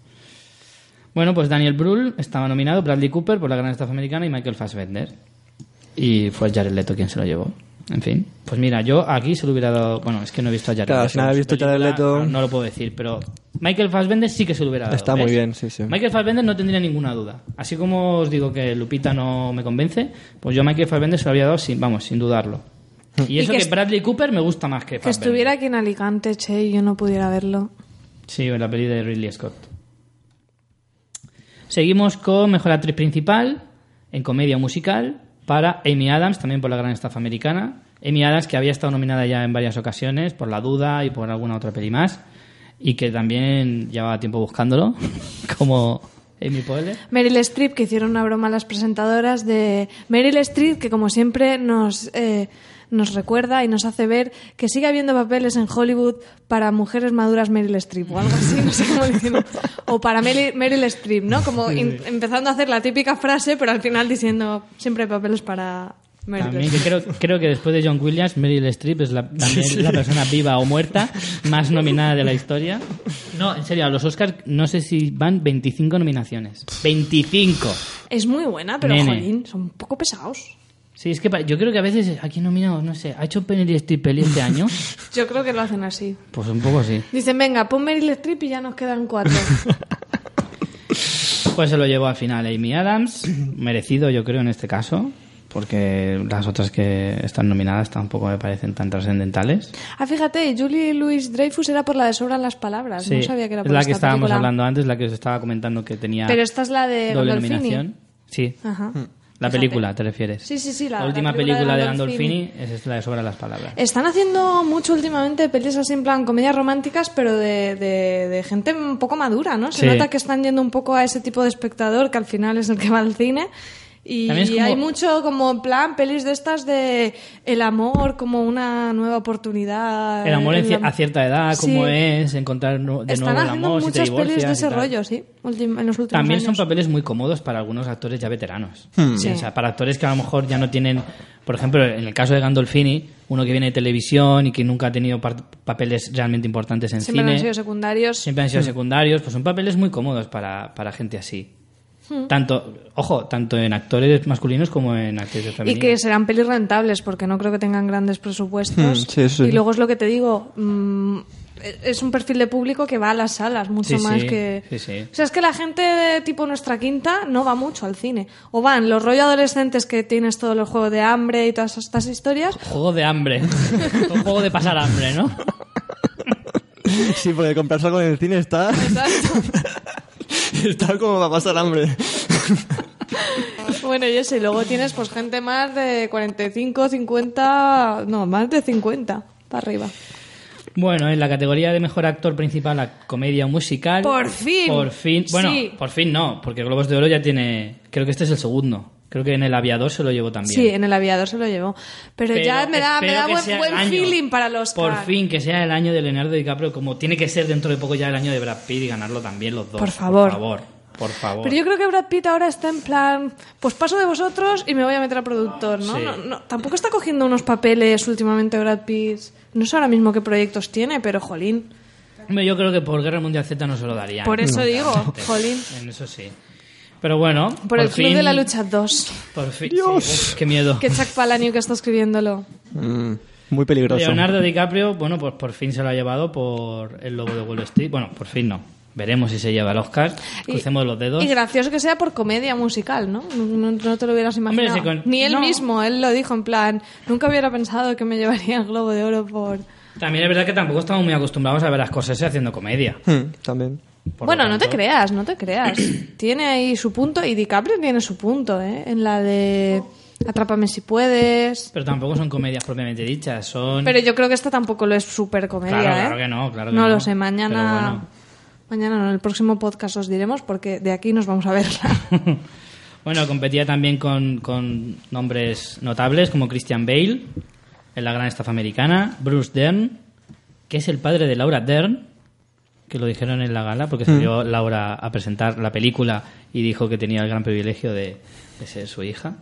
Bueno, pues Daniel Brühl estaba nominado, Bradley Cooper por La Gran Estafa Americana y Michael Fassbender. Y fue Jared Leto quien se lo llevó. En fin, pues mira, yo aquí se lo hubiera dado... Bueno, es que no he visto a Jared Claro, Leto. si no había Su visto Jared película, Leto- No, no lo puedo decir, pero Michael Fassbender sí que se lo hubiera dado. Está muy ¿ves? bien, sí, sí. Michael Fassbender no tendría ninguna duda. Así como os digo que Lupita no me convence, pues yo a Michael Fassbender se lo habría dado sin, vamos, sin dudarlo. Y eso que que, est- Bradley Cooper me gusta más que Que Fassbender. estuviera aquí en Alicante, che, y yo no pudiera verlo. Sí, en la peli de Ridley Scott. Seguimos con Mejor Actriz Principal en Comedia o Musical para Amy Adams, también por La Gran Estafa Americana. Amy Adams, que había estado nominada ya en varias ocasiones por La Duda y por alguna otra peli más, y que también llevaba tiempo buscándolo, como Amy Poehler. Meryl Streep, que hicieron una broma a las presentadoras de Meryl Streep, que como siempre nos, eh, nos recuerda y nos hace ver que sigue habiendo papeles en Hollywood para mujeres maduras Meryl Streep o algo así, no sé cómo decirlo. O para Meryl, Meryl Streep, ¿no? Como in- empezando a hacer la típica frase, pero al final diciendo siempre hay papeles para, Meryl También, que Streep. creo, creo que después de John Williams, Meryl Streep es la, también la persona viva o muerta más nominada de la historia. No, en serio, a los Oscars no sé si van veinticinco nominaciones. ¡veinticinco! Es muy buena, pero Nene. jolín, son un poco pesados. Sí, es que pa- yo creo que a veces aquí nominado, no sé, ¿ha hecho Meryl Streep peli este año? Yo creo que lo hacen así. Pues un poco sí. Dicen, venga, pon Meryl Streep y ya nos quedan cuatro. Pues se lo llevó al final Amy Adams, merecido yo creo en este caso, porque las otras que están nominadas tampoco me parecen tan trascendentales. Ah, fíjate, Julie Louis Dreyfus era por la de Sobran las palabras. Sí, No sabía que era es por la esta que estábamos película. hablando antes, la que os estaba comentando que tenía Pero esta es la de doble Gandolfini. nominación. Sí, Ajá. la Fíjate. película, ¿te refieres? Sí, sí, sí. La, La, la última película película de Gandolfini. Gandolfini es la de Sobra las palabras. Están haciendo mucho últimamente pelis así en plan comedias románticas, pero de, de, de gente un poco madura, ¿no? Se Sí. nota que están yendo un poco a ese tipo de espectador que al final es el que va al cine. Y También es como- hay mucho como en plan pelis de estas de el amor como una nueva oportunidad. El amor en el ci- am- a cierta edad, cómo Sí. es, encontrar nu- de Están nuevo el haciendo amor, si te muchas pelis divorcias de y ese tal. rollo, sí, ultim- en los últimos También años. son papeles muy cómodos para algunos actores ya veteranos. Sí. Sí, o sea, para actores que a lo mejor ya no tienen... Por ejemplo, en el caso de Gandolfini, uno que viene de televisión y que nunca ha tenido par- papeles realmente importantes en Siempre cine... han sido secundarios. Siempre han sido secundarios, pues son papeles muy cómodos para, para gente así. Tanto, ojo, tanto en actores masculinos como en actrices Y femeninas. que serán pelis rentables porque no creo que tengan grandes presupuestos. Mm, sí, sí. Y luego es lo que te digo, mm, es un perfil de público que va a las salas mucho Sí, más sí, que... sí, sí. O sea, es que la gente de tipo nuestra quinta no va mucho al cine. O van los rollo adolescentes que tienes todos los juegos de hambre y todas estas historias. Juego de hambre. Un juego de pasar hambre, ¿no? Sí, porque comprarse algo en el cine está... está como para pasar hambre. Bueno, y eso, y luego tienes pues gente más de cuarenta y cinco, cincuenta... No, más de cincuenta para arriba. Bueno, en la categoría de mejor actor principal, la comedia musical. ¡Por fin! Por fin. Bueno, Sí. por fin no, porque Globos de Oro ya tiene. Creo que este es el segundo. Creo que en El Aviador se lo llevó también. Sí, en El Aviador se lo llevó. Pero, Pero ya me da, me espero da que buen, sea el buen año. feeling para los Por fin, que sea el año de Leonardo DiCaprio, como tiene que ser dentro de poco ya el año de Brad Pitt y ganarlo también los dos. Por favor. Por favor. Por favor. Pero yo creo que Brad Pitt ahora está en plan, pues paso de vosotros y me voy a meter a productor, ¿no? Sí. No, no, tampoco está cogiendo unos papeles últimamente Brad Pitt. No sé ahora mismo qué proyectos tiene, pero jolín. Hombre, yo creo que por Guerra Mundial Z no se lo darían. Por eso No. digo, Realmente. jolín. En eso sí. Pero bueno. Por, el Club fin- de la Lucha dos. Por fin. sí, uf, qué miedo. Que Chuck Palahniuk está escribiéndolo. Mm, muy peligroso. Leonardo DiCaprio, bueno, pues por fin se lo ha llevado por El Lobo de Wall Street. Bueno, por fin no. Veremos si se lleva el Oscar. Y- Crucemos los dedos. Y gracioso que sea por comedia musical, ¿no? No, no te lo hubieras Hombre, imaginado. si con- Ni él no. mismo, él lo dijo en plan, nunca hubiera pensado que me llevaría el Globo de Oro por... También es verdad que tampoco estamos muy acostumbrados a ver a Scorsese haciendo comedia. Mm, también. Por Bueno, lo no te tanto- creas, no te creas. Tiene ahí su punto y DiCaprio tiene su punto, ¿eh? En la de Atrápame si puedes. Pero tampoco son comedias propiamente dichas, son... Pero yo creo que esta tampoco lo es súper comedia, Claro, ¿eh? claro que no, claro que no no. lo sé, mañana... Pero bueno. Mañana no, en el próximo podcast os diremos porque de aquí nos vamos a verla. Bueno, competía también con, con nombres notables como Christian Bale en La Gran Estafa Americana, Bruce Dern, que es el padre de Laura Dern, que lo dijeron en la gala porque salió Laura a presentar la película y dijo que tenía el gran privilegio de, de ser su hija.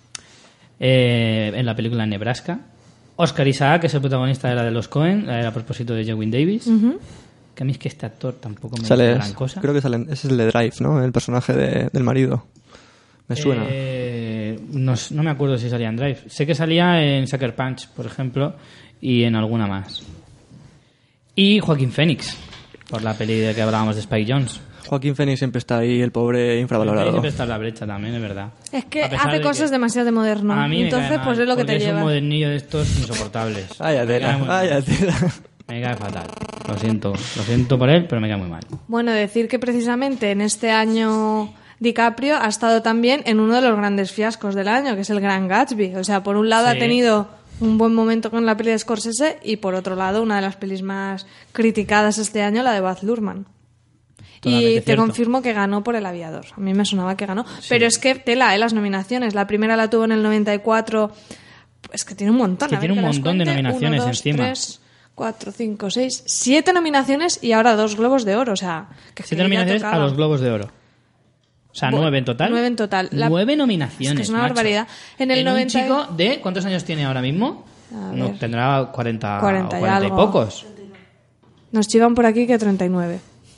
Eh, en la película Nebraska. Oscar Isaac, que es el protagonista de la de los Coen, la de A propósito de Jewin Davis. Que a mí es que este actor tampoco me Sale, gusta gran cosa. creo que sale, ese es el de Drive, ¿no? El personaje de- del marido. Me suena. Eh, no, s- no me acuerdo si salía en Drive. Sé que salía en Sucker Punch, por ejemplo, y en alguna más. Y Joaquín Phoenix, por la peli de que hablábamos de Spike Jonze. Joaquín Phoenix siempre está ahí, el pobre infravalorado. Siempre está en la brecha también, es verdad. Es que A pesar hace de cosas que demasiado de moderno. a mí me Entonces, cae mal, pues es lo que porque te es lleva. un modernillo de estos insoportables. Vaya Me cae tela, muy mal. vaya tela. Me cae fatal. Lo siento, lo siento por él, pero me cae muy mal. Bueno, decir que precisamente en este año DiCaprio ha estado también en uno de los grandes fiascos del año, que es el Gran Gatsby. O sea, por un lado Sí. ha tenido un buen momento con la peli de Scorsese y por otro lado una de las pelis más criticadas este año, la de Baz Luhrmann. Totalmente Y te cierto. confirmo que ganó por El Aviador. A mí me sonaba que ganó. Pero es que tela, ¿eh? Las nominaciones. La primera la tuvo en el noventa y cuatro. Es que tiene un montón. Es que A ver, tiene un las montón de cuente. nominaciones Uno, dos, encima. tres, cuatro, cinco, seis, siete nominaciones y ahora dos Globos de Oro. O sea, que Siete que ya nominaciones tocaba. a los Globos de Oro. O sea, Bu- nueve en total. nueve en total. La- Nueve nominaciones. Es que es una macho. barbaridad. En el un noventa y- chico de... ¿Cuántos años tiene ahora mismo? A No, ver. tendrá cuarenta, cuarenta o y cuarenta y algo. pocos. Nos chivan por aquí que treinta y nueve.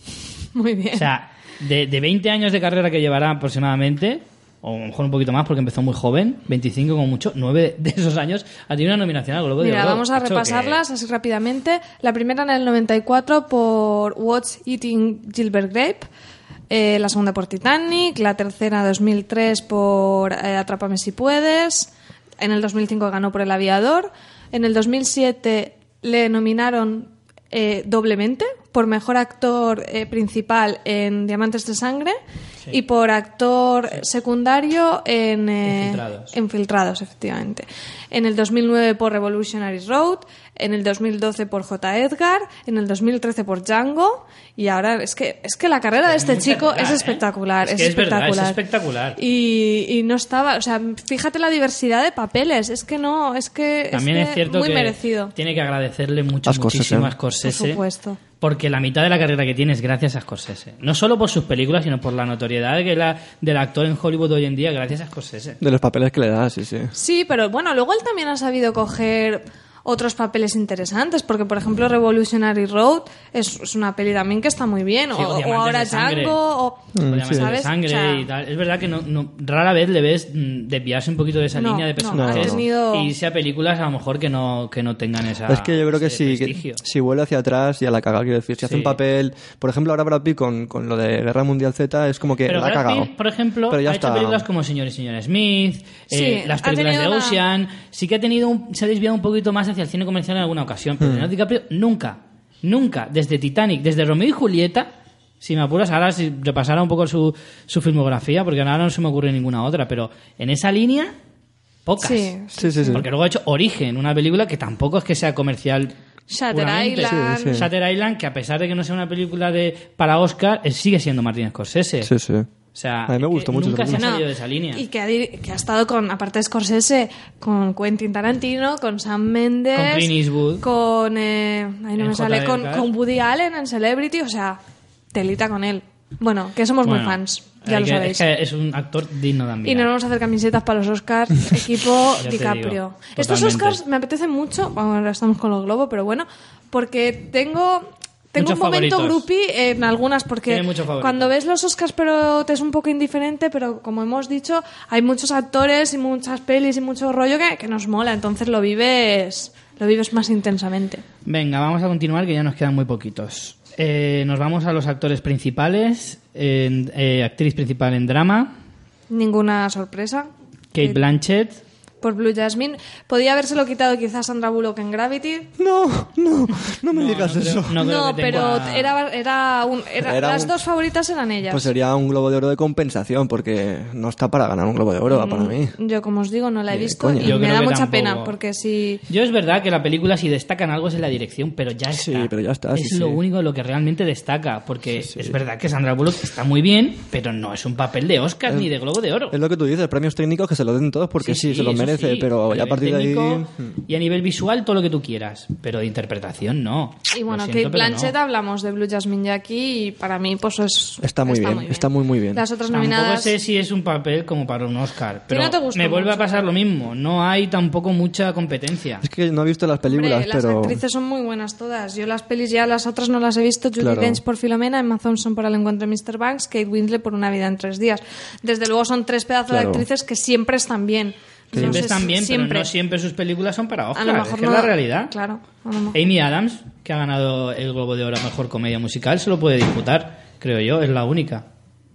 Muy bien. O sea, de, de veinte años de carrera que llevará aproximadamente, o a lo mejor un poquito más porque empezó muy joven, veinticinco como mucho, nueve de esos años ha tenido una nominación al Globo de Mira, Oro. vamos a macho, repasarlas así rápidamente. La primera en el noventa y cuatro por What's Eating Gilbert Grape. Eh, la segunda por Titanic. La tercera dos mil tres por eh, Atrápame si puedes. En el dos mil cinco ganó por El Aviador. En el dos mil siete le nominaron eh, doblemente por mejor actor eh, principal en Diamantes de Sangre y por actor secundario en eh, Infiltrados. Infiltrados, efectivamente. En el dos mil nueve por Revolutionary Road, en el dos mil doce por J. Edgar, en el dos mil trece por Django y ahora es que es que la carrera de este mucha chico tela, es ¿eh? espectacular, Es es, que es verdad, espectacular. es espectacular. Y, y no estaba, o sea, fíjate la diversidad de papeles, es que no, es que También que es cierto muy que merecido. tiene que agradecerle mucho, A Scorsese. muchísimo a Por Scorsese. supuesto. Porque la mitad de la carrera que tiene es gracias a Scorsese. No solo por sus películas, sino por la notoriedad que la, del actor en Hollywood hoy en día, gracias a Scorsese. De los papeles que le da, sí, sí. Sí, pero bueno, luego él también ha sabido coger otros papeles interesantes, porque por ejemplo Revolutionary Road es, es una peli también que está muy bien, Sí, o, o o Diamantes ahora de Sangre. Django, o, O Diamantes de ¿sabes? Sangre O sea, y tal. Es verdad que no, no- rara vez le ves mm, desviarse un poquito de esa No, línea de no, personajes ha tenido- y irse a películas a lo mejor que no, que no tengan esa Es que yo creo que ese si, que- prestigio. si vuelve hacia atrás y a la cagada, quiero decir, si hace Sí. un papel, por ejemplo, ahora Brad Pitt con, con lo de Guerra Mundial Z es como que Pero la ha Brad cagado. Pitt, por ejemplo, Pero ya ha hecho está. películas como Señor y Señora Smith, eh, Sí, las ha películas de tenido una- Ocean. Sí que ha tenido un- se ha desviado un poquito más hacia el cine comercial en alguna ocasión. Pero Leonardo DiCaprio nunca, nunca, desde Titanic, desde Romeo y Julieta, si me apuras, ahora si repasara un poco su, su filmografía, porque ahora no se me ocurre ninguna otra, pero en esa línea, pocas. Sí, Sí, sí, sí. Porque luego ha hecho Origen, una película que tampoco es que sea comercial. Shutter puramente. Island. Sí, sí. Shutter Island, que a pesar de que no sea una película de para Oscar, él sigue siendo Martin Scorsese. Sí, sí. O sea, A mí me es que gustó mucho nunca esa se ha película. salido de esa línea. Y que ha, dir- que ha estado con, aparte de Scorsese, con Quentin Tarantino, con Sam Mendes, Con Clint Eastwood. con, eh, ahí no En me sale, J. con, Edgar. con Woody Allen en Celebrity, o sea, telita con él. Bueno, que somos Bueno, muy fans, ya hay lo que- sabéis. Es que es un actor digno de admirar. Y nos vamos a hacer camisetas para los Oscars, equipo Ya te DiCaprio. digo, Estos totalmente. Oscars me apetecen mucho, bueno, ahora estamos con los globos, pero bueno, porque tengo... Tengo Muchos un momento favoritos. groupie en algunas, porque Tiene muchos favoritos. cuando ves los Oscars pero te es un poco indiferente, pero como hemos dicho, hay muchos actores y muchas pelis y mucho rollo que, que nos mola, entonces lo vives, lo vives más intensamente. Venga, vamos a continuar, que ya nos quedan muy poquitos. Eh, nos vamos a los actores principales. En- eh, actriz principal en drama, Ninguna sorpresa. Kate Eh, Blanchett. Por Blue Jasmine. Podía habérselo quitado quizás Sandra Bullock en Gravity. No, no, no me No, digas no creo- eso. no creo No, que pero tenga- era, era, un, era- Era las un- dos favoritas eran ellas. Pues sería un Globo de Oro de compensación, porque no está para ganar un Globo de Oro, para mí. Yo, como os digo, no la he Ni de visto coña. y Yo me creo da que mucha tampoco. pena porque si... Yo es verdad que la película si destacan algo es en la dirección, pero ya está. Sí, pero ya está, Es sí, lo sí. único de lo que realmente destaca, porque es verdad que Sandra Bullock está muy bien, pero no es un papel de Oscar ni de Globo de Oro. Es lo que tú dices, premios técnicos que se lo den todos porque sí, se los eso merece, sí. pero ya a nivel partir de ahí... técnico mm. Y a nivel visual todo lo que tú quieras, pero de interpretación no. Y bueno, Lo Kate siento, pero Blanchett no. hablamos de Blue Jasmine ya aquí y para mí pues es... Está muy bien, está muy, muy bien. Las otras Tampoco nominadas... sé si es un papel como para un Oscar, pero no te gustó me vuelve mucho. a pasar lo mismo. No hay tampoco mucha competencia. Es que no he visto las Hombre, películas, las pero... actrices son muy buenas todas. Yo las pelis ya, las otras no las he visto. Judi Claro. Dench por Filomena, Emma Thompson por El encuentro de mister Banks, Kate Winslet por Una vida en tres días. Desde luego son tres pedazos Claro. de actrices que siempre están bien. Siempre No sé, están bien, siempre. pero no siempre sus películas son para A Oscar. lo Es mejor que no. es la realidad. Claro. a lo mejor. Amy Adams, que ha ganado el Globo de Oro a Mejor Comedia Musical, se lo puede disputar, creo yo, es la única.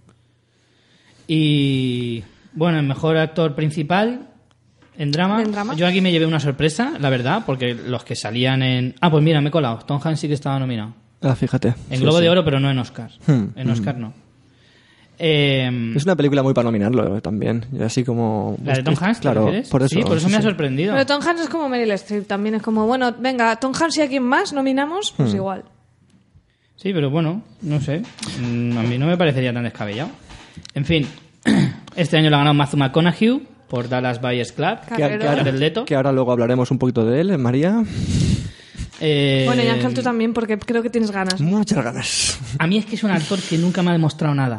Y bueno, el Mejor Actor Principal en drama, ¿En drama? yo aquí me llevé una sorpresa, la verdad, porque los que salían en... Ah, pues mira, me he colado, Tom Hanks sí que estaba nominado. Ah, fíjate. En Sí, Globo sí. de Oro, pero no en Oscar. Hmm, En Oscar no. Eh, Es una película muy para nominarlo eh, también. Y así como... ¿La de Tom Hanks, te Claro, refieres? por eso. Sí, por eso me ha sí. sorprendido. Pero Tom Hanks es como Meryl Streep. También es como, bueno, venga, Tom Hanks y a quién más nominamos, pues Hmm. igual. Sí, pero bueno, no sé. Mm, A mí no me parecería tan descabellado. En fin, este año lo ha ganado Matthew McConaughey por Dallas Buyers Club. Que, que Carrero. ahora, Jared Leto. que ahora luego hablaremos un poquito de él, ¿eh, María. Eh, Bueno, y Ángel, tú también, porque creo que tienes ganas. Muchas ganas. A mí es que es un actor que nunca me ha demostrado nada.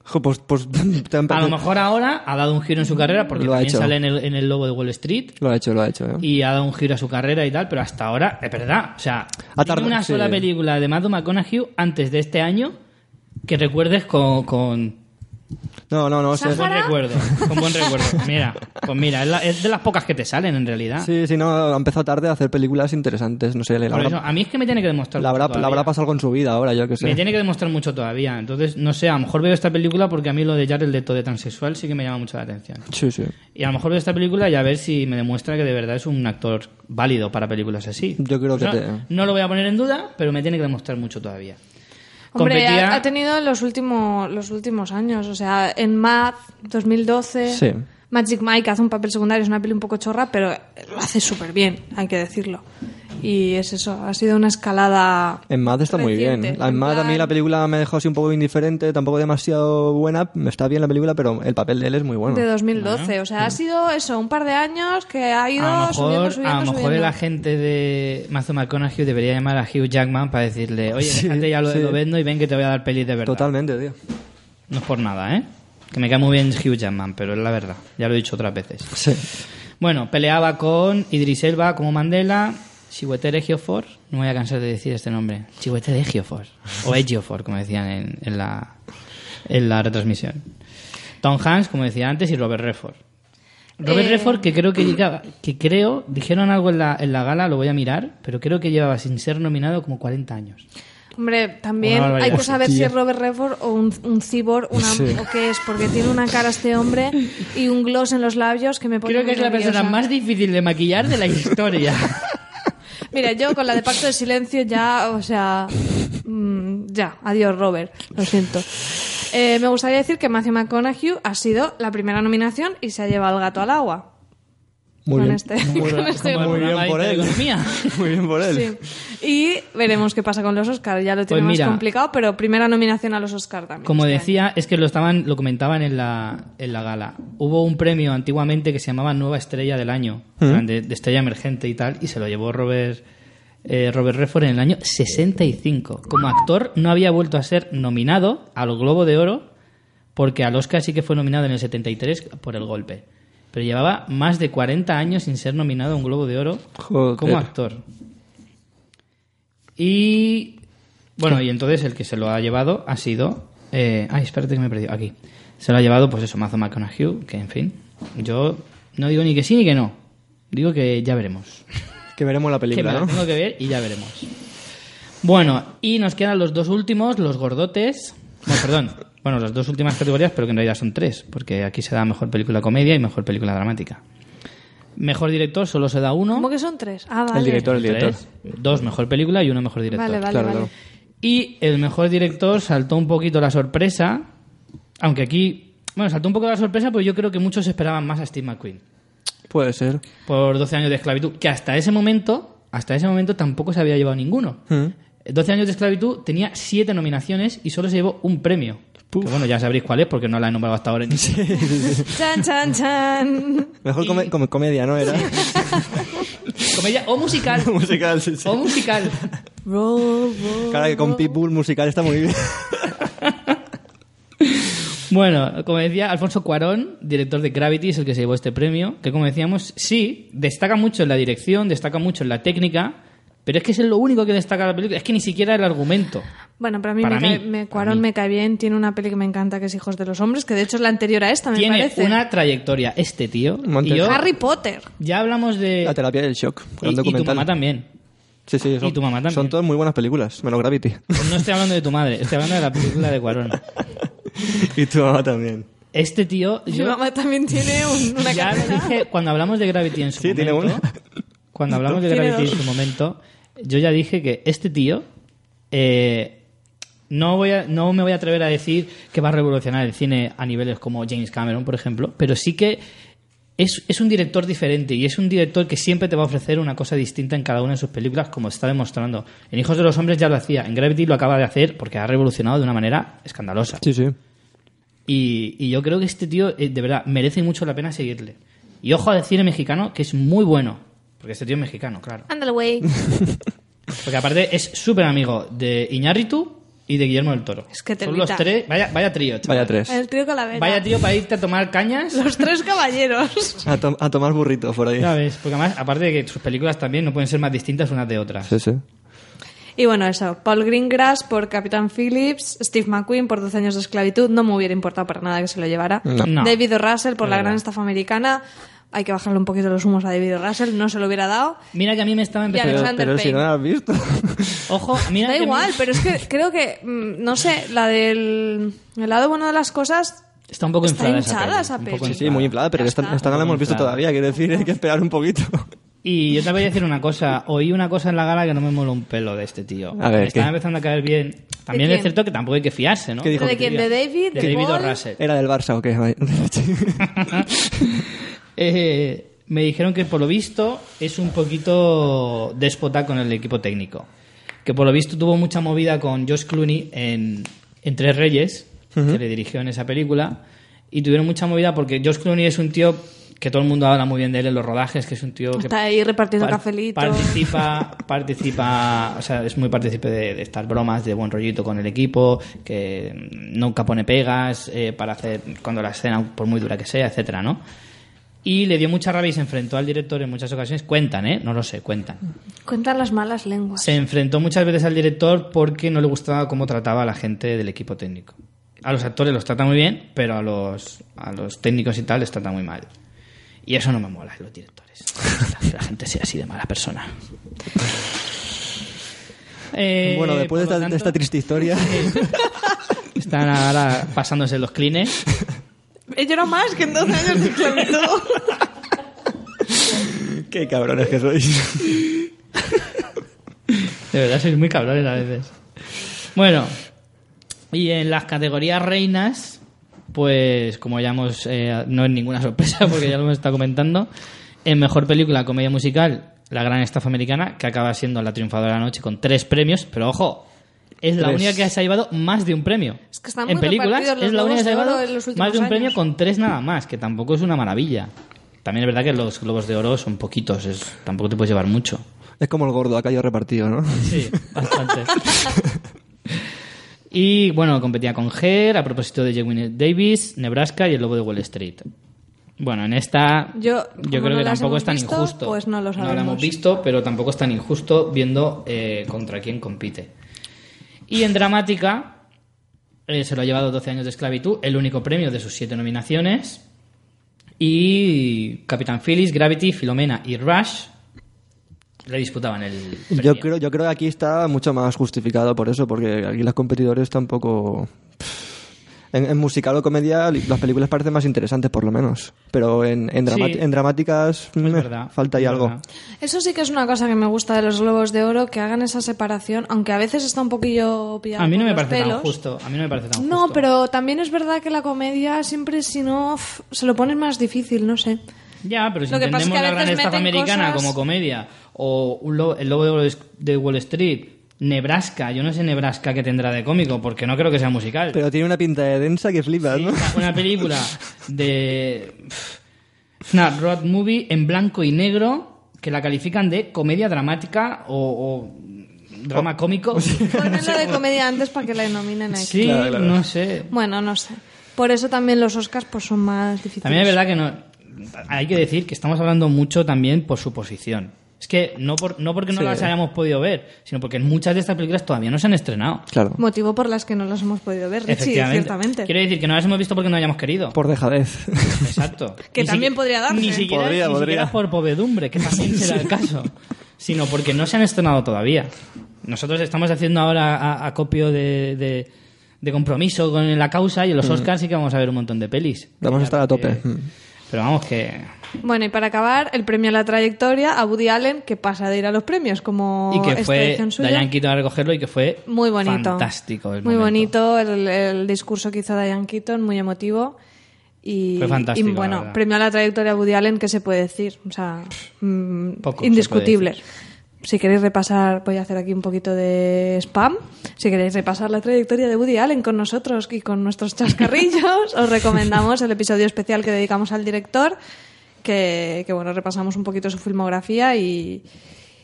Jo, Pues, pues te han A parecido- lo mejor ahora ha dado un giro en su carrera porque Lo ha también hecho. sale en el, en el logo de Wall Street Lo ha hecho, lo ha hecho. ¿eh? y ha dado un giro a su carrera y tal, pero hasta ahora, es verdad, o sea, Ha dime tardado- una sí. sola película de Matthew McConaughey antes de este año que recuerdes con... con No, no, no. sí. Con buen recuerdo, con buen recuerdo. Mira, pues mira, es, la- es de las pocas que te salen en realidad. Sí, sí, no, ha empezado tarde a hacer películas interesantes. No sé, le Por habrá, eso, a mí es que me tiene que demostrar le habrá, mucho le habrá todavía. pasado con su vida ahora, yo que sé. Me tiene que demostrar mucho todavía. Entonces, no sé, a lo mejor veo esta película porque a mí lo de Jared Leto de transexual sí que me llama mucho la atención. Sí, sí. Y a lo mejor veo esta película y a ver si me demuestra que de verdad es un actor válido para películas así. Yo creo que No, te- no lo voy a poner en duda, pero me tiene que demostrar mucho todavía. Hombre, Competía- ha, ha tenido en los últimos, los últimos años, o sea, en Math, dos mil doce, Sí. Magic Mike hace un papel secundario, es una peli un poco chorra, pero lo hace súper bien, hay que decirlo. Y es eso, ha sido una escalada... En Mad está muy reciente, bien. En Mad a mí plan- la película me dejó así un poco indiferente, tampoco demasiado buena. Está bien la película, pero el papel de él es muy bueno. De dos mil doce, o sea, ha sido eso, un par de años que ha ido A lo subiendo, mejor, subiendo, a lo mejor subiendo. el agente de Matthew McConaughey debería llamar a Hugh Jackman para decirle, oye, Sí, déjate ya lo de sí. lo vendo y ven que te voy a dar pelis de verdad. Totalmente, tío. No es por nada, ¿eh? Que me cae muy bien Hugh Jackman, pero es la verdad. Ya lo he dicho otras veces. Sí. Bueno, peleaba con Idris Elba como Mandela, Chiwetel Ejiofor, no me voy a cansar de decir este nombre, Chiwetel Ejiofor, o Ejiofor, como decían en, en, la, en la retransmisión. Tom Hanks, como decía antes, y Robert Redford. Robert Eh. Redford, que creo que llegaba, que creo, dijeron algo en la, en la gala, lo voy a mirar, pero creo que llevaba sin ser nominado como cuarenta años. Hombre, también Una barbaridad. hay que saber si Hostia. es Robert Redford o un, un cyborg una, Sí. o qué es, porque tiene una cara este hombre y un gloss en los labios que me pone Creo que muy es la persona nerviosa. más difícil de maquillar de la historia. Mira, yo con la de Pacto de Silencio ya, o sea, mm, ya, adiós Robert, lo siento. Eh, me gustaría decir que Matthew McConaughey ha sido la primera nominación y se ha llevado el gato al agua. Muy Con bien. este- muy, con este muy programa bien de por él. Intereconomía. Muy bien por él. Sí. Y veremos qué pasa con los Oscars. Ya lo tiene Pues más mira, complicado, pero primera nominación a los Oscars también. Como este decía, es que lo estaban, lo comentaban en la, en la gala. Hubo un premio antiguamente que se llamaba Nueva Estrella del Año, en plan de, de estrella emergente y tal, y se lo llevó Robert, eh, Robert Redford en el año sesenta y cinco. Como actor no había vuelto a ser nominado al Globo de Oro, porque al Oscar sí que fue nominado en el setenta y tres por El Golpe. Pero llevaba más de cuarenta años sin ser nominado a un Globo de Oro Joder. como actor. Y bueno, y entonces el que se lo ha llevado ha sido... eh, ay, espérate que me he perdido. Aquí. Se lo ha llevado, pues eso, Matthew McConaughey, que en fin, yo no digo ni que sí ni que no. Digo que ya veremos. Que veremos la Que me película, la ¿no? tengo que ver y ya veremos. Bueno, y nos quedan los dos últimos, los gordotes. Bueno, perdón. Bueno, las dos últimas categorías, pero que en realidad son tres, porque aquí se da mejor película comedia y mejor película dramática. Mejor director solo se da uno. ¿Cómo que son tres? Ah, vale. El director, el director. Tres. Dos mejor película y uno mejor director. Vale, vale, Claro, vale. claro. Y el mejor director saltó un poquito la sorpresa, aunque aquí, bueno, saltó un poco la sorpresa, porque yo creo que muchos esperaban más a Steve McQueen Puede ser. por doce años de esclavitud, que hasta ese momento, hasta ese momento tampoco se había llevado ninguno. Mm. doce años de esclavitud tenía siete nominaciones y solo se llevó un premio. Que bueno, ya sabréis cuál es porque no la he nombrado hasta ahora. Ni... Chan, chan, chan. Mejor come- come- comedia, ¿no? Era. Comedia o musical. Musical, sí, sí. O musical. Roll, roll. Claro que con Pitbull musical está muy bien. Bueno, como decía, Alfonso Cuarón, director de Gravity, es el que se llevó este premio, que como decíamos, sí, destaca mucho en la dirección, destaca mucho en la técnica, pero es que es lo único que destaca la película, es que ni siquiera el argumento. Bueno, para mí, Para me, mí, cae- me- para Cuarón mí. me cae bien. Tiene una peli que me encanta que es Hijos de los Hombres, que de hecho es la anterior a esta, me Tiene parece. una trayectoria este tío. Monte- Y yo, Harry Potter. ya hablamos de... La terapia del shock. y, gran y tu documental. mamá también. Sí, sí. Son, y tu mamá también. Son todas muy buenas películas, menos Gravity. No estoy hablando de tu madre, estoy hablando de la película de Cuarón. Y tu mamá también. Este tío... Mi yo- mamá también tiene un- una Ya lo carrera. dije cuando hablamos de Gravity en su Sí, momento. tiene una. Cuando hablamos de Tiene Gravity dos. en su momento, yo ya dije que este tío eh, no voy a, no me voy a atrever a decir que va a revolucionar el cine a niveles como James Cameron, por ejemplo, pero sí que es, es un director diferente y es un director que siempre te va a ofrecer una cosa distinta en cada una de sus películas, como está demostrando. En Hijos de los Hombres ya lo hacía, en Gravity lo acaba de hacer porque ha revolucionado de una manera escandalosa. Sí, sí. Y, y yo creo que este tío, eh, de verdad, merece mucho la pena seguirle. Y ojo al cine mexicano, que es muy bueno. Porque este tío es mexicano, claro. Ándale, güey. Porque aparte es súper amigo de Iñárritu y de Guillermo del Toro. Es que te Son los evita. tres. Vaya, vaya trío, chaval. Vaya tres. El trío Calavera. Vaya tío para irte a tomar cañas. Los tres caballeros. A, to- a tomar burritos por ahí. Ya ves, porque además, aparte de que sus películas también no pueden ser más distintas unas de otras. Sí, sí. Y bueno, eso. Paul Greengrass por Capitán Phillips, Steve McQueen por doce años de esclavitud. No me hubiera importado para nada que se lo llevara. No. No. David O. Russell por Es La verdad. gran estafa americana. Hay que bajarle un poquito los humos a David O. Russell. No se lo hubiera dado. Mira que a mí me estaba Y empezando... Pero, Alexander pero si Payne. no lo has visto. Ojo, mira Da que a mí- igual, pero es que creo que, mm, no sé, la del el lado bueno de las cosas Está un poco está inflada hinchada esa esa peli. un poco peli. Sí, sí, muy inflada, pero Ya esta, está. esta no la hemos visto Inflada. todavía. Quiero decir, hay que esperar un poquito. Y yo te voy a decir una cosa. Oí una cosa en la gala que no me mola un pelo de este tío. A ver, me estaba ¿qué? empezando a caer bien. También ¿De es quién? cierto que tampoco hay que fiarse, ¿no? ¿Qué dijo? ¿De quién? ¿De David? De ¿De David O. Paul? Russell. ¿Era del Barça o qué? Eh, me dijeron que por lo visto es un poquito déspota con el equipo técnico. Que por lo visto tuvo mucha movida con Josh Clooney en, en Tres Reyes, que le dirigió en esa película. Y tuvieron mucha movida porque Josh Clooney es un tío que todo el mundo habla muy bien de él en los rodajes, que es un tío que Está ahí repartiendo par- cafelito. Participa, participa, o sea, es muy partícipe de, de estas bromas de buen rollito con el equipo, que nunca pone pegas eh, para hacer cuando la escena, por muy dura que sea, etcétera, ¿no? Y le dio mucha rabia y se enfrentó al director en muchas ocasiones. Cuentan, ¿eh? No lo sé, cuentan. Cuentan las malas lenguas. Se enfrentó muchas veces al director porque no le gustaba cómo trataba a la gente del equipo técnico. A los actores los trata muy bien, pero a los, a los técnicos y tal les trata muy mal. Y eso no me mola en los directores. Que la gente sea así de mala persona. Eh, Bueno, después de por lo esta, de tanto, esta triste historia. están ahora pasándose los clines. He llorado más que en doce años de esclavitud. Qué cabrones que sois. De verdad, sois muy cabrones a veces. Bueno, y en las categorías reinas, pues como ya hemos... eh, no es ninguna sorpresa porque ya lo hemos estado comentando. En Mejor Película, Comedia Musical, La Gran Estafa Americana, que acaba siendo la triunfadora de la noche con tres premios, pero ojo, es la Tres. única que se ha llevado más de un premio. Es que están muy en películas repartidos los es la única que se ha Globos de llevado Oro en los últimos más de un premio años. con tres nada más, que tampoco es una maravilla. También es verdad que los Globos de Oro son poquitos, es, tampoco te puedes llevar mucho. Es como el gordo, ha caído repartido, ¿no? Sí, bastante. Y bueno, competía con Her, a propósito de J. Davis, Nebraska y El Lobo de Wall Street. Bueno, en esta Yo, yo como creo no que las tampoco hemos es tan visto, injusto. pues no lo No la sabemos. hemos visto, pero tampoco es tan injusto viendo eh, contra quién compite. Y en dramática eh, se lo ha llevado doce años de esclavitud, el único premio de sus siete nominaciones. Y Capitán Phillips, Gravity, Filomena y Rush le disputaban el premio. Yo creo, yo creo que aquí está mucho más justificado por eso, porque aquí los competidores tampoco... En, en musical o comedia las películas parecen más interesantes, por lo menos. Pero en, en, drama- Sí. en dramáticas Es meh, verdad, falta ahí es algo. verdad. Eso sí que es una cosa que me gusta de los Globos de Oro, que hagan esa separación, aunque a veces está un poquillo pillado A mí no por me los parece pelos. tan justo. A mí no me parece tan No, justo. pero también es verdad que la comedia siempre, si no, uf, se lo ponen más difícil, no sé. Ya, pero si Lo que pasa es entendemos que a la gran veces estafa meten americana cosas- como comedia o un lo- el lobo de Wall- de Wall Street, Nebraska, yo no sé Nebraska qué tendrá de cómico, porque no creo que sea musical. Pero tiene una pinta de densa que flipas, Sí, ¿no? una- una película de pff, una road movie en blanco y negro que la califican de comedia dramática o, o drama cómico. Ponenlo de comedia antes para que la denominen aquí. Sí, Claro, claro. no sé. Bueno, no sé. Por eso también los Oscars pues son más difíciles. También es verdad que no. Hay que decir que estamos hablando mucho también por su posición. Es que no, por, no porque no Sí. las hayamos podido ver, sino porque muchas de estas películas todavía no se han estrenado. Claro. Motivo por las que no las hemos podido ver, Richie, Efectivamente. ciertamente. Quiero decir que no las hemos visto porque no hayamos querido. Por dejadez. Exacto. Que Ni también siqui- podría darse. Ni siquiera, Podría, ni podría. siquiera por povedumbre, que también será el caso. Sino porque no se han estrenado todavía. Nosotros estamos haciendo ahora a- acopio de, de, de compromiso con la causa y en los Oscars sí que vamos a ver un montón de pelis. Vamos a estar a tope. Eh, Pero vamos que... Bueno, y para acabar, el premio a la trayectoria a Woody Allen, que pasa de ir a los premios como Y que fue extradición suya. Diane Keaton a recogerlo y que fue Muy bonito. fantástico. El muy momento. bonito el, el discurso que hizo Diane Keaton, muy emotivo. Y, Fue fantástico, y la bueno, verdad. premio a la trayectoria a Woody Allen, ¿qué se puede decir? O sea, mm, Poco se indiscutible. puede Si queréis repasar, voy a hacer aquí un poquito de spam. Si queréis repasar la trayectoria de Woody Allen con nosotros y con nuestros chascarrillos, os recomendamos el episodio especial que dedicamos al director, que, que bueno, repasamos un poquito su filmografía y,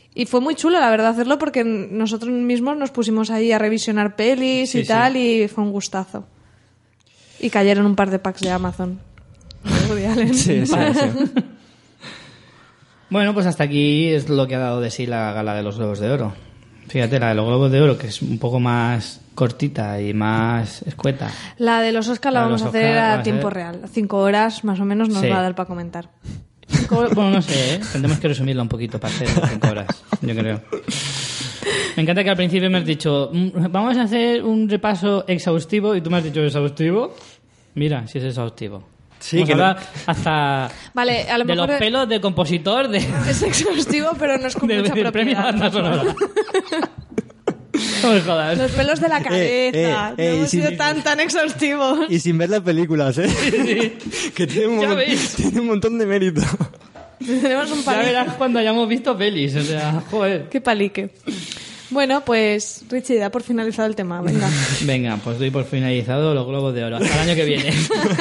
Y fue muy chulo, la verdad, hacerlo porque nosotros mismos nos pusimos ahí a revisionar pelis Sí, y tal sí. y fue un gustazo. Y cayeron un par de packs de Amazon. De Woody Allen. Sí, sí, sí. Bueno, pues hasta aquí es lo que ha dado de sí la gala de los Globos de Oro. Fíjate, la de los Globos de Oro, que es un poco más cortita y más escueta. La de los Oscar la, La de vamos a los hacer Oscar va a a tiempo ser- real. Cinco horas más o menos nos Sí. va a dar para comentar. Cinco- Bueno, no sé, ¿eh? Tendremos que resumirla un poquito para hacer cinco horas, yo creo. Me encanta que al principio me has dicho, "Mm, vamos a hacer un repaso exhaustivo", y tú me has dicho exhaustivo. Mira, si es exhaustivo. Sí, Vamos que a no- hablar hasta Vale, a lo de mejor los pelos de compositor de, es exhaustivo, pero no es con del, mucha del premio propiedad. banda sonora. No me jodas. Los pelos de la cabeza. eh, no eh, hemos sí, sido sí, tan, tan exhaustivos. Y sin ver las películas, ¿eh? que tiene un, Ya mon- veis. tiene un montón de mérito. Tenemos un Ya palique. verás cuando hayamos visto pelis, o sea, joder. Qué palique. Bueno, pues Richie, da por finalizado el tema. Venga. Venga, pues doy por finalizado los Globos de Oro. Hasta el año que viene.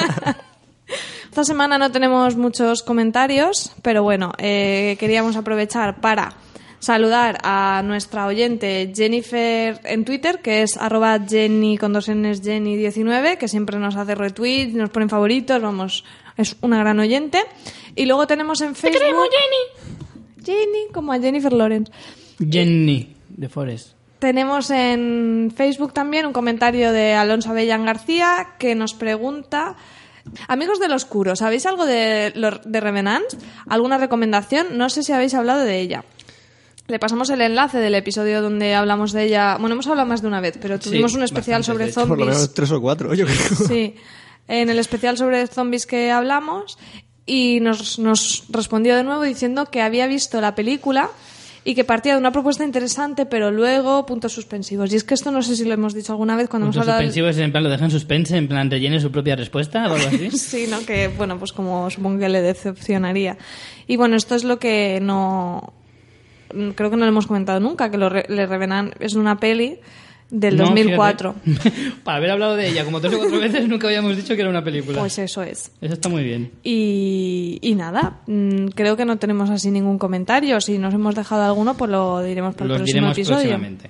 Esta semana no tenemos muchos comentarios, pero bueno, eh, queríamos aprovechar para saludar a nuestra oyente Jennifer en Twitter, que es arroba Jenny con dos N's Jenny diecinueve, que siempre nos hace retweets, nos ponen favoritos, vamos, es una gran oyente. Y luego tenemos en Facebook... ¡Te queremos, Jenny! Jenny, como a Jennifer Lawrence. Jenny de Forest. Tenemos en Facebook también un comentario de Alonso Avellán García que nos pregunta: amigos del Oscuro, ¿sabéis algo de, lo- de Revenant? ¿Alguna recomendación? No sé si habéis hablado de ella. Le pasamos el enlace del episodio donde hablamos de ella. Bueno, hemos hablado más de una vez, pero tuvimos un especial bastantes, sobre de hecho. Por lo zombies. menos tres o cuatro, yo creo. Sí, en el especial sobre zombies que hablamos, y nos, nos respondió de nuevo diciendo que había visto la película y que partía de una propuesta interesante, pero luego puntos suspensivos. Y es que esto no sé si lo hemos dicho alguna vez cuando Puntos hemos hablado... del- suspensivos, en plan lo dejan suspense, en plan rellene su propia respuesta o algo así. Sí, ¿no? Que, bueno, pues como supongo que le decepcionaría. Y bueno, esto es lo que no... Creo que no lo hemos comentado nunca, que lo re- Le Revenant es una peli del No, dos mil cuatro. fíjate. Para haber hablado de ella como tres o cuatro veces, nunca habíamos dicho que era una película. Pues eso es. Eso está muy bien. Y, y nada, mm, creo que no tenemos así ningún comentario. Si nos hemos dejado alguno, pues lo diremos para el Los próximo diremos episodio. próximamente.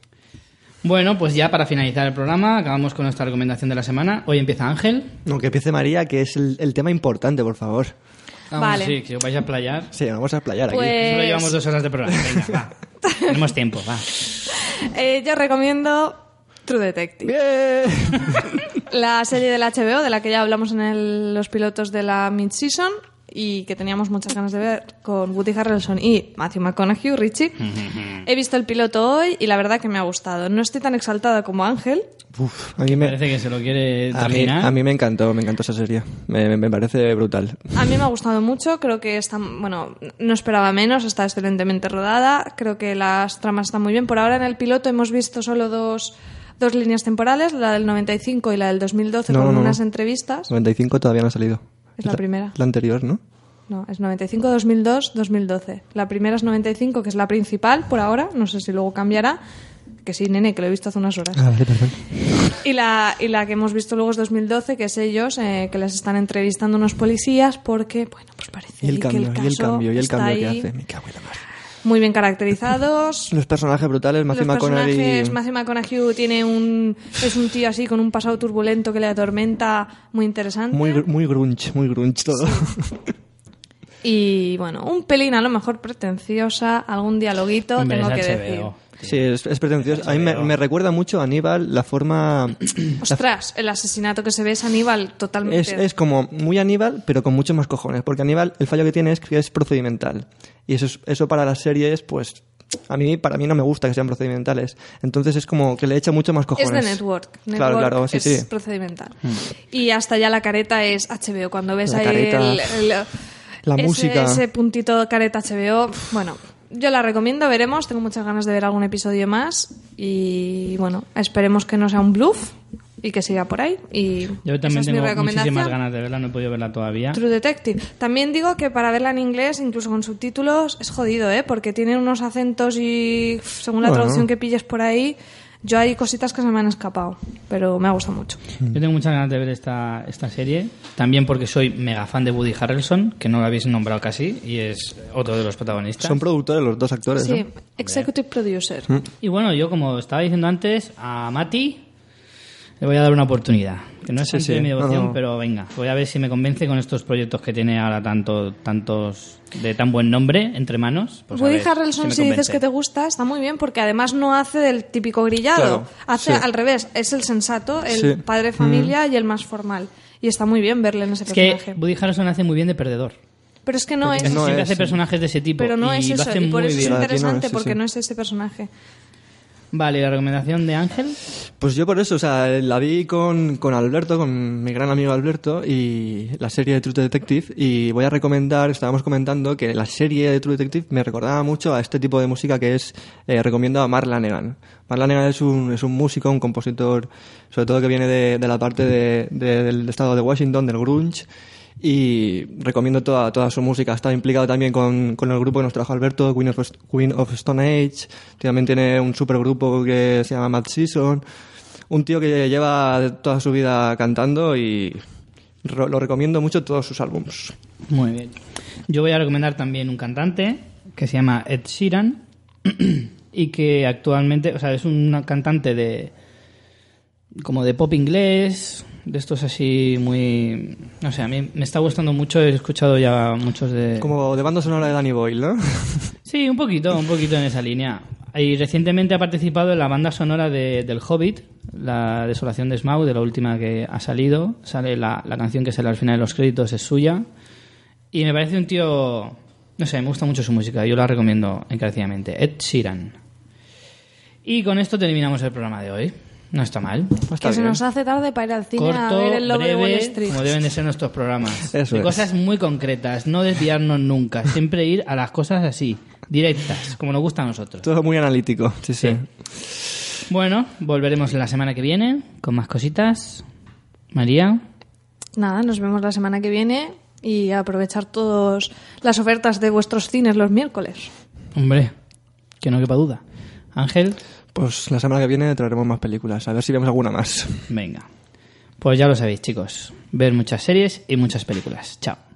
Bueno, pues ya para finalizar el programa, acabamos con nuestra recomendación de la semana. Hoy empieza Ángel. No, que empiece María, que es el, el tema importante, por favor. Ah, Vale. bueno, sí, que os vais a playar. Sí, vamos a playar Pues- aquí. Solo llevamos dos horas de programa. Venga, va. Tenemos tiempo, va. Eh, yo recomiendo True Detective. ¡Bien! La serie del H B O, de la que ya hablamos en el- los pilotos de la mid-season y que teníamos muchas ganas de ver, con Woody Harrelson y Matthew McConaughey, Richie. He visto el piloto hoy y la verdad que me ha gustado. No estoy tan exaltada como Ángel. Uf, a mí me... Parece que se lo quiere A mí, terminar. a mí me encantó, me encantó esa serie. Me, me parece brutal. A mí me ha gustado mucho, creo que está, bueno, no esperaba menos, está excelentemente rodada, creo que las tramas están muy bien. Por ahora en el piloto hemos visto solo dos, dos líneas temporales, la del noventa y cinco y la del dos mil doce, No, con no, unas no. entrevistas. noventa y cinco todavía no ha salido. Es la primera. La anterior, ¿no? No, es noventa y cinco, dos mil dos, dos mil doce. La primera es noventa y cinco, que es la principal por ahora, no sé si luego cambiará. Que sí, nene, que lo he visto hace unas horas. Ah, vale, perdón. Y la, y la que hemos visto luego es dos mil doce, que es ellos, eh, que les están entrevistando unos policías porque, bueno, pues parece Y el ahí cambio, que el caso y el cambio, y el está cambio que ahí hace. Me cago en la mar. muy bien caracterizados. Los personajes brutales, Matthew Los McConaughey. personajes, Matthew McConaughey tiene un, es un tío así con un pasado turbulento que le atormenta, muy interesante. Muy, gr- muy grunge, muy grunge todo. Y bueno, un pelín a lo mejor pretenciosa, algún dialoguito, Hombre, tengo es que H B O. decir. Sí, es, es pretencioso. A mí me, me recuerda mucho a Aníbal la forma... Ostras, el asesinato que se ve es Aníbal totalmente. Es, es como muy Aníbal, pero con muchos más cojones. Porque Aníbal, el fallo que tiene es que es procedimental. Y eso, es- eso para las series, pues... A mí, para mí no me gusta que sean procedimentales. Entonces es como que le echa mucho más Es cojones. de Network. Network Claro, claro, sí, es sí. procedimental. Y hasta ya la careta es H B O. Cuando ves La ahí careta, el, el- la ese, música. ese puntito careta H B O, bueno, yo la recomiendo, veremos. Tengo muchas ganas de ver algún episodio más. Y bueno, esperemos que no sea un bluff y que siga por ahí. Y Yo esa también es mi tengo recomendación. muchísimas ganas de verla, no he podido verla todavía. True Detective. También digo que para verla en inglés, incluso con subtítulos, es jodido, ¿eh? Porque tiene unos acentos y uf, según la Bueno. traducción que pilles por ahí, Yo hay cositas que se me han escapado, pero me ha gustado mucho. Yo tengo muchas ganas de ver esta, esta serie, también porque soy mega fan de Woody Harrelson, que no lo habéis nombrado casi, y es otro de los protagonistas. Son productores los dos actores, Sí, ¿no? executive producer. Y bueno, yo como estaba diciendo antes, a Mati le voy a dar una oportunidad. Que no es Sí, santo de sí. mi devoción, No, no. pero venga, voy a ver si me convence con estos proyectos que tiene ahora tanto, tantos de tan buen nombre entre manos. Pues a Woody ver Harrelson, me si dices convence. que te gusta, está muy bien porque además no hace del típico grillado. Claro, hace sí. al revés, es el sensato, el Sí. padre de familia y el más formal. Y está muy bien verle en ese Es que personaje. Woody Harrelson hace muy bien de perdedor. Pero es que no es, no Siempre es, hace sí. personajes de ese tipo. pero no y es lo eso. hace Y por muy eso es bien. Aquí no es, interesante sí, porque sí. no es ese personaje. Vale, ¿y la recomendación de Ángel? Pues yo por eso, o sea, la vi con, con Alberto, con mi gran amigo Alberto, y la serie de True Detective, y voy a recomendar, estábamos comentando que la serie de True Detective me recordaba mucho a este tipo de música que es, eh, recomiendo a Mark Lanegan. Mark Lanegan es un, es un músico, un compositor, sobre todo que viene de, de la parte de, de- del estado de Washington, del grunge, y recomiendo toda, toda su música. Está implicado también con, con el grupo que nos trajo Alberto, Queen of, Queen of Stone Age. También tiene un supergrupo que se llama Mad Season. Un tío que lleva toda su vida cantando y ro- lo recomiendo mucho todos sus álbums. Muy bien. Yo voy a recomendar también un cantante que se llama Ed Sheeran y que actualmente, o sea, es un cantante de como de pop inglés, de estos así muy, no sé, a mí me está gustando mucho, he escuchado ya muchos de Como de banda sonora de Danny Boyle, ¿no? Sí, un poquito, un poquito en esa línea. Y recientemente ha participado en la banda sonora de, del Hobbit, la Desolación de Smaug, de la última que ha salido. Sale la, la canción que sale al final de los créditos, es suya. Y me parece un tío... No sé, me gusta mucho su música, yo la recomiendo encarecidamente. Ed Sheeran. Y con esto terminamos el programa de hoy. No está mal. Está que se bien. nos hace tarde para ir al cine a Corto, ver el lobo de Wall breve, Street. como deben de ser nuestros programas. Eso de es. cosas muy concretas, no desviarnos nunca. Siempre ir a las cosas así, directas, como nos gusta a nosotros. Todo muy analítico, sí, sí. Bueno, volveremos la semana que viene con más cositas. María, Nada, nos vemos la semana que viene y aprovechar todas las ofertas de vuestros cines los miércoles. hombre, que no quepa duda. Ángel, Pues la semana que viene traeremos más películas, a ver si vemos alguna más. venga. Pues ya lo sabéis, chicos. Ver muchas series y muchas películas. Chao.